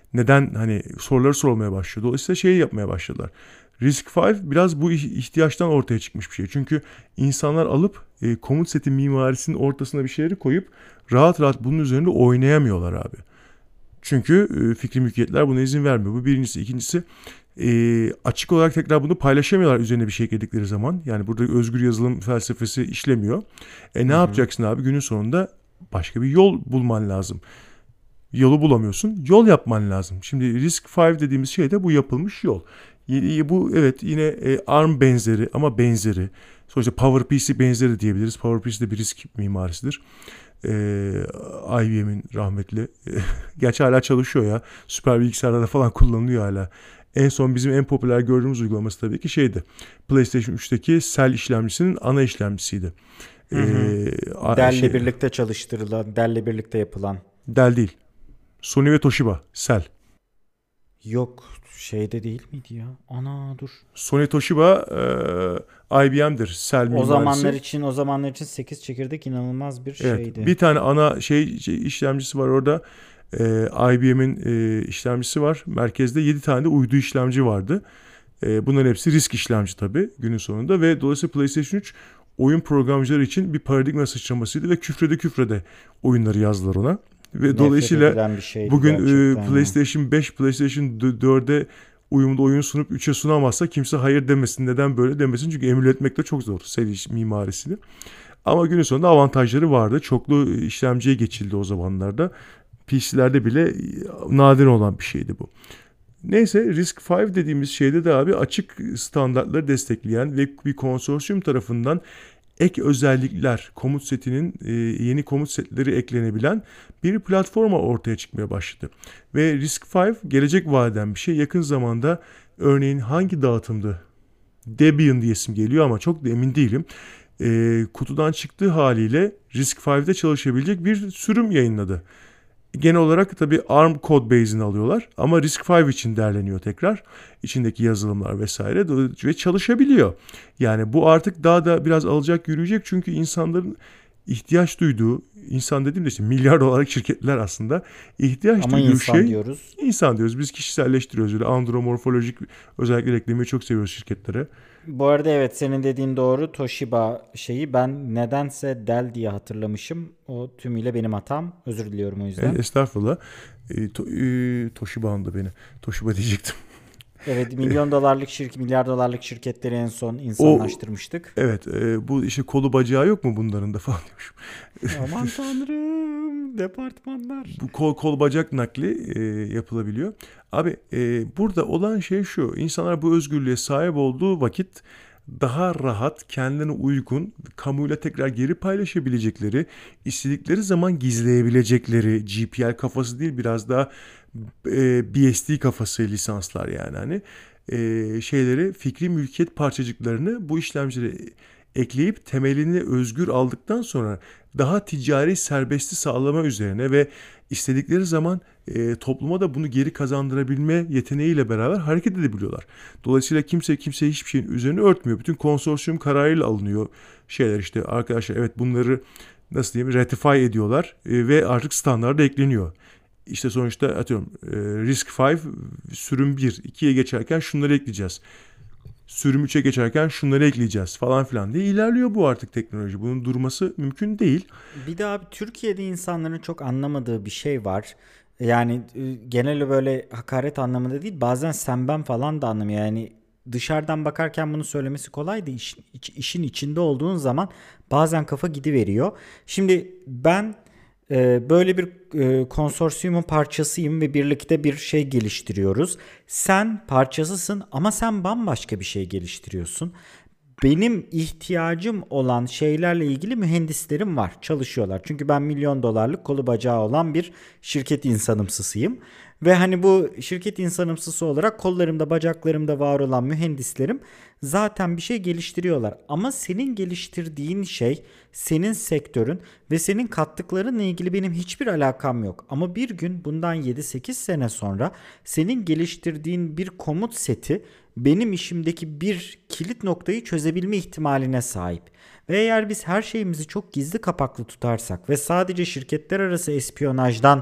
Neden hani soruları sormaya başlıyor. Dolayısıyla şeyi yapmaya başladılar. Risk beş biraz bu ihtiyaçtan ortaya çıkmış bir şey. Çünkü insanlar alıp e, komut seti mimarisinin ortasına bir şeyleri koyup rahat rahat bunun üzerinde oynayamıyorlar abi. Çünkü e, fikri mülkiyetler buna izin vermiyor. Bu birincisi. İkincisi e, açık olarak tekrar bunu paylaşamıyorlar üzerine bir şey ekledikleri zaman. Yani burada özgür yazılım felsefesi işlemiyor. E ne Hı hı. yapacaksın abi? Günün sonunda başka bir yol bulman lazım. Yolu bulamıyorsun. Yol yapman lazım. Şimdi Risk beş dediğimiz şey de bu yapılmış yol. Bu evet yine e, ARM benzeri ama benzeri. Sonuçta PowerPC benzeri diyebiliriz. PowerPC de bir risk mimarisidir. Ee, I B M'in rahmetli. Gerçi hala çalışıyor ya. Süper bilgisayarlarda falan kullanılıyor hala. En son bizim en popüler gördüğümüz uygulaması tabii ki şeydi. PlayStation üçteki Cell işlemcisinin ana işlemcisiydi. Hı hı. Ee, Dell'le şey, birlikte çalıştırılan, Dell'le birlikte yapılan. Dell değil. Sony ve Toshiba. Cell. Yok, şeyde değil miydi ya? Ana dur. Sony Toshiba e, I B M'dir. Cell O mimarisi. zamanlar için o zamanlar için sekiz çekirdek inanılmaz bir Evet, şeydi. bir tane ana şey, şey işlemcisi var orada. Ee, I B M'in e, işlemcisi var. Merkezde yedi tane de uydu işlemci vardı. E, bunların hepsi risk işlemci tabii günün sonunda ve dolayısıyla PlayStation üç oyun programcıları için bir paradigma sıçramasıydı ve küfrede küfrede oyunları yazdılar ona. Ve Nefret dolayısıyla edilen bir şeydi bugün e, gerçekten ya. PlayStation beş, PlayStation dörde uyumlu oyun sunup üçe sunamazsa kimse hayır demesin. Neden böyle demesin? Çünkü emüle etmek de çok zor seri mimarisini. Ama günün sonunda avantajları vardı. Çoklu işlemciye geçildi o zamanlarda. P C'lerde bile nadir olan bir şeydi bu. Neyse Risk beş dediğimiz şeyde de abi açık standartları destekleyen ve bir konsorsiyum tarafından ek özellikler, komut setinin e, yeni komut setleri eklenebilen bir platforma ortaya çıkmaya başladı. Ve Risk beş gelecek vadeden bir şey. Yakın zamanda örneğin hangi dağıtımdı? Debian diyesim geliyor ama çok da emin değilim. E, kutudan çıktığı haliyle Risk beşte çalışabilecek bir sürüm yayınladı. Genel olarak tabii ARM Codebase'ini alıyorlar ama Risk beş için derleniyor tekrar. İçindeki yazılımlar vesaire ve çalışabiliyor. Yani bu artık daha da biraz alacak yürüyecek çünkü insanların ihtiyaç duyduğu, insan dediğimde işte milyar dolarlık şirketler aslında ihtiyaç Ama duyduğu insan şey diyoruz. insan diyoruz. Biz kişiselleştiriyoruz öyle andromorfolojik özellikler eklemeyi çok seviyoruz şirketlere. Bu arada evet senin dediğin doğru. Toshiba şeyi ben nedense Dell diye hatırlamışım. O tümüyle benim hatam. Özür diliyorum o yüzden. E, estağfurullah. E, to, e, Toshiba andı beni. Toshiba diyecektim. Evet milyon dolarlık şirket, milyar dolarlık şirketleri en son insanlaştırmıştık. O, evet e, bu işte kolu bacağı yok mu bunların da falan diyormuşum. Aman tanrım departmanlar. Bu kol, kol bacak nakli e, yapılabiliyor. Abi e, burada olan şey şu. İnsanlar bu özgürlüğe sahip olduğu vakit daha rahat, kendine uygun, kamuyla tekrar geri paylaşabilecekleri, istedikleri zaman gizleyebilecekleri G P L kafası değil biraz daha e, B S D kafası lisanslar yani hani e, şeyleri fikri mülkiyet parçacıklarını bu işlemcilere ekleyip temelini özgür aldıktan sonra daha ticari serbestli sağlama üzerine ve istedikleri zaman e, topluma da bunu geri kazandırabilme yeteneğiyle beraber hareket edebiliyorlar. Dolayısıyla kimse kimse hiçbir şeyin üzerine örtmüyor. Bütün konsorsiyum kararıyla alınıyor şeyler işte arkadaşlar evet bunları nasıl diyeyim ratify ediyorlar e, ve artık standarda ekleniyor. İşte sonuçta atıyorum e, Risk beş sürüm bir, ikiye geçerken şunları ekleyeceğiz. Sürüm üçe geçerken şunları ekleyeceğiz falan filan diye ilerliyor bu artık teknoloji. Bunun durması mümkün değil. Bir de abi Türkiye'de insanların çok anlamadığı bir şey var. Yani e, genel böyle hakaret anlamında değil bazen sen ben falan da anlamıyor. Yani dışarıdan bakarken bunu söylemesi kolay da iş, iç- işin içinde olduğun zaman bazen kafa gidiveriyor. Şimdi ben e, böyle bir e, konsorsiyumun parçasıyım ve birlikte bir şey geliştiriyoruz. Sen parçasısın ama sen bambaşka bir şey geliştiriyorsun. Benim ihtiyacım olan şeylerle ilgili mühendislerim var. Çalışıyorlar. Çünkü ben milyon dolarlık kolu bacağı olan bir şirket insanımsısıyım. Ve hani bu şirket insanımsısı olarak kollarımda bacaklarımda var olan mühendislerim zaten bir şey geliştiriyorlar. Ama senin geliştirdiğin şey senin sektörün ve senin kattıklarınla ilgili benim hiçbir alakam yok. Ama bir gün bundan yedi sekiz sene sonra senin geliştirdiğin bir komut seti benim işimdeki bir kilit noktayı çözebilme ihtimaline sahip. Ve eğer biz her şeyimizi çok gizli kapaklı tutarsak ve sadece şirketler arası espiyonajdan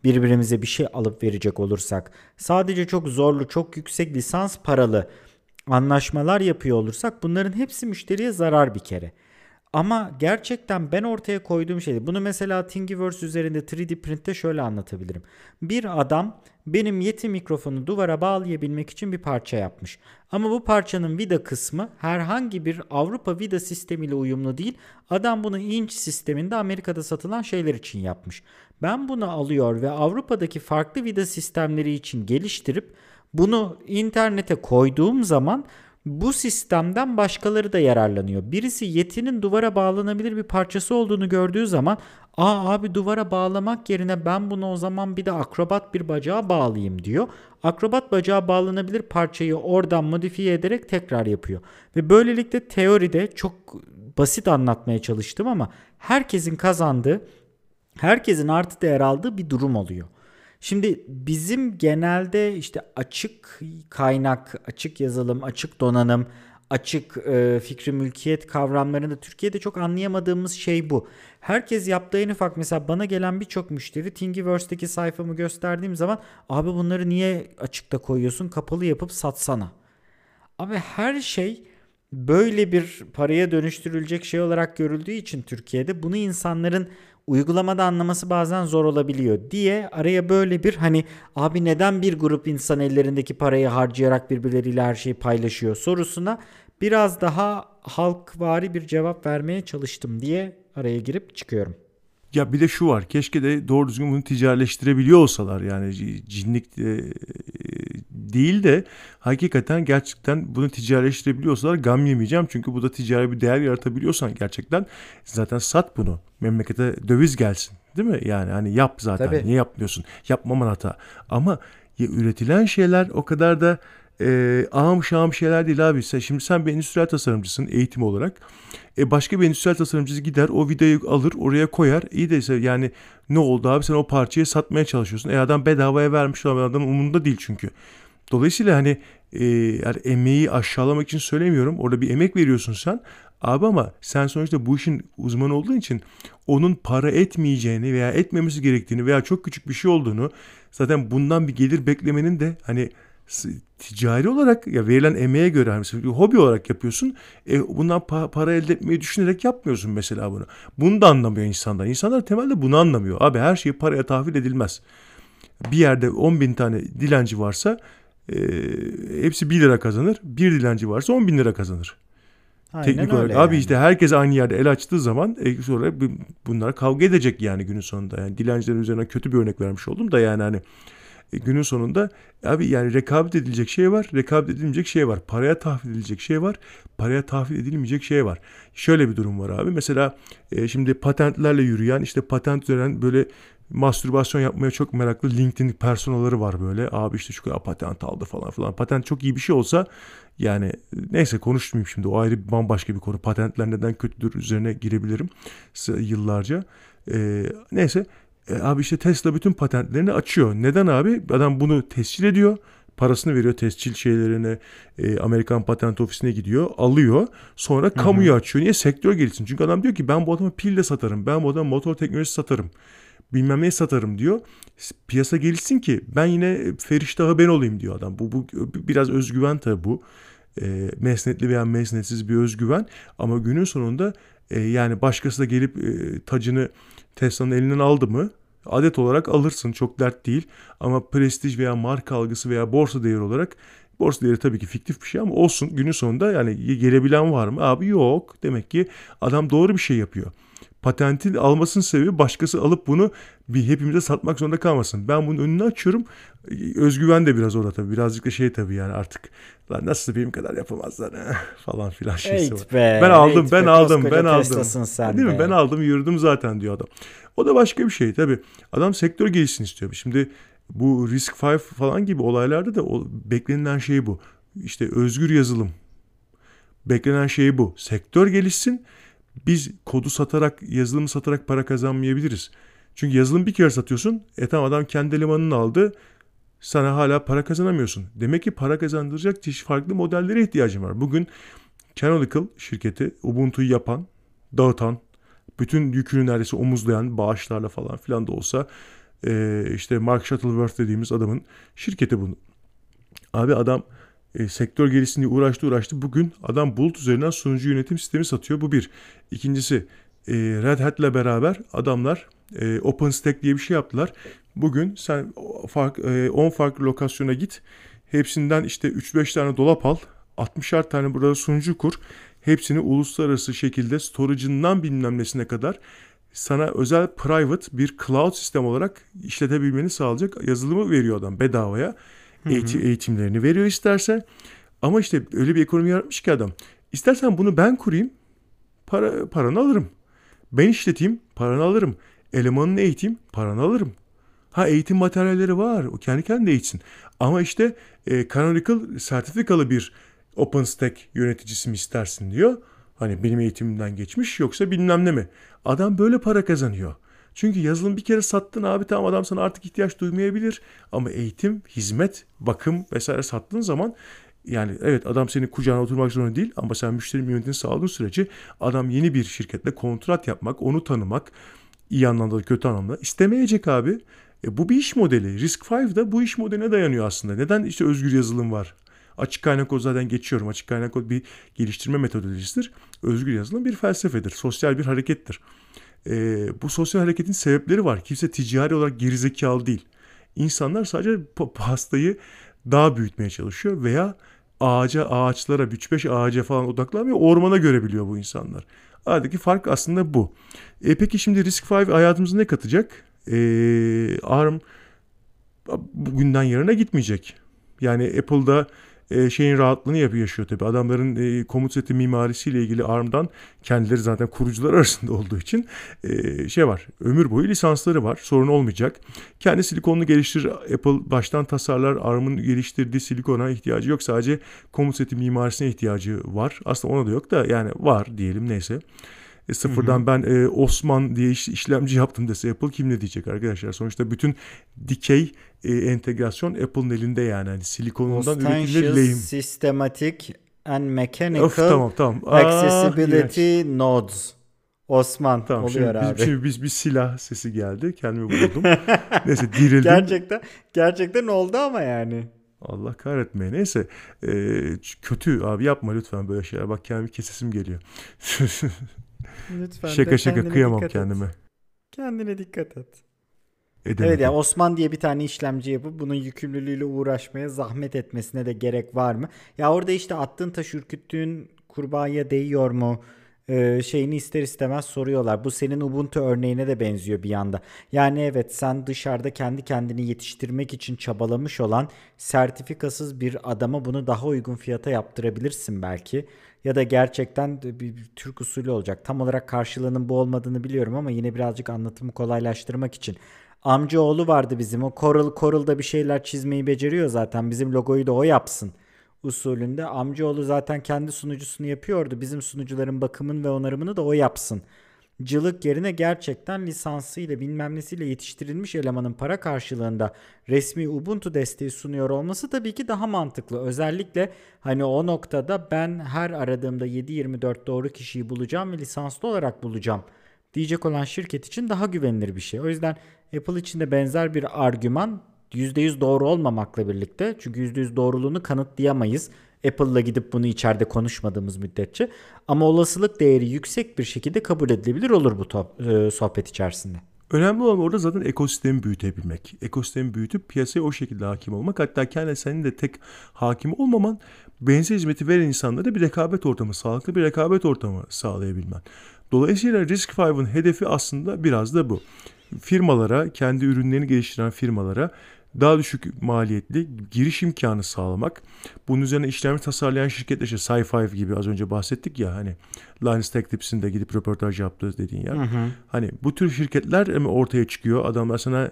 birbirimize bir şey alıp verecek olursak, sadece çok zorlu, çok yüksek lisans paralı anlaşmalar yapıyor olursak bunların hepsi müşteriye zarar bir kere. Ama gerçekten ben ortaya koyduğum şey, bunu mesela Thingiverse üzerinde üç D printte şöyle anlatabilirim. Bir adam benim Yeti mikrofonu duvara bağlayabilmek için bir parça yapmış. Ama bu parçanın vida kısmı herhangi bir Avrupa vida sistemiyle uyumlu değil. Adam bunu inç sisteminde Amerika'da satılan şeyler için yapmış. Ben bunu alıyor ve Avrupa'daki farklı vida sistemleri için geliştirip bunu internete koyduğum zaman bu sistemden başkaları da yararlanıyor. Birisi Yeti'nin duvara bağlanabilir bir parçası olduğunu gördüğü zaman, aa abi duvara bağlamak yerine ben bunu o zaman bir de akrobat bir bacağa bağlayayım diyor. Akrobat bacağa bağlanabilir parçayı oradan modifiye ederek tekrar yapıyor. Ve böylelikle teoride çok basit anlatmaya çalıştım ama herkesin kazandığı, herkesin artı değer aldığı bir durum oluyor. Şimdi bizim genelde işte açık kaynak, açık yazılım, açık donanım, açık e, fikri mülkiyet kavramlarında Türkiye'de çok anlayamadığımız şey bu. Herkes yaptığı en ufak, mesela bana gelen birçok müşteri Thingiverse'deki sayfamı gösterdiğim zaman, abi bunları niye açıkta koyuyorsun, kapalı yapıp satsana. Abi her şey böyle bir paraya dönüştürülecek şey olarak görüldüğü için Türkiye'de bunu insanların uygulamada anlaması bazen zor olabiliyor diye araya böyle bir hani abi neden bir grup insan ellerindeki parayı harcayarak birbirleriyle her şeyi paylaşıyor sorusuna biraz daha halkvari bir cevap vermeye çalıştım diye araya girip çıkıyorum. Ya bir de şu var, keşke de doğru düzgün bunu ticarileştirebiliyor olsalar, yani cinlik e, değil de hakikaten gerçekten bunu ticarileştirebiliyor olsalar gam yemeyeceğim. Çünkü bu da ticari bir değer yaratabiliyorsan gerçekten zaten sat bunu, memlekete döviz gelsin, değil mi? Yani hani yap zaten. Tabii. Niye yapmıyorsun? Yapmaman hata. Ama ya üretilen şeyler o kadar da e, ağam şağım şeyler değil abi. Sen, şimdi sen bir endüstriyel tasarımcısın eğitim olarak. E başka bir endüstriyel tasarımcısı gider o vidayı alır oraya koyar. İyi de yani ne oldu abi, sen o parçayı satmaya çalışıyorsun. E adam bedavaya vermiş, olan adamın umurunda değil çünkü. Dolayısıyla hani e, yani emeği aşağılamak için söylemiyorum. Orada bir emek veriyorsun sen. Abi ama sen sonuçta bu işin uzmanı olduğun için onun para etmeyeceğini veya etmemesi gerektiğini veya çok küçük bir şey olduğunu, zaten bundan bir gelir beklemenin de hani ticari olarak ya verilen emeğe göre, hani hobi olarak yapıyorsun. E, bundan pa- para elde etmeyi düşünerek yapmıyorsun mesela bunu. Bunu da anlamıyor insanlar. İnsanlar temelde bunu anlamıyor. Abi her şey paraya tahvil edilmez. Bir yerde on bin tane dilenci varsa e, hepsi bir lira kazanır. Bir dilenci varsa on bin lira kazanır. Aynen teknik olarak. Yani. Abi işte herkes aynı yerde el açtığı zaman e, sonra bunlar kavga edecek yani günün sonunda. Yani dilencilerin üzerine kötü bir örnek vermiş oldum da yani hani e, günün sonunda abi yani rekabet edilecek şey var, rekabet edilmeyecek şey var. Paraya tahvil edilecek şey var, paraya tahvil edilmeyecek şey var. Şöyle bir durum var abi. Mesela e, şimdi patentlerle yürüyen, işte patent veren böyle mastürbasyon yapmaya çok meraklı LinkedIn personaları var böyle. Abi işte şu kadar patent aldı falan filan. Patent çok iyi bir şey olsa yani neyse konuşmayayım şimdi. O ayrı bambaşka bir konu. Patentler neden kötüdür üzerine girebilirim yıllarca. Ee, neyse e, abi işte Tesla bütün patentlerini açıyor. Neden abi? Adam bunu tescil ediyor. Parasını veriyor tescil şeylerine, e, Amerikan Patent Ofisi'ne gidiyor, alıyor. Sonra Hı-hı. kamuya açıyor. Niye? Sektör gelişsin. Çünkü adam diyor ki ben bu adama pil de satarım. Ben bu adama motor teknolojisi satarım. Bilmem ne satarım diyor. Piyasa gelişsin ki ben yine feriştahı ben olayım diyor adam. Bu, bu biraz özgüven tabii bu. E, mesnetli veya mesnetsiz bir özgüven. Ama günün sonunda e, yani başkası da gelip e, tacını Tesla'nın elinden aldı mı? Adet olarak alırsın, çok dert değil. Ama prestij veya marka algısı veya borsa değeri olarak, borsa değeri tabii ki fiktif bir şey ama olsun, günün sonunda yani gelebilen var mı? Abi yok. Demek ki adam doğru bir şey yapıyor. Patentin almasının sebebi başkası alıp bunu bir hepimize satmak zorunda kalmasın. Ben bunun önünü açıyorum. Özgüven de biraz orada tabii. Birazcık da şey tabii yani artık lan nasıl benim kadar yapamazlar falan filan şeysi var. Be, ben aldım ben be, aldım ben aldım. Sen Değil be. mi? Ben aldım yürüdüm zaten diyor adam. O da başka bir şey tabii. Adam sektör gelişsin istiyor. Şimdi bu Risk Five falan gibi olaylarda da o, beklenilen şey bu. İşte özgür yazılım. Beklenen şey bu. Sektör gelişsin. Biz kodu satarak, yazılımı satarak para kazanmayabiliriz. Çünkü yazılım bir kere satıyorsun. E tamam, adam kendi elemanını aldı. Sana hala para kazanamıyorsun. Demek ki para kazandıracak çeşitli farklı modellere ihtiyacın var. Bugün Canonical şirketi Ubuntu'yu yapan, dağıtan, bütün yükünü neredeyse omuzlayan bağışlarla falan filan da olsa Ee, işte Mark Shuttleworth dediğimiz adamın şirketi bunu. Abi adam e, sektör gelişsin diye uğraştı uğraştı. Bugün adam bulut üzerinden sunucu yönetim sistemi satıyor. Bu bir. İkincisi e, Red Hat'le beraber adamlar e, OpenStack diye bir şey yaptılar. Bugün sen fark, e, on farklı lokasyona git. Hepsinden işte üç beş tane dolap al. altmışar tane burada sunucu kur. Hepsini uluslararası şekilde storage'ından bilmem nesine kadar sana özel private bir cloud sistem olarak işletebilmeni sağlayacak yazılımı veriyor adam bedavaya. Eğitim, eğitimlerini veriyor isterse. Ama işte öyle bir ekonomi yaratmış ki adam. İstersen bunu ben kurayım, para, paranı alırım. Ben işleteyim, paranı alırım. Elemanını eğiteyim, paranı alırım. Ha eğitim materyalleri var, o kendi kendine eğitsin. Ama işte e, canonical, sertifikalı bir OpenStack yöneticisi mi istersin diyor. Hani benim eğitimimden geçmiş yoksa bilmem ne mi. Adam böyle para kazanıyor. Çünkü yazılım bir kere sattın abi tamam adam sana artık ihtiyaç duymayabilir. Ama eğitim, hizmet, bakım vesaire sattığın zaman yani evet adam senin kucağına oturmak zorunda değil ama sen müşteri memnuniyetini sağladığın sürece adam yeni bir şirketle kontrat yapmak, onu tanımak iyi anlamda kötü anlamda istemeyecek abi. E, bu bir iş modeli. Risk beş de bu iş modeline dayanıyor aslında. Neden işte özgür yazılım var? Açık kaynak kod zaten geçiyorum. Açık kaynak kod bir geliştirme metodolojisidir. Özgür yazılım bir felsefedir. Sosyal bir harekettir. Ee, bu sosyal hareketin sebepleri var. Kimse ticari olarak gerizekalı değil. İnsanlar sadece pastayı daha büyütmeye çalışıyor veya ağaca, ağaçlara, üç beş ağaca falan odaklanmıyor. Ormana görebiliyor bu insanlar. Aradaki fark aslında bu. E peki şimdi Risk beş hayatımıza ne katacak? Ee, ARM bugünden yarına gitmeyecek. Yani Apple'da e, şeyin rahatlığını yapıyor, yaşıyor tabii. Adamların e, komut seti mimarisiyle ilgili ARM'dan kendileri zaten kurucular arasında olduğu için e, şey var. Ömür boyu lisansları var. Sorun olmayacak. Kendi silikonunu geliştirir. Apple baştan tasarlar. ARM'ın geliştirdiği silikona ihtiyacı yok. Sadece komut seti mimarisine ihtiyacı var. Aslında ona da yok da yani var diyelim neyse. E, sıfırdan hı hı. ben e, Osman diye iş, işlemci yaptım dese Apple kim ne diyecek arkadaşlar? Sonuçta bütün dikey e, entegrasyon Apple'ın elinde yani. Hani silikonundan üretilir lehim. Systematic and Mechanical of, tamam, tamam. Accessibility Aa, Nodes. Osman tamam, oluyor şimdi, abi. Biz, şimdi biz bir silah sesi geldi. Kendimi buldum. Neyse dirildim. Gerçekten, gerçekten oldu ama yani. Allah kahretmeye. Neyse. E, kötü abi yapma lütfen böyle şeyler. Bak kendimi kesesim geliyor. Lütfen şaka şaka kıyamam kendime. Et. Kendine dikkat et. Edemedim. Evet ya yani Osman diye bir tane işlemci yapıp bunun yükümlülüğüyle uğraşmaya zahmet etmesine de gerek var mı? Ya orada işte attığın taş ürküttüğün kurbağaya değiyor mu? Ee, şeyini ister istemez soruyorlar. Bu senin Ubuntu örneğine de benziyor bir yanda. Yani evet sen dışarıda kendi kendini yetiştirmek için çabalamış olan sertifikasız bir adama bunu daha uygun fiyata yaptırabilirsin belki. Ya da gerçekten bir, bir Türk usulü olacak. Tam olarak karşılığının bu olmadığını biliyorum ama yine birazcık anlatımı kolaylaştırmak için. Amcaoğlu vardı bizim. O Coral Coral'da bir şeyler çizmeyi beceriyor zaten. Bizim logoyu da o yapsın usulünde. Amcaoğlu zaten kendi sunucusunu yapıyordu. Bizim sunucuların bakımını ve onarımını da o yapsın. Cılık yerine gerçekten lisansıyla bilmem nesiyle yetiştirilmiş elemanın para karşılığında resmi Ubuntu desteği sunuyor olması tabii ki daha mantıklı. Özellikle hani o noktada ben her aradığımda yedi yirmi dört doğru kişiyi bulacağım ve lisanslı olarak bulacağım diyecek olan şirket için daha güvenilir bir şey. O yüzden Apple için de benzer bir argüman yüzde yüz doğru olmamakla birlikte, çünkü yüzde yüz doğruluğunu kanıtlayamayız Apple'la gidip bunu içeride konuşmadığımız müddetçe, ama olasılık değeri yüksek bir şekilde kabul edilebilir olur bu to- e, sohbet içerisinde. Önemli olan orada zaten ekosistemi büyütebilmek. Ekosistemi büyütüp piyasaya o şekilde hakim olmak. Hatta kendi senin de tek hakim olmaman, benzer hizmeti veren insanlara bir rekabet ortamı, sağlıklı bir rekabet ortamı sağlayabilmen. Dolayısıyla Risk beşin hedefi aslında biraz da bu. Firmalara, kendi ürünlerini geliştiren firmalara daha düşük maliyetli giriş imkanı sağlamak. Bunun üzerine işlemci tasarlayan şirketler, işte SciFi gibi az önce bahsettik ya, hani Linus Tech Tips'in de gidip röportaj yaptığı dediğin yer. Hı hı. Hani bu tür şirketler ortaya çıkıyor. Adamlar sana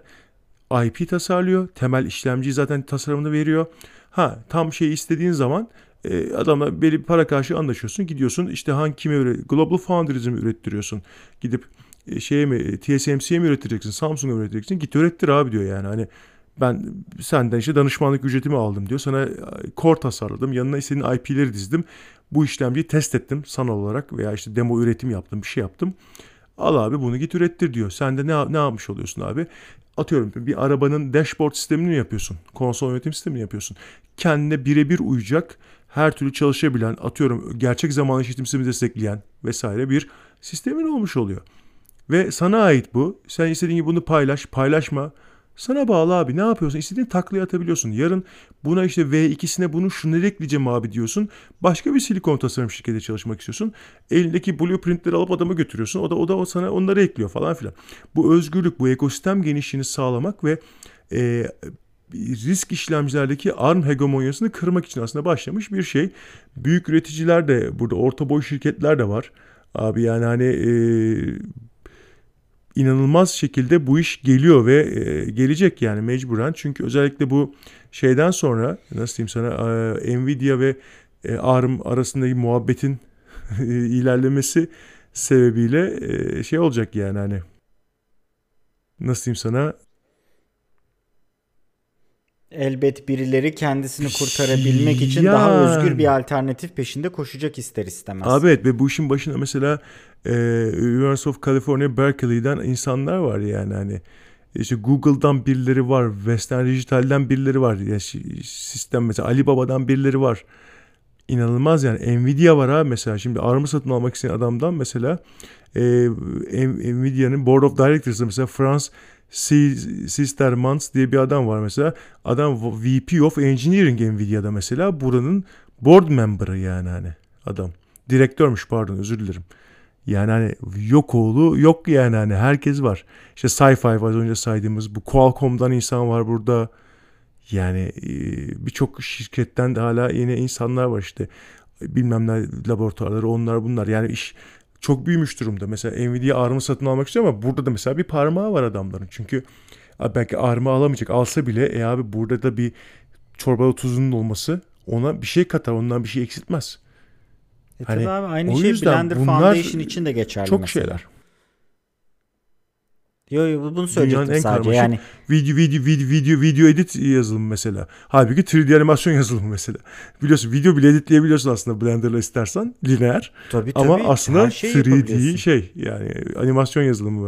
I P tasarlıyor. Temel işlemciyi zaten tasarımını veriyor. Ha tam şeyi istediğin zaman e, adamla belli bir para karşı anlaşıyorsun. Gidiyorsun işte hangi kime üret, Global Foundries'e mi ürettiriyorsun? Gidip e, şeye mi, T S M C'ye mi ürettireceksin? Samsung'a mı ürettireceksin? Git ürettir abi diyor yani. Hani ben senden işte danışmanlık ücretimi aldım diyor. Sana core tasarladım. Yanına istediğin I P'leri dizdim. Bu işlemciyi test ettim sanal olarak veya işte demo üretim yaptım, bir şey yaptım. Al abi bunu git ürettir diyor. Sen de ne, ne yapmış oluyorsun abi? Atıyorum bir arabanın dashboard sistemini mi yapıyorsun? Konsol yönetim sistemini yapıyorsun. Kendine birebir uyacak, her türlü çalışabilen, atıyorum gerçek zamanlı işletim sistemi destekleyen vesaire bir sistemin olmuş oluyor. Ve sana ait bu. Sen istediğin gibi bunu paylaş, paylaşma. Sana bağlı abi. Ne yapıyorsun? İstediğin taklaya atabiliyorsun. Yarın buna işte V ikisine bunu şunları ekleyeceğim abi diyorsun. Başka bir silikon tasarım şirketi çalışmak istiyorsun. Elindeki blueprintleri alıp adama götürüyorsun. O da o da o sana onları ekliyor falan filan. Bu özgürlük, bu ekosistem genişliğini sağlamak ve e, risk işlemcilerdeki ARM hegemonyasını kırmak için aslında başlamış bir şey. Büyük üreticiler de burada, orta boy şirketler de var. Abi yani hani e, inanılmaz şekilde bu iş geliyor ve e, gelecek yani mecburen. Çünkü özellikle bu şeyden sonra nasıl diyeyim sana e, Nvidia ve e, ARM arasındaki muhabbetin ilerlemesi sebebiyle e, şey olacak yani hani nasıl diyeyim sana. Elbet birileri kendisini kurtarabilmek için Yani. daha özgür bir alternatif peşinde koşacak ister istemez. Abi evet, ve bu işin başında mesela e, University of California Berkeley'den insanlar var yani hani işte Google'dan birileri var, Western Digital'den birileri var, yani sistem mesela Alibaba'dan birileri var. İnanılmaz yani. Nvidia var ha mesela, şimdi ARM'ı satın almak isteyen adamdan mesela e, Nvidia'nın Board of Directors'ı mesela Franz Sistermans diye bir adam var mesela. Adam V P of Engineering Nvidia'da mesela, buranın board member'ı yani hani adam. Direktörmüş, pardon, özür dilerim. Yani hani yok oğlu yok yani hani herkes var. İşte Sci-Fi az önce saydığımız bu Qualcomm'dan insan var burada. Yani birçok şirketten de hala yine insanlar var işte. Bilmem ne laboratuvarları, onlar bunlar. Yani iş çok büyümüş durumda. Mesela Nvidia ARM'ı satın almak istiyor ama burada da mesela bir parmağı var adamların. Çünkü abi belki ARM'ı alamayacak. Alsa bile e abi burada da bir çorbada tuzunun olması ona bir şey katar. Ondan bir şey eksiltmez. E hani tabii abi, aynı o şey yüzden Blender bunlar Foundation için de geçerli çok mesela. şeyler. Yo yo bunu Dünyanın söyleyecektim en sadece karmaşık yani. video video video video video edit yazılımı mesela. Halbuki üç D animasyon yazılımı mesela. Biliyorsun video bile editleyebiliyorsun aslında Blender'la istersen, lineer. Tabii Ama tabii, aslında her şeyi üç D yapabiliyorsun. şey yani animasyon yazılımı.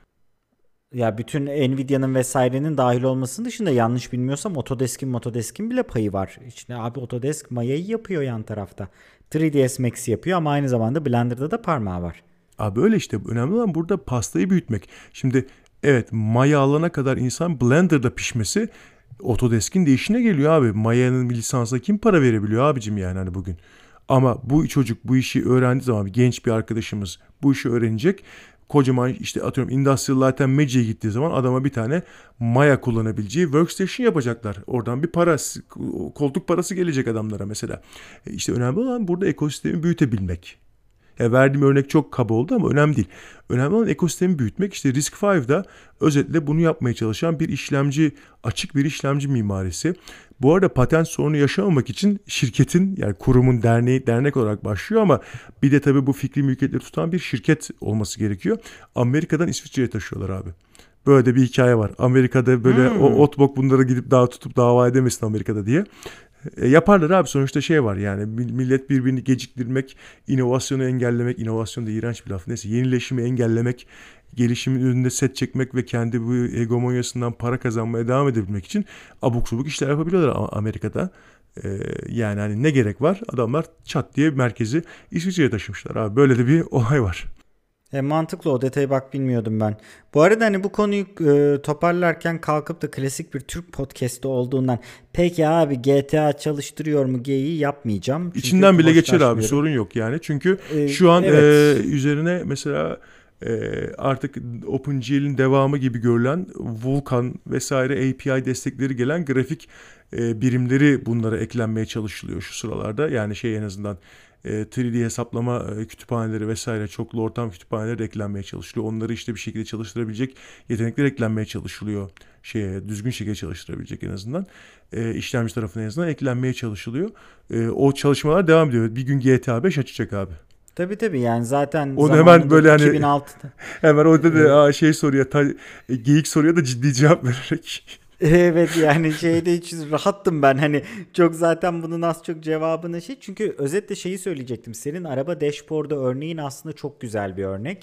Ya bütün Nvidia'nın vesairenin dahil olmasının dışında, yanlış bilmiyorsam Autodesk'in Autodesk'in bile payı var. İşte abi Autodesk Maya'yı yapıyor yan tarafta. üç D S Max yapıyor ama aynı zamanda Blender'da da parmağı var. Abi öyle işte, önemli olan burada pastayı büyütmek. Şimdi evet, Maya alana kadar insan Blender'da pişmesi Autodesk'in de işine geliyor abi. Maya'nın bir lisansa kim para verebiliyor abicim yani hani bugün. Ama bu çocuk bu işi öğrendiği zaman, bir genç bir arkadaşımız bu işi öğrenecek. Kocaman işte atıyorum Industrial Light and Magic'e gittiği zaman adama bir tane Maya kullanabileceği workstation yapacaklar. Oradan bir para, koltuk parası gelecek adamlara mesela. İşte önemli olan burada ekosistemi büyütebilmek. Ya verdiğim örnek çok kaba oldu ama önemli değil. Önemli olan ekosistemi büyütmek. İşte RISC-V'da özetle bunu yapmaya çalışan bir işlemci, açık bir işlemci mimarisi. Bu arada patent sorunu yaşamamak için şirketin, yani kurumun, derneği, dernek olarak başlıyor ama bir de tabii bu fikri mülkiyetleri tutan bir şirket olması gerekiyor. Amerika'dan İsviçre'ye taşıyorlar abi. Böyle de bir hikaye var. Amerika'da böyle hmm. o otbok bunları gidip daha tutup dava edemesin Amerika'da diye. E, yaparlar abi, sonuçta şey var yani, millet birbirini geciktirmek, inovasyonu engellemek, inovasyon da iğrenç bir laf, neyse, yenileşimi engellemek, gelişimin önünde set çekmek ve kendi bu hegemonyasından para kazanmaya devam edebilmek için abuk subuk işler yapabiliyorlar Amerika'da. E, yani hani ne gerek var, adamlar çat diye merkezi İsviçre'ye taşımışlar abi, böyle de bir olay var. E, mantıklı, o detayı bak bilmiyordum ben. Bu arada hani bu konuyu e, toparlarken kalkıp da klasik bir Türk podcast'i olduğundan peki abi G T A çalıştırıyor mu G'yi yapmayacağım. Çünkü İçinden bile geçer abi, sorun yok yani. Çünkü e, şu an evet. e, üzerine mesela e, artık OpenGL'in devamı gibi görülen Vulkan vesaire A P I destekleri gelen grafik e, birimleri bunlara eklenmeye çalışılıyor şu sıralarda. Yani şey, en azından üç D hesaplama kütüphaneleri vesaire, çoklu ortam kütüphaneleri eklenmeye çalışılıyor. Onları işte bir şekilde çalıştırabilecek yetenekler eklenmeye çalışılıyor. Şeye, düzgün şekilde çalıştırabilecek en azından. E, işlemci tarafına en azından eklenmeye çalışılıyor. E, o çalışmalar devam ediyor. Bir gün G T A beş açacak abi. Tabii tabii, yani zaten onu hemen böyle hani iki bin altıda hemen orada da aa, şey soruyor, ta, e, geyik soruyor da ciddi cevap vererek. Evet yani şeyde hiç rahattım ben, hani çok zaten bunun az çok cevabını şey, çünkü özetle şeyi söyleyecektim, senin araba dashboard'u örneğin aslında çok güzel bir örnek.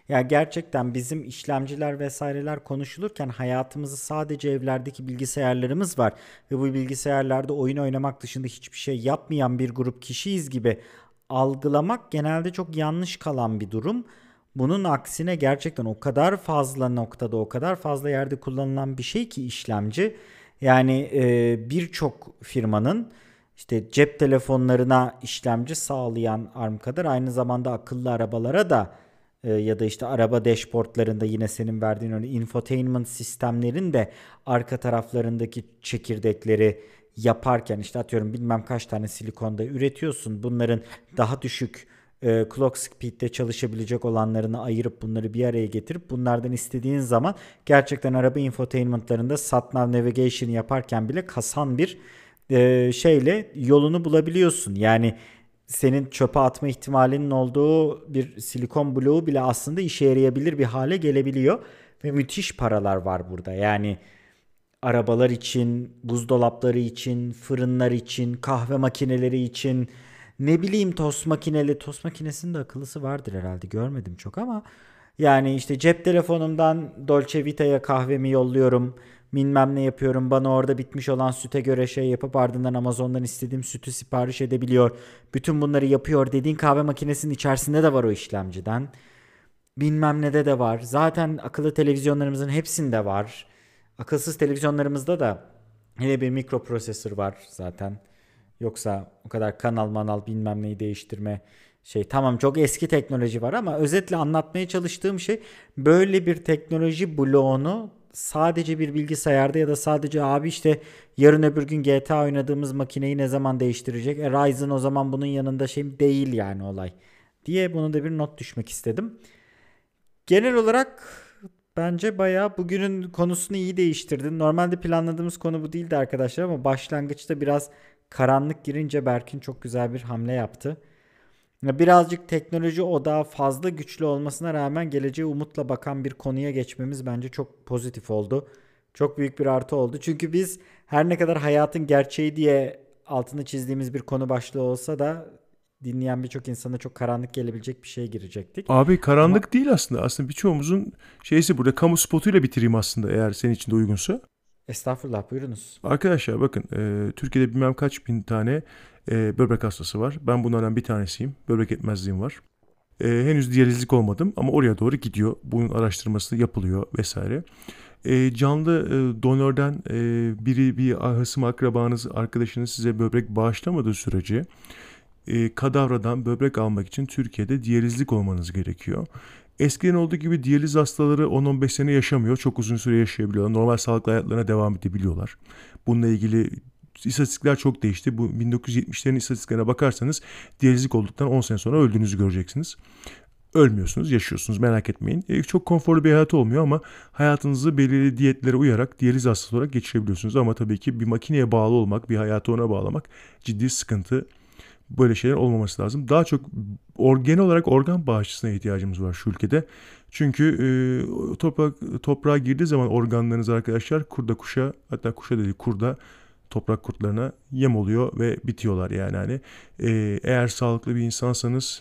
Ya gerçekten bizim işlemciler vesaireler konuşulurken hayatımızı sadece evlerdeki bilgisayarlarımız var ve bu bilgisayarlarda oyun oynamak dışında hiçbir şey yapmayan bir grup kişiyiz gibi algılamak genelde çok yanlış kalan bir durum. Bunun aksine gerçekten o kadar fazla noktada, o kadar fazla yerde kullanılan bir şey ki işlemci. Yani e, birçok firmanın işte cep telefonlarına işlemci sağlayan ARM kadar aynı zamanda akıllı arabalara da e, ya da işte araba dashboardlarında yine senin verdiğin örneğin infotainment sistemlerin de arka taraflarındaki çekirdekleri yaparken işte atıyorum bilmem kaç tane silikonda üretiyorsun. Bunların daha düşük e, clock speed'de çalışabilecek olanlarını ayırıp bunları bir araya getirip bunlardan istediğin zaman gerçekten araba infotainmentlarında sat-nav navigation yaparken bile kasan bir e, şeyle yolunu bulabiliyorsun. Yani senin çöpe atma ihtimalinin olduğu bir silikon bloğu bile aslında işe yarayabilir bir hale gelebiliyor. Ve müthiş paralar var burada. Yani arabalar için, buzdolapları için, fırınlar için, kahve makineleri için, ne bileyim tost makineli, tost makinesinin de akıllısı vardır herhalde görmedim çok ama yani işte cep telefonumdan Dolce Vita'ya kahvemi yolluyorum. Bilmem ne yapıyorum. Bana orada bitmiş olan süte göre şey yapıp ardından Amazon'dan istediğim sütü sipariş edebiliyor. Bütün bunları yapıyor dediğin kahve makinesinin içerisinde de var o işlemciden. Bilmem ne de de var. Zaten akıllı televizyonlarımızın hepsinde var. Akılsız televizyonlarımızda da yine bir mikroprosesör var zaten. Yoksa o kadar kanal manal bilmem neyi değiştirme şey. Tamam çok eski teknoloji var ama özetle anlatmaya çalıştığım şey böyle bir teknoloji bloğunu sadece bir bilgisayarda ya da sadece abi işte yarın öbür gün G T A oynadığımız makineyi ne zaman değiştirecek? E Ryzen o zaman bunun yanında şey değil yani olay diye bunu da bir not düşmek istedim. Genel olarak bence bayağı bugünün konusunu iyi değiştirdin. Normalde planladığımız konu bu değildi arkadaşlar ama başlangıçta biraz karanlık girince Berkin çok güzel bir hamle yaptı. Birazcık teknoloji odağı fazla güçlü olmasına rağmen geleceğe umutla bakan bir konuya geçmemiz bence çok pozitif oldu. Çok büyük bir artı oldu. Çünkü biz her ne kadar hayatın gerçeği diye altını çizdiğimiz bir konu başlığı olsa da dinleyen birçok insana çok karanlık gelebilecek bir şeye girecektik. Abi Ama karanlık değil aslında. Aslında birçoğumuzun şeysi burada kamu spotuyla bitireyim aslında eğer senin için de uygunsa. estağfurullah buyurunuz. Arkadaşlar bakın e, Türkiye'de bilmem kaç bin tane e, böbrek hastası var. Ben bunlardan bir tanesiyim. Böbrek yetmezliğim var. E, henüz diyalizlik olmadım ama oraya doğru gidiyor. Bunun araştırması yapılıyor vesaire. E, canlı e, donörden e, biri bir hısım akrabanız, arkadaşınız size böbrek bağışlamadığı sürece e, kadavradan böbrek almak için Türkiye'de diyalizlik olmanız gerekiyor. Eskiden olduğu gibi diyaliz hastaları on on beş sene yaşamıyor. Çok uzun süre yaşayabiliyorlar. Normal sağlıklı hayatlarına devam edebiliyorlar. Bununla ilgili istatistikler çok değişti. Bu bin dokuz yüz yetmişlerin istatistiklerine bakarsanız diyalizlik olduktan on sene sonra öldüğünüzü göreceksiniz. Ölmüyorsunuz, yaşıyorsunuz merak etmeyin. E, çok konforlu bir hayat olmuyor ama hayatınızı belirli diyetlere uyarak diyaliz hastası olarak geçirebiliyorsunuz. Ama tabii ki bir makineye bağlı olmak, bir hayatı ona bağlamak ciddi sıkıntı. Böyle şeyler olmaması lazım. Daha çok or, genel olarak organ bağışçısına ihtiyacımız var şu ülkede. Çünkü e, toprak, toprağa girdiği zaman organlarınız arkadaşlar kurda kuşa, hatta kuşa değil kurda, toprak kurtlarına yem oluyor ve bitiyorlar yani hani. E, eğer sağlıklı bir insansanız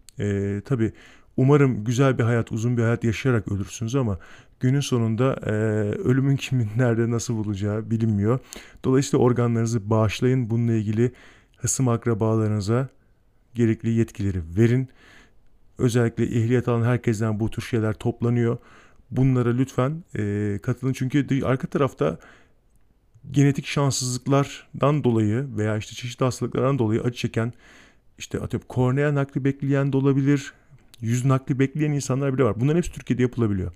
e, tabii umarım güzel bir hayat, uzun bir hayat yaşayarak ölürsünüz ama günün sonunda e, ölümün kimin nerede nasıl bulacağı bilinmiyor. Dolayısıyla organlarınızı bağışlayın. Bununla ilgili hısım akrabalarınıza gerekli yetkileri verin. Özellikle ehliyet alan herkesten bu tür şeyler toplanıyor. Bunlara lütfen e, katılın. Çünkü arka tarafta genetik şanssızlıklardan dolayı veya işte çeşitli hastalıklardan dolayı acı çeken, işte atıyorum kornea nakli bekleyen de olabilir, yüz nakli bekleyen insanlar bile var. Bunların hepsi Türkiye'de yapılabiliyor.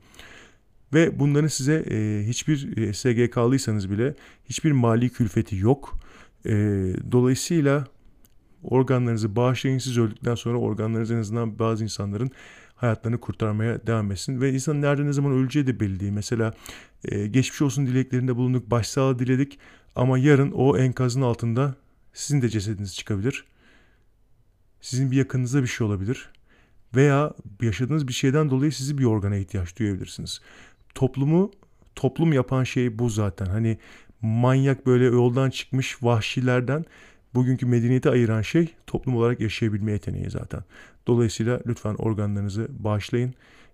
Ve bunların size e, hiçbir e, S G K'lıysanız bile hiçbir mali külfeti yok. E, dolayısıyla organlarınızı bağışlayın. Siz öldükten sonra organlarınız en azından bazı insanların hayatlarını kurtarmaya devam etsin. Ve insanın nerede ne zaman öleceği de belli değil. Mesela e, geçmiş olsun dileklerinde bulunduk, başsağlığı diledik ama yarın o enkazın altında sizin de cesediniz çıkabilir. Sizin bir yakınınıza bir şey olabilir. Veya yaşadığınız bir şeyden dolayı sizi bir organa ihtiyaç duyabilirsiniz. Toplumu toplum yapan şey bu zaten. Hani manyak böyle yoldan çıkmış vahşilerden bugünkü medeniyeti ayıran şey toplum olarak yaşayabilme yeteneği zaten. Dolayısıyla lütfen organlarınızı bağışlayın.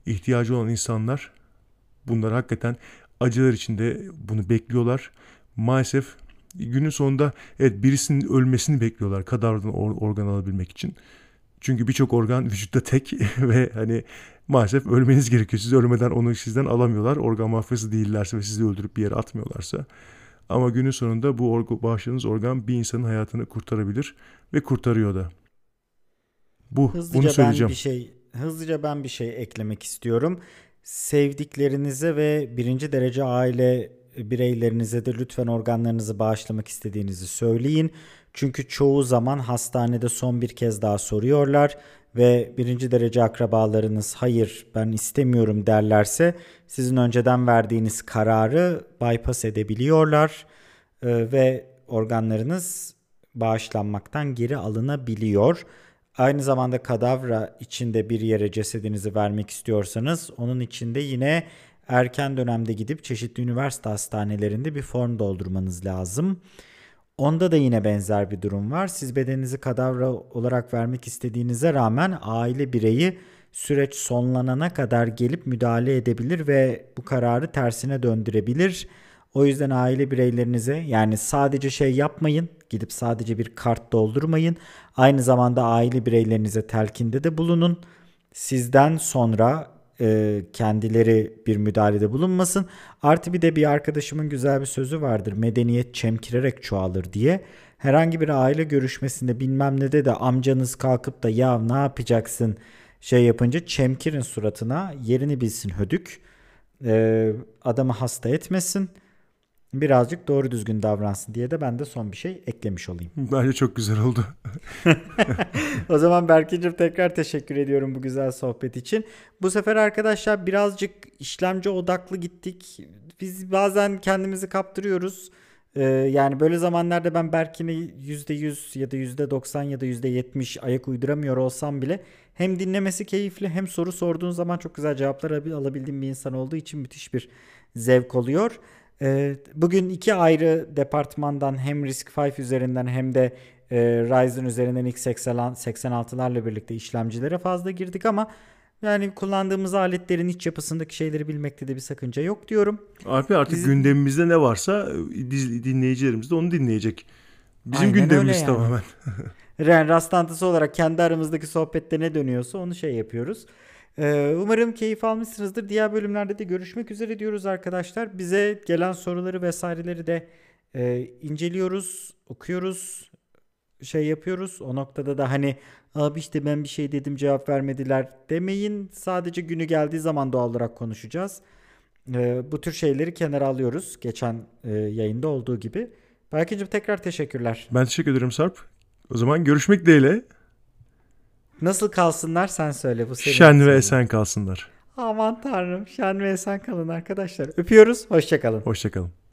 ihtiyacı olan insanlar bunlar hakikaten acılar içinde bunu bekliyorlar. Maalesef günün sonunda evet birisinin ölmesini bekliyorlar kadavradan or- organ alabilmek için. Çünkü birçok organ vücutta tek ve hani maalesef ölmeniz gerekiyor. Siz ölmeden onu sizden alamıyorlar. Organ mafyası değillerse ve sizi öldürüp bir yere atmıyorlarsa. Ama günün sonunda bu orga, bağışladığınız organ bir insanın hayatını kurtarabilir ve kurtarıyor da. Bu, Hızlıca bunu ben söyleyeceğim. bir şey hızlıca ben bir şey eklemek istiyorum. Sevdiklerinize ve birinci derece aile bireylerinize de lütfen organlarınızı bağışlamak istediğinizi söyleyin. Çünkü çoğu zaman hastanede son bir kez daha soruyorlar ve birinci derece akrabalarınız hayır ben istemiyorum derlerse sizin önceden verdiğiniz kararı bypass edebiliyorlar Ee, ve organlarınız bağışlanmaktan geri alınabiliyor. Aynı zamanda kadavra içinde bir yere cesedinizi vermek istiyorsanız onun içinde yine erken dönemde gidip çeşitli üniversite hastanelerinde bir form doldurmanız lazım. Onda da yine benzer bir durum var. Siz bedeninizi kadavra olarak vermek istediğinize rağmen aile bireyi süreç sonlanana kadar gelip müdahale edebilir ve bu kararı tersine döndürebilir. O yüzden aile bireylerinize yani sadece şey yapmayın, gidip sadece bir kart doldurmayın. Aynı zamanda aile bireylerinize telkinde de bulunun. Sizden sonra e, kendileri bir müdahalede bulunmasın. Artı bir de bir arkadaşımın güzel bir sözü vardır. Medeniyet çemkirerek çoğalır diye. Herhangi bir aile görüşmesinde bilmem ne de de amcanız kalkıp da ya ne yapacaksın şey yapınca çemkirin suratına yerini bilsin hödük. E, adamı hasta etmesin. Birazcık doğru düzgün davransın diye de ben de son bir şey eklemiş olayım. Bence çok güzel oldu. O zaman Berkin'cim tekrar teşekkür ediyorum bu güzel sohbet için. Bu sefer arkadaşlar birazcık işlemci odaklı gittik. Biz bazen kendimizi kaptırıyoruz. Ee, yani böyle zamanlarda ben Berkin'e yüzde yüz ya da yüzde doksan ya da yüzde yetmiş ayak uyduramıyor olsam bile hem dinlemesi keyifli hem soru sorduğun zaman çok güzel cevaplar alabildiğim bir insan olduğu için müthiş bir zevk oluyor. Bugün iki ayrı departmandan hem Risk beş üzerinden hem de e, Ryzen üzerinden x seksen altılarla birlikte işlemcilere fazla girdik ama yani kullandığımız aletlerin iç yapısındaki şeyleri bilmekte de bir sakınca yok diyorum. Abi artık Biz, gündemimizde ne varsa dinleyicilerimiz de onu dinleyecek. Bizim aynen öyle gündemimiz yani. tamamen. Yani rastlantısı olarak kendi aramızdaki sohbette ne dönüyorsa onu şey yapıyoruz. Ee, umarım keyif almışsınızdır. Diğer bölümlerde de görüşmek üzere diyoruz arkadaşlar. Bize gelen soruları vesaireleri de e, inceliyoruz, okuyoruz, şey yapıyoruz. O noktada da hani abi işte ben bir şey dedim cevap vermediler demeyin. Sadece günü geldiği zaman doğal olarak konuşacağız. Ee, bu tür şeyleri kenara alıyoruz. Geçen e, yayında olduğu gibi. Berkin'cim tekrar teşekkürler. Ben teşekkür ederim Sarp. O zaman görüşmek dileğiyle. Nasıl kalsınlar sen söyle. Bu senin Şen ve sorun. esen kalsınlar. Aman tanrım. Şen ve esen kalın arkadaşlar. Öpüyoruz. Hoşça kalın. Hoşça kalın.